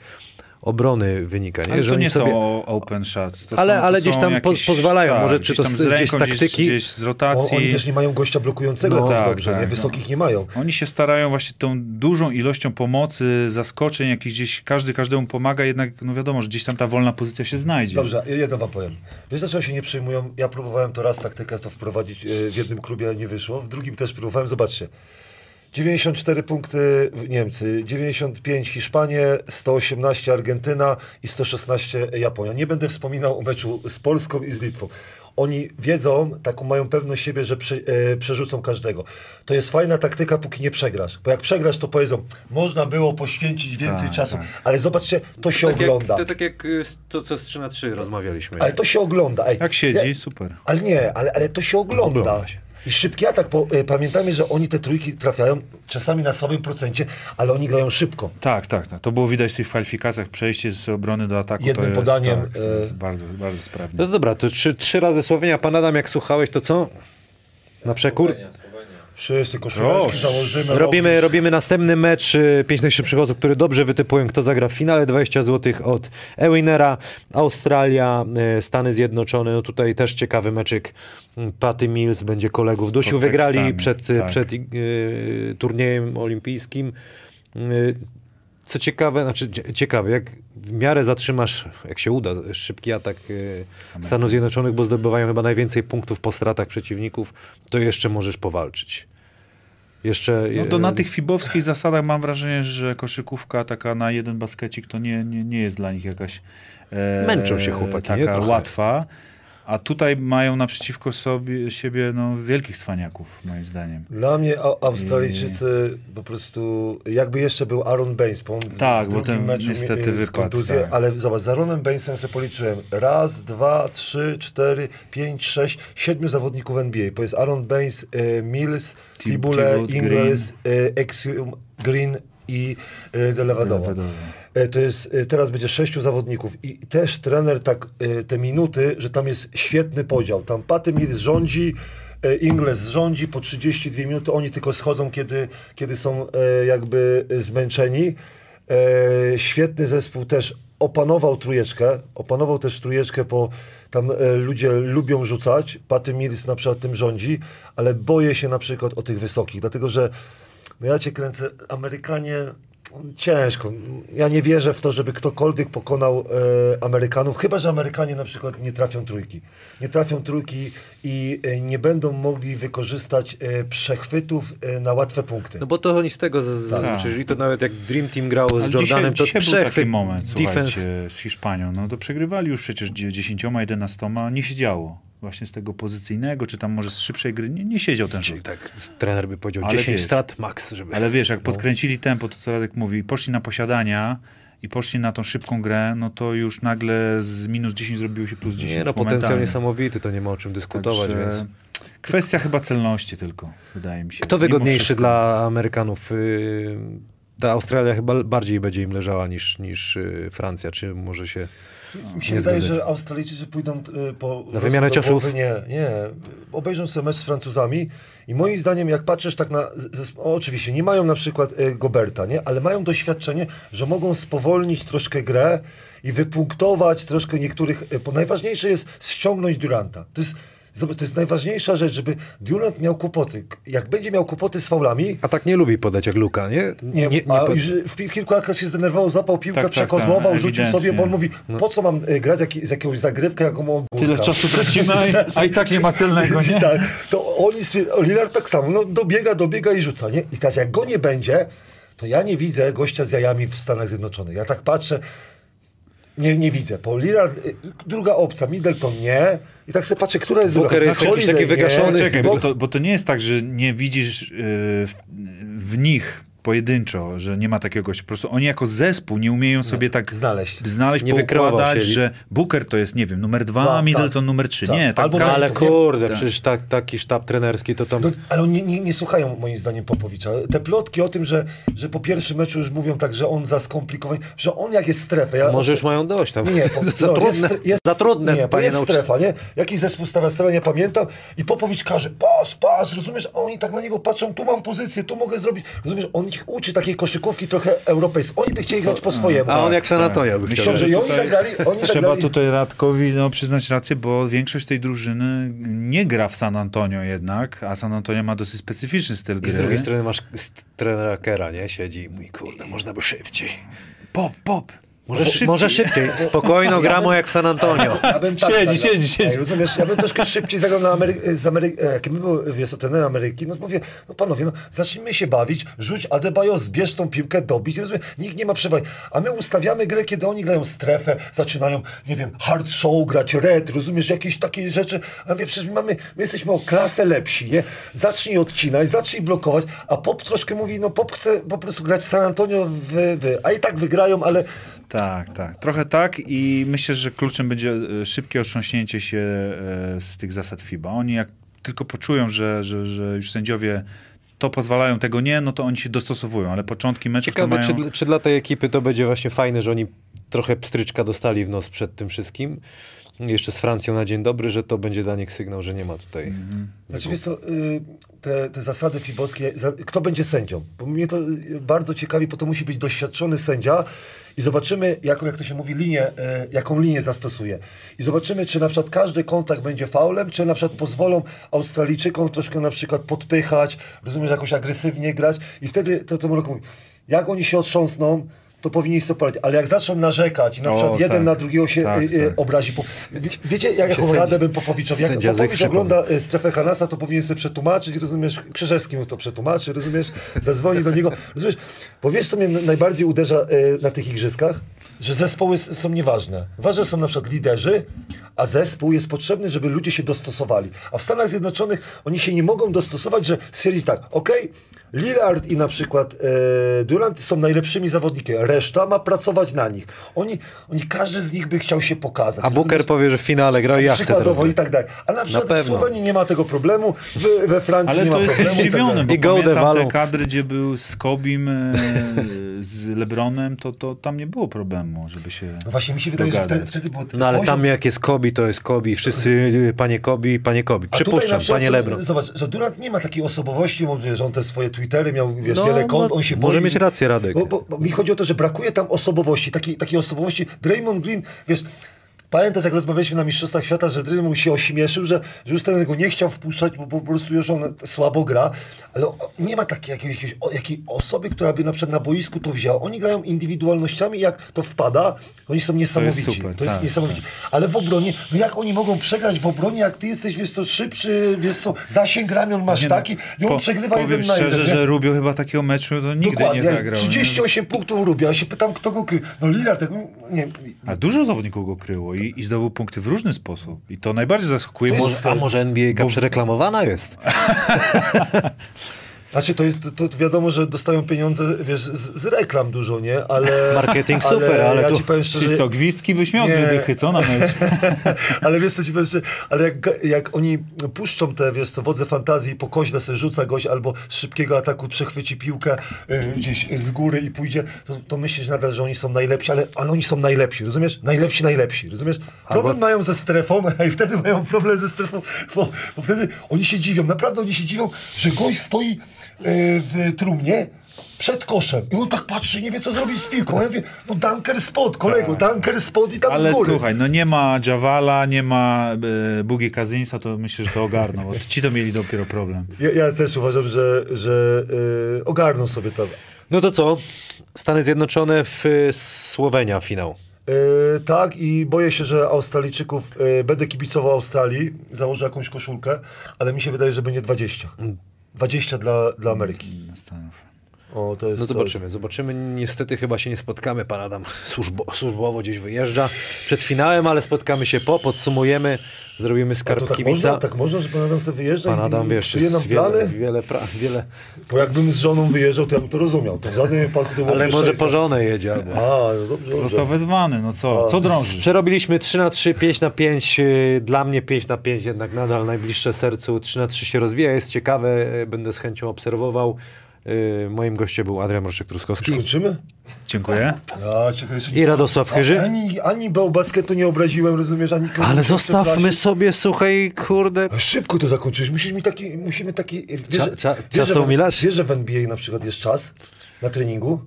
Speaker 1: obrony wynika. Nie?
Speaker 3: Ale
Speaker 1: Że
Speaker 3: to
Speaker 1: oni
Speaker 3: nie
Speaker 1: sobie...
Speaker 3: są open shots. To
Speaker 1: Ale-
Speaker 3: są, to
Speaker 1: ale gdzieś
Speaker 3: są
Speaker 1: tam po-
Speaker 3: jakieś,
Speaker 1: pozwalają,
Speaker 3: tak,
Speaker 1: może czy
Speaker 3: gdzieś
Speaker 1: to
Speaker 3: tam
Speaker 1: z-
Speaker 3: z
Speaker 1: gdzieś z
Speaker 3: ręką,
Speaker 1: taktyki?
Speaker 3: Gdzieś, gdzieś z
Speaker 2: O,
Speaker 3: rotacji.
Speaker 2: oni też nie mają gościa blokującego
Speaker 1: No,
Speaker 2: dość
Speaker 3: tak,
Speaker 2: dobrze,
Speaker 3: tak,
Speaker 2: nie?
Speaker 3: no.
Speaker 2: Wysokich nie mają.
Speaker 3: Oni się starają właśnie tą dużą ilością pomocy, zaskoczeń, jakiś gdzieś, każdy każdemu pomaga, jednak no wiadomo, że gdzieś tam ta wolna pozycja się znajdzie.
Speaker 2: Dobrze, jedno wam powiem. Wiesz, dlaczego się nie przejmują? Ja próbowałem to raz taktykę to wprowadzić e, w jednym klubie, nie wyszło. W drugim też próbowałem. Zobaczcie. dziewięćdziesiąt cztery punkty Niemcy, dziewięćdziesiąt pięć Hiszpanie, sto osiemnaście Argentyna i sto szesnaście Japonia. Nie będę wspominał o meczu z Polską i z Litwą. Oni wiedzą, taką mają pewność siebie, że prze, e, przerzucą każdego. To jest fajna taktyka, póki nie przegrasz. Bo jak przegrasz, to powiedzą, można było poświęcić więcej
Speaker 3: tak,
Speaker 2: czasu.
Speaker 3: tak.
Speaker 2: Ale zobaczcie, to się
Speaker 1: Tak
Speaker 2: ogląda.
Speaker 1: jak, to tak jak y, to, co z trzy na trzy rozmawialiśmy.
Speaker 2: Ale to się ogląda. Ej,
Speaker 3: Jak siedzi,
Speaker 2: nie,
Speaker 3: super.
Speaker 2: ale nie, ale, ale to się ogląda.
Speaker 1: Ogląda się.
Speaker 2: I szybki atak, bo e, pamiętajmy, że oni te trójki trafiają czasami na słabym procencie, ale oni grają szybko.
Speaker 3: Tak, tak, tak. To było widać w tych kwalifikacjach. Przejście z obrony do ataku
Speaker 2: Jednym
Speaker 3: to jest,
Speaker 2: podaniem,
Speaker 3: tak, to
Speaker 2: e,
Speaker 3: jest bardzo, bardzo sprawnie.
Speaker 1: No dobra, to trzy, trzy razy Słowenia. Pan Adam, jak słuchałeś, to co? Na przekór?
Speaker 4: Słowenia, Słowenia.
Speaker 2: Wszyscy koszuleczki
Speaker 3: Proszę.
Speaker 2: założymy.
Speaker 1: Robimy,
Speaker 2: robisz.
Speaker 1: robimy następny mecz, y, pięć najszybszych osób, które dobrze wytypują, kto zagra w finale, dwadzieścia złotych od Ewinera, Australia, y, Stany Zjednoczone, no tutaj też ciekawy meczyk, y, Patty Mills będzie kolegów
Speaker 3: Z
Speaker 1: Dusiu, wygrali
Speaker 3: podtekstami,
Speaker 1: przed,
Speaker 3: tak.
Speaker 1: przed y, turniejem olimpijskim. Y, co ciekawe, znaczy cie- ciekawe, jak w miarę zatrzymasz, jak się uda, szybki atak y, Stanów Zjednoczonych, bo zdobywają chyba najwięcej punktów po stratach przeciwników, to jeszcze możesz powalczyć. Jeszcze,
Speaker 3: No to na
Speaker 1: y,
Speaker 3: tych fibowskich zasadach mam wrażenie, że koszykówka taka na jeden baskecik to nie, nie, nie jest dla nich jakaś e,
Speaker 1: Męczą się chłopaki, nie?
Speaker 3: taka
Speaker 1: Trochę.
Speaker 3: łatwa. A tutaj mają naprzeciwko sobie, siebie no, wielkich cwaniaków, moim zdaniem.
Speaker 2: Dla mnie a, Australijczycy po prostu, jakby jeszcze był Aaron Baines, bo on w-
Speaker 3: Tak,
Speaker 2: w
Speaker 3: bo
Speaker 2: drugim
Speaker 3: ten
Speaker 2: meczu
Speaker 3: niestety
Speaker 2: mi- z
Speaker 3: wypadł,
Speaker 2: kontuzję,
Speaker 3: tak.
Speaker 2: ale zobacz, za Aaronem Bainesem sobie policzyłem. Raz, dwa, trzy, cztery, pięć, sześć, siedmiu zawodników N B A. To jest Aaron Baines, e, Mills,
Speaker 3: Tib-
Speaker 2: Tibule,
Speaker 3: Thibault,
Speaker 2: Ingles, e, Exium, Green i e, Delevadowa.
Speaker 3: Delevadowa.
Speaker 2: E, To jest, e, teraz będzie sześciu zawodników i też trener tak e, te minuty, że tam jest świetny podział. Tam Patty Mills rządzi, e, Ingles rządzi po trzydzieści dwie minuty, oni tylko schodzą, kiedy, kiedy są e, jakby e, zmęczeni. E, świetny zespół też opanował trójeczkę, opanował też trójeczkę, bo tam e, ludzie lubią rzucać, Patty Mills na przykład tym rządzi, ale boję się na przykład o tych wysokich, dlatego że no ja cię kręcę, Amerykanie ciężko. Ja nie wierzę w to, żeby ktokolwiek pokonał e, Amerykanów, chyba że Amerykanie na przykład nie trafią trójki. Nie trafią trójki i e, nie będą mogli wykorzystać e, przechwytów e, na łatwe punkty.
Speaker 1: No bo to oni z tego z- zazwyczaj, jeżeli to nawet jak Dream Team grał z
Speaker 3: Ale
Speaker 1: Jordanem,
Speaker 3: dzisiaj,
Speaker 1: to
Speaker 3: dzisiaj był taki
Speaker 1: przechwyt,
Speaker 3: moment,
Speaker 1: defense.
Speaker 3: słuchajcie, z Hiszpanią. No to przegrywali już przecież dziesięcioma, jedenastoma, nie siedziało. Właśnie z tego pozycyjnego, czy tam może z szybszej gry, nie, nie siedział ten
Speaker 1: Czyli
Speaker 3: rzut.
Speaker 1: tak trener by powiedział
Speaker 3: Ale
Speaker 1: dziesięć
Speaker 3: wiesz,
Speaker 1: strat max, żeby...
Speaker 3: Ale wiesz, jak podkręcili tempo, to co Radek mówi, poszli na posiadania i poszli na tą szybką grę, no to już nagle z minus dziesięć zrobiło się plus dziesięć.
Speaker 1: Nie no, potencjał
Speaker 3: momentalnie.
Speaker 1: niesamowity, to nie ma o czym dyskutować,
Speaker 3: Także
Speaker 1: więc...
Speaker 3: Kwestia chyba celności tylko, wydaje mi się.
Speaker 1: Kto
Speaker 3: Mimo
Speaker 1: wygodniejszy
Speaker 3: wszystko.
Speaker 1: dla Amerykanów? Y, Ta Australia chyba bardziej będzie im leżała niż, niż y, Francja, czy może się...
Speaker 2: Mi się
Speaker 1: nie
Speaker 2: wydaje,
Speaker 1: zgadzać.
Speaker 2: że Australijczycy pójdą y, po...
Speaker 1: Na wymianę
Speaker 2: do
Speaker 1: ciosów?
Speaker 2: głowy. Nie, nie. Obejrzą sobie mecz z Francuzami i moim zdaniem, jak patrzysz tak na... zes- o, oczywiście, nie mają na przykład y, Goberta, nie? Ale mają doświadczenie, że mogą spowolnić troszkę grę i wypunktować troszkę niektórych... y, Bo najważniejsze jest ściągnąć Duranta. To jest... Zobacz, to jest najważniejsza rzecz, żeby Durant miał kłopoty. Jak będzie miał kłopoty z faulami,
Speaker 1: A tak nie lubi podać jak Luka, nie?
Speaker 2: nie,
Speaker 1: nie,
Speaker 2: a
Speaker 1: pod-
Speaker 2: już w pi- kilku akcjach się zdenerwował, złapał piłkę,
Speaker 3: Tak, tak,
Speaker 2: przekozłował,
Speaker 3: tak,
Speaker 2: rzucił sobie, bo on mówi,
Speaker 3: ewidentnie.
Speaker 2: po co mam y, grać jak, z jakąś zagrywkę, jaką mam ogórka.
Speaker 3: Tyle czasu tracimy, a, i- a i tak nie ma celnego, nie?
Speaker 2: Tak, to oni, stwier- Lillard tak samo, no dobiega, dobiega i rzuca, nie? I teraz jak go nie będzie, to ja nie widzę gościa z jajami w Stanach Zjednoczonych. Ja tak patrzę, nie, nie widzę. Po Lillard, y, druga opcja, Middleton nie. I tak sobie patrzę, która jest
Speaker 1: Booker
Speaker 2: druga.
Speaker 1: jest jakiś
Speaker 2: Holiday
Speaker 1: taki wygaszony.
Speaker 2: nie.
Speaker 3: Czekaj,
Speaker 2: Bo-
Speaker 3: bo to, bo to nie jest tak, że nie widzisz yy, w, w nich pojedynczo, że nie ma takiego gościa. Po prostu oni jako zespół nie umieją sobie tak
Speaker 2: znaleźć.
Speaker 3: znaleźć,
Speaker 1: Nie wykreował
Speaker 3: poukładać,
Speaker 1: się.
Speaker 3: że Booker to jest, nie wiem, numer dwa,
Speaker 2: Dwa,
Speaker 3: Middleton
Speaker 2: tak.
Speaker 3: numer trzy.
Speaker 2: Tak.
Speaker 3: Nie, tak
Speaker 2: Albo
Speaker 3: każdy-
Speaker 1: Ale
Speaker 2: to nie-
Speaker 1: kurde,
Speaker 3: tak.
Speaker 1: przecież tak, taki sztab trenerski to tam...
Speaker 2: No, ale oni nie, nie, nie słuchają moim zdaniem Popowicza. Te plotki o tym, że, że po pierwszym meczu już mówią tak, że on za skomplikowanie, że on jak jest strefa. Ja,
Speaker 1: Może już mają dość tam.
Speaker 2: Nie, nie, po,
Speaker 1: za,
Speaker 2: no,
Speaker 1: trudne,
Speaker 2: jest, stre- jest,
Speaker 1: za trudne,
Speaker 2: nie, bo
Speaker 1: panie
Speaker 2: jest
Speaker 1: nauczyciel.
Speaker 2: strefa, nie? Jakiś zespół stawia strefę, nie pamiętam i Popowicz każe, pas, pas, rozumiesz? A oni tak na niego patrzą, tu mam pozycję, tu mogę zrobić, rozumiesz? On ich uczy takiej koszykówki trochę europejskiej. Oni by chcieli grać po swojemu.
Speaker 1: A on jak w San Antonio by
Speaker 3: Myślę,
Speaker 1: chciał.
Speaker 2: Dobrze,
Speaker 3: że
Speaker 2: i oni
Speaker 3: tutaj
Speaker 2: zagrali, oni
Speaker 3: Trzeba
Speaker 2: zagrali...
Speaker 3: tutaj Radkowi no, przyznać rację, bo większość tej drużyny nie gra w San Antonio jednak, a San Antonio ma dosyć specyficzny styl
Speaker 1: I
Speaker 3: gry.
Speaker 1: z drugiej strony masz s- trenera Kera, nie? Siedzi i mówi, kurde, można by szybciej.
Speaker 3: Pop, pop!
Speaker 1: Może,
Speaker 3: szybciej.
Speaker 1: może szybciej. Spokojno gramy jak w San Antonio.
Speaker 2: Ja bym tak
Speaker 3: Siedzi,
Speaker 2: zagrał.
Speaker 3: siedzi, siedzi.
Speaker 2: Ej, rozumiesz, ja bym troszkę szybciej zagrał na Amery- z Ameryki, jakim był, wiesz, trener Ameryki, no mówię, no panowie, no zacznijmy się bawić, rzuć Adebayo, zbierz tą piłkę, dobić, rozumiesz, nikt nie ma przewagi, a my ustawiamy grę, kiedy oni grają strefę, zaczynają, nie wiem, hard show grać, red, rozumiesz, jakieś takie rzeczy, a mówię, przecież my mamy, my jesteśmy o klasę lepsi, nie, zacznij odcinać, zacznij blokować, a Pop troszkę mówi, no Pop chce po prostu grać San Antonio w, w a i tak wygrają, ale
Speaker 3: Tak, tak. Trochę tak i myślę, że kluczem będzie e, szybkie otrząśnięcie się e, z tych zasad F I B A. Oni jak tylko poczują, że, że, że już sędziowie to pozwalają, tego nie, no to oni się dostosowują, ale początki meczów
Speaker 1: Ciekawe,
Speaker 3: to mają...
Speaker 1: czy, czy dla tej ekipy to będzie właśnie fajne, że oni trochę pstryczka dostali w nos przed tym wszystkim. Jeszcze z Francją na dzień dobry, że to będzie dla nich sygnał, że nie ma tutaj... Mm.
Speaker 2: Znaczy, wiesz co, y, te, te zasady fibowskie, za, kto będzie sędzią? Bo mnie to y, bardzo ciekawi, bo to musi być doświadczony sędzia i zobaczymy, jaką, jak to się mówi, linię, y, jaką linię zastosuje. I zobaczymy, czy na przykład każdy kontakt będzie faulem, czy na przykład pozwolą Australijczykom troszkę na przykład podpychać, rozumiesz, jakoś agresywnie grać i wtedy to, to mówi, jak oni się otrząsną, to powinni sobie poradzić. Ale jak zaczną narzekać i na
Speaker 3: O,
Speaker 2: przykład jeden
Speaker 3: tak.
Speaker 2: na drugiego się
Speaker 3: Tak,
Speaker 2: y, y,
Speaker 3: tak.
Speaker 2: obrazi. Bo, wie, wiecie, jak, jaką
Speaker 1: sędzi-
Speaker 2: radę bym Popowiczowi, jak
Speaker 1: sędzia
Speaker 2: Popowicz
Speaker 1: Zyk
Speaker 2: ogląda y, strefę Hanasa, to powinien sobie przetłumaczyć, rozumiesz, Krzyżewski mu to przetłumaczy, rozumiesz, zadzwoni do niego, rozumiesz, bo wiesz, co mnie n- najbardziej uderza y, na tych igrzyskach? Że zespoły s- są nieważne. Ważne są na przykład liderzy, a zespół jest potrzebny, żeby ludzie się dostosowali. A w Stanach Zjednoczonych oni się nie mogą dostosować, że stwierdzić tak, okej, Lillard i na przykład e, Durant są najlepszymi zawodnikami, reszta ma pracować na nich. Oni, oni, każdy z nich by chciał się pokazać.
Speaker 1: A Booker powie, że w finale gra i ja chcę teraz.
Speaker 2: Przykładowo i tak dalej. A na przykład w
Speaker 1: pewno.
Speaker 2: Słowenii nie ma tego problemu, w, we Francji
Speaker 3: Ale
Speaker 2: nie
Speaker 3: to
Speaker 2: ma
Speaker 3: jest
Speaker 2: problemu. i tak
Speaker 3: zdziwione,
Speaker 2: dalej.
Speaker 3: bo
Speaker 1: I go
Speaker 3: pamiętam
Speaker 1: dewalą.
Speaker 3: te kadry, gdzie był z Kobim, e, z LeBronem, to, to tam nie było problemu, żeby się
Speaker 2: No właśnie mi się wydaje, że
Speaker 3: dogadać.
Speaker 2: wtedy, wtedy było...
Speaker 1: No ale
Speaker 2: poziom-
Speaker 1: tam jak jest Kobe, to jest Kobe. Wszyscy y, panie Kobe, panie Kobe.
Speaker 2: A tutaj na
Speaker 1: Przypuszczam,
Speaker 2: przykład
Speaker 1: panie
Speaker 2: są-
Speaker 1: LeBron.
Speaker 2: Zobacz, że Durant nie ma takiej osobowości, może, że on te swoje Twittery miał, wiesz,
Speaker 1: No,
Speaker 2: wiele kont,
Speaker 1: no,
Speaker 2: on się
Speaker 1: może
Speaker 2: boi.
Speaker 1: mieć rację, Radek.
Speaker 2: Bo, bo, bo mi chodzi o to, że brakuje tam osobowości, takiej, takiej osobowości. Draymond Green, wiesz, pamiętasz, jak rozmawialiśmy na Mistrzostwach Świata, że Draymond się ośmieszył, że, że już ten go nie chciał wpuszczać, bo po prostu już on słabo gra, ale o- nie ma takiej jakiejś, o, jakiej osoby, która by na przykład na boisku to wzięła. Oni grają indywidualnościami, jak to wpada, oni są niesamowici. To jest,
Speaker 3: super, tak,
Speaker 2: niesamowici. Ale w obronie, no jak oni mogą przegrać w obronie, jak ty jesteś, wiesz co, szybszy, wiesz co, zasięg ramion masz
Speaker 3: Nie no,
Speaker 2: taki i on
Speaker 3: po-
Speaker 2: przegrywa
Speaker 3: powiem
Speaker 2: jeden na
Speaker 3: szczerze,
Speaker 2: jeden. nie?
Speaker 3: że Rubio chyba takiego meczu to nigdy
Speaker 2: Dokładnie,
Speaker 3: nie zagrał.
Speaker 2: trzydzieści osiem punktów Rubio. Ja się pytam, kto go krył. No Lillard, tak, nie,
Speaker 3: A dużo zawodników go kryło i, i zdobył punkty w różny sposób. I to najbardziej zaskakuje.
Speaker 2: To
Speaker 3: Może-
Speaker 2: jest-
Speaker 1: A może N B A
Speaker 3: Bo-
Speaker 1: przereklamowana jest?
Speaker 2: Znaczy to jest, to, to wiadomo, że dostają pieniądze, wiesz, z, z reklam dużo, nie? Ale...
Speaker 1: Marketing super, ale
Speaker 2: ja
Speaker 1: tu-
Speaker 2: ci powiem szczerze...
Speaker 3: Czyli co, gwizdki byś miał
Speaker 2: Nie.
Speaker 3: dwie dychy, co na mecz?
Speaker 2: Ale wiesz co ci powiem, że, ale jak, jak oni puszczą te, wiesz co, wodze fantazji, po koźle sobie rzuca gość albo z szybkiego ataku przechwyci piłkę y, gdzieś z góry i pójdzie, to, to myślisz nadal, że oni są najlepsi, ale, ale oni są najlepsi, rozumiesz? Najlepsi, najlepsi, rozumiesz? Problem
Speaker 1: Albo-
Speaker 2: mają ze strefą, i wtedy mają problem ze strefą, bo, bo wtedy oni się dziwią, naprawdę oni się dziwią, że gość stoi y, w trumnie, przed koszem. I on tak patrzy, nie wie, co zrobić z piłką. Ja mówię, no dunker spot, kolego, dunker spot i tam
Speaker 3: Ale
Speaker 2: z góry.
Speaker 3: słuchaj, no nie ma Javala, nie ma e, Bugi Kazinsa, to myślę, że to ogarną, bo ci to mieli dopiero problem.
Speaker 2: Ja, ja też uważam, że, że yy, ogarną sobie to.
Speaker 1: No to co? Stany Zjednoczone w y, Słowenia finał.
Speaker 2: Yy, tak i boję się, że Australijczyków, yy, będę kibicował Australii, założę jakąś koszulkę, ale mi się wydaje, że będzie dwadzieścia. dwadzieścia dla, dla Ameryki.
Speaker 3: Stanów.
Speaker 2: O, to jest
Speaker 1: No
Speaker 2: to-
Speaker 1: zobaczymy, zobaczymy. Niestety chyba się nie spotkamy. Pan Adam służbo, służbowo gdzieś wyjeżdża przed finałem, ale spotkamy się po, podsumujemy, zrobimy
Speaker 2: A to
Speaker 1: skarb
Speaker 2: tak
Speaker 1: kibica.
Speaker 2: można, tak można, że pan Adam sobie wyjeżdża
Speaker 1: Pan
Speaker 2: i,
Speaker 1: Adam,
Speaker 2: i
Speaker 1: wiesz,
Speaker 2: psuje nam
Speaker 1: jest wiele,
Speaker 2: plany?
Speaker 1: wiele, pra, wiele,
Speaker 2: Bo jakbym z żoną wyjeżdżał, to ja bym to rozumiał. To w żadnym wypadku to
Speaker 1: ale
Speaker 2: byłoby
Speaker 1: może
Speaker 2: sześć.
Speaker 1: po żonę jedzie. Albo.
Speaker 2: A, no dobrze, dobrze.
Speaker 3: Został wezwany, no co? Co drążysz?
Speaker 1: Przerobiliśmy trzy na trzy, pięć na pięć. yy, Dla mnie pięć na pięć jednak nadal najbliższe sercu. trzy na trzy się rozwija, jest ciekawe, yy, będę z chęcią obserwował. Yy, Moim gościem był Adrian Mroczek-Truskowski
Speaker 2: Kończymy?
Speaker 3: Dziękuję.
Speaker 2: A, czekaj, jeszcze nie-
Speaker 1: i Radosław Chyży.
Speaker 2: Ani, ani Bełbasketu nie obraziłem, rozumiesz, ani kogoś
Speaker 1: Ale
Speaker 2: nie
Speaker 1: zostawmy
Speaker 2: przeprosił.
Speaker 1: sobie, słuchaj, kurde.
Speaker 2: A szybko to zakończysz. Musisz mi taki, musimy taki... Wiesz,
Speaker 1: Cza- cza-
Speaker 2: wiesz,
Speaker 1: czasu
Speaker 2: że w-
Speaker 1: umilasz?
Speaker 2: Wiesz, że w N B A na przykład jest czas na treningu?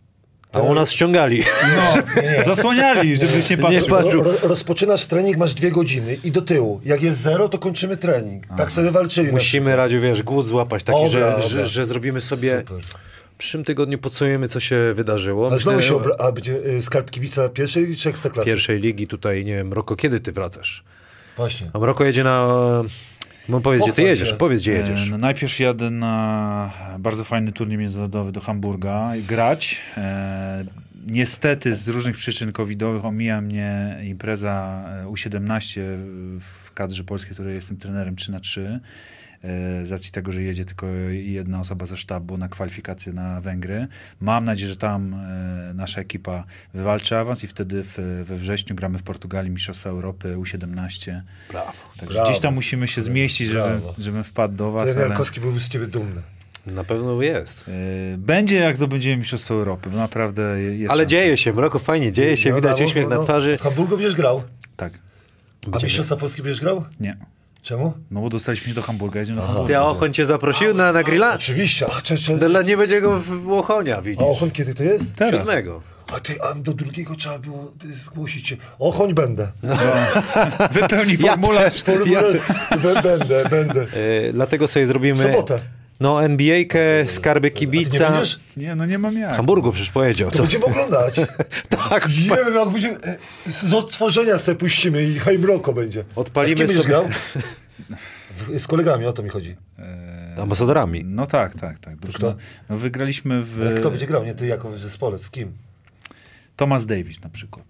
Speaker 1: A u nas ściągali.
Speaker 3: No, zasłaniali, żebyś nie
Speaker 1: Nie
Speaker 3: patrzył.
Speaker 1: patrz-
Speaker 2: Ro, ro, rozpoczynasz trening, masz dwie godziny i do tyłu. Jak jest zero, to kończymy trening. Tak sobie walczyli. na
Speaker 1: Musimy, Radziu, wiesz, głód złapać taki,
Speaker 2: Dobra,
Speaker 1: że,
Speaker 2: dobra.
Speaker 1: że, że zrobimy sobie
Speaker 2: Super.
Speaker 1: przyszłym tygodniu podsumujemy, co się wydarzyło.
Speaker 2: A znowu
Speaker 1: Myślę,
Speaker 2: się obra- a będzie y, skarb kibica pierwszej czy ekstraklasy?
Speaker 1: pierwszej ligi tutaj, nie wiem, Roko, kiedy ty wracasz?
Speaker 2: Właśnie.
Speaker 1: A Roko jedzie na... No powiedz, gdzie ty
Speaker 2: Pochwal
Speaker 1: jedziesz,
Speaker 2: się.
Speaker 1: powiedz, gdzie jedziesz.
Speaker 3: E, no najpierw jadę na bardzo fajny turniej międzynarodowy do Hamburga i grać. E, niestety z różnych przyczyn covidowych omija mnie impreza U siedemnaście w kadrze polskiej, której jestem trenerem trzy na trzy. E, z racji tego, że jedzie tylko jedna osoba ze sztabu na kwalifikacje na Węgry. Mam nadzieję, że tam e, nasza ekipa wywalczy awans i wtedy w, we wrześniu gramy w Portugalii Mistrzostwa Europy U siedemnaście.
Speaker 1: Brawo.
Speaker 3: Także
Speaker 2: Brawo.
Speaker 3: gdzieś tam musimy się zmieścić, żeby,
Speaker 2: Brawo.
Speaker 3: żebym wpadł do was.
Speaker 2: Trener
Speaker 3: Ale,
Speaker 2: Jankowski był z ciebie dumny.
Speaker 1: Na pewno jest.
Speaker 3: e, będzie jak zdobędziemy Mistrzostwo Europy, bo naprawdę jest
Speaker 1: Ale
Speaker 3: szansa.
Speaker 1: dzieje się, Mroko, fajnie dzieje się,
Speaker 2: No,
Speaker 1: widać
Speaker 2: no,
Speaker 1: uśmiech
Speaker 2: no,
Speaker 1: na twarzy.
Speaker 2: W Hamburgu będziesz grał.
Speaker 3: Tak.
Speaker 2: A Mistrzostwa Polski będziesz grał?
Speaker 3: Nie.
Speaker 2: Czemu?
Speaker 3: No bo dostaliśmy się do Hamburga, jedziemy do Hamburga.
Speaker 1: Ty, a Ochoń cię zaprosił na, na grilla?
Speaker 2: Oczywiście. A, cze, cze,
Speaker 1: Dla nie będzie go w Łochonia, widzisz.
Speaker 2: a Ochoń kiedy to jest?
Speaker 3: Teraz.
Speaker 1: Siódmego.
Speaker 2: A ty, a do drugiego trzeba było ty, zgłosić się. Ochoń będę.
Speaker 3: Wypełnij formularz.
Speaker 1: Ja
Speaker 2: Bę- Będę, będę.
Speaker 1: E, dlatego sobie zrobimy...
Speaker 2: W sobotę.
Speaker 1: No, N B A-kę, skarby
Speaker 2: A ty nie
Speaker 1: kibica.
Speaker 2: będziesz?
Speaker 3: Nie, no nie mam jak.
Speaker 1: W Hamburgu przecież pojedzie.
Speaker 2: To będziemy oglądać.
Speaker 1: Tak,
Speaker 2: Nie wiem, jak będziemy... e, Z odtworzenia sobie puścimy i Hajmroko będzie.
Speaker 1: Odpalimy
Speaker 2: A z kim będziesz
Speaker 1: sobie-
Speaker 2: grał? W, z kolegami, o to mi chodzi.
Speaker 3: E,
Speaker 1: ambasadorami.
Speaker 3: No tak, tak, tak.
Speaker 2: kto?
Speaker 3: No, no wygraliśmy w...
Speaker 2: Ale kto będzie grał? Nie ty jako w zespole. Z kim?
Speaker 3: Thomas Davis na przykład.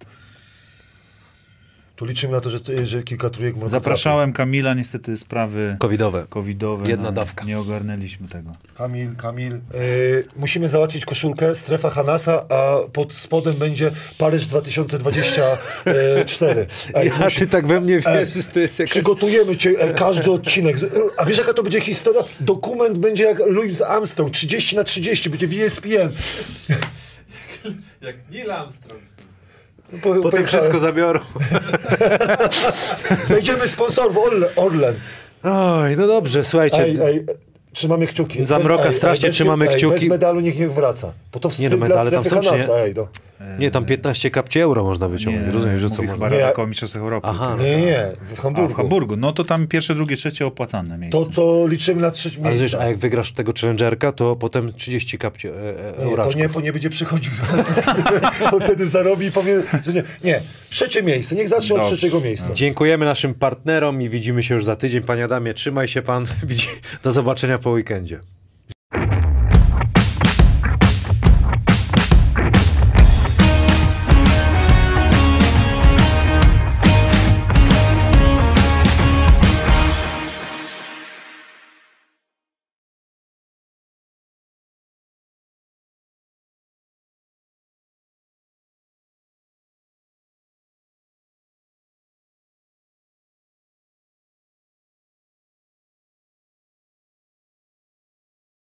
Speaker 2: Tu liczymy na to, że, że kilka trójek może
Speaker 3: Zapraszałem Kamila, niestety sprawy
Speaker 1: Covidowe.
Speaker 3: covidowe.
Speaker 1: Jedna
Speaker 3: no,
Speaker 1: dawka.
Speaker 3: Nie ogarnęliśmy tego.
Speaker 2: trafi. Kamil, Kamil. E, musimy załatwić koszulkę, strefa Hanasa, a pod spodem będzie Paryż dwa tysiące dwadzieścia cztery. Ej,
Speaker 1: Ja,
Speaker 2: musi-
Speaker 1: ty tak we mnie
Speaker 2: Ej,
Speaker 1: wierzysz, to jest jakaś...
Speaker 2: Przygotujemy cię, e, każdy odcinek. Z- e, A wiesz, jaka to będzie historia? Dokument będzie jak Louis Armstrong, trzydzieści na trzydzieści, będzie w E S P N.
Speaker 4: Jak Neil Armstrong.
Speaker 2: Po,
Speaker 1: Potem
Speaker 2: pojechałem.
Speaker 1: wszystko zabiorą.
Speaker 2: Znajdziemy sponsorów, Orlen. Orlen.
Speaker 1: Oj, no dobrze, słuchajcie.
Speaker 2: Ej, ej, trzymamy kciuki.
Speaker 1: Za
Speaker 2: Bez-
Speaker 1: Mroka
Speaker 2: ej,
Speaker 1: strasznie
Speaker 2: ej, bez-
Speaker 1: trzymamy
Speaker 2: ej,
Speaker 1: kciuki.
Speaker 2: Bez medalu niech nie wraca. Bo to wstyd
Speaker 1: Nie, no
Speaker 2: dla
Speaker 1: medale tam
Speaker 2: strefy
Speaker 1: są, czy nie?
Speaker 2: Hanasa, ej, no.
Speaker 1: Nie, tam piętnaście kapci euro można wyciągnąć. Rozumiem, że co
Speaker 3: mówię
Speaker 1: można.
Speaker 3: chyba
Speaker 2: Nie.
Speaker 3: nie. o Mistrzostwach Europy.
Speaker 1: Aha.
Speaker 3: tylko.
Speaker 2: Nie, nie, w
Speaker 3: A,
Speaker 2: Hamburgu.
Speaker 3: w Hamburgu. No to tam pierwsze, drugie, trzecie opłacane miejsce.
Speaker 2: To, to liczymy na trzecie
Speaker 1: Ale wiesz,
Speaker 2: miejsce.
Speaker 1: a jak wygrasz tego challengerka, to potem trzydzieści kapci e, e,
Speaker 2: Nie, to
Speaker 1: euraczków.
Speaker 2: nie, bo nie będzie przychodził. Bo wtedy zarobi i powie, że nie. Nie, trzecie miejsce. Niech zacznie od
Speaker 3: Dobrze.
Speaker 2: trzeciego miejsca.
Speaker 1: Dziękujemy naszym partnerom i widzimy się już za tydzień. Panie Adamie, trzymaj się pan. Do zobaczenia po weekendzie.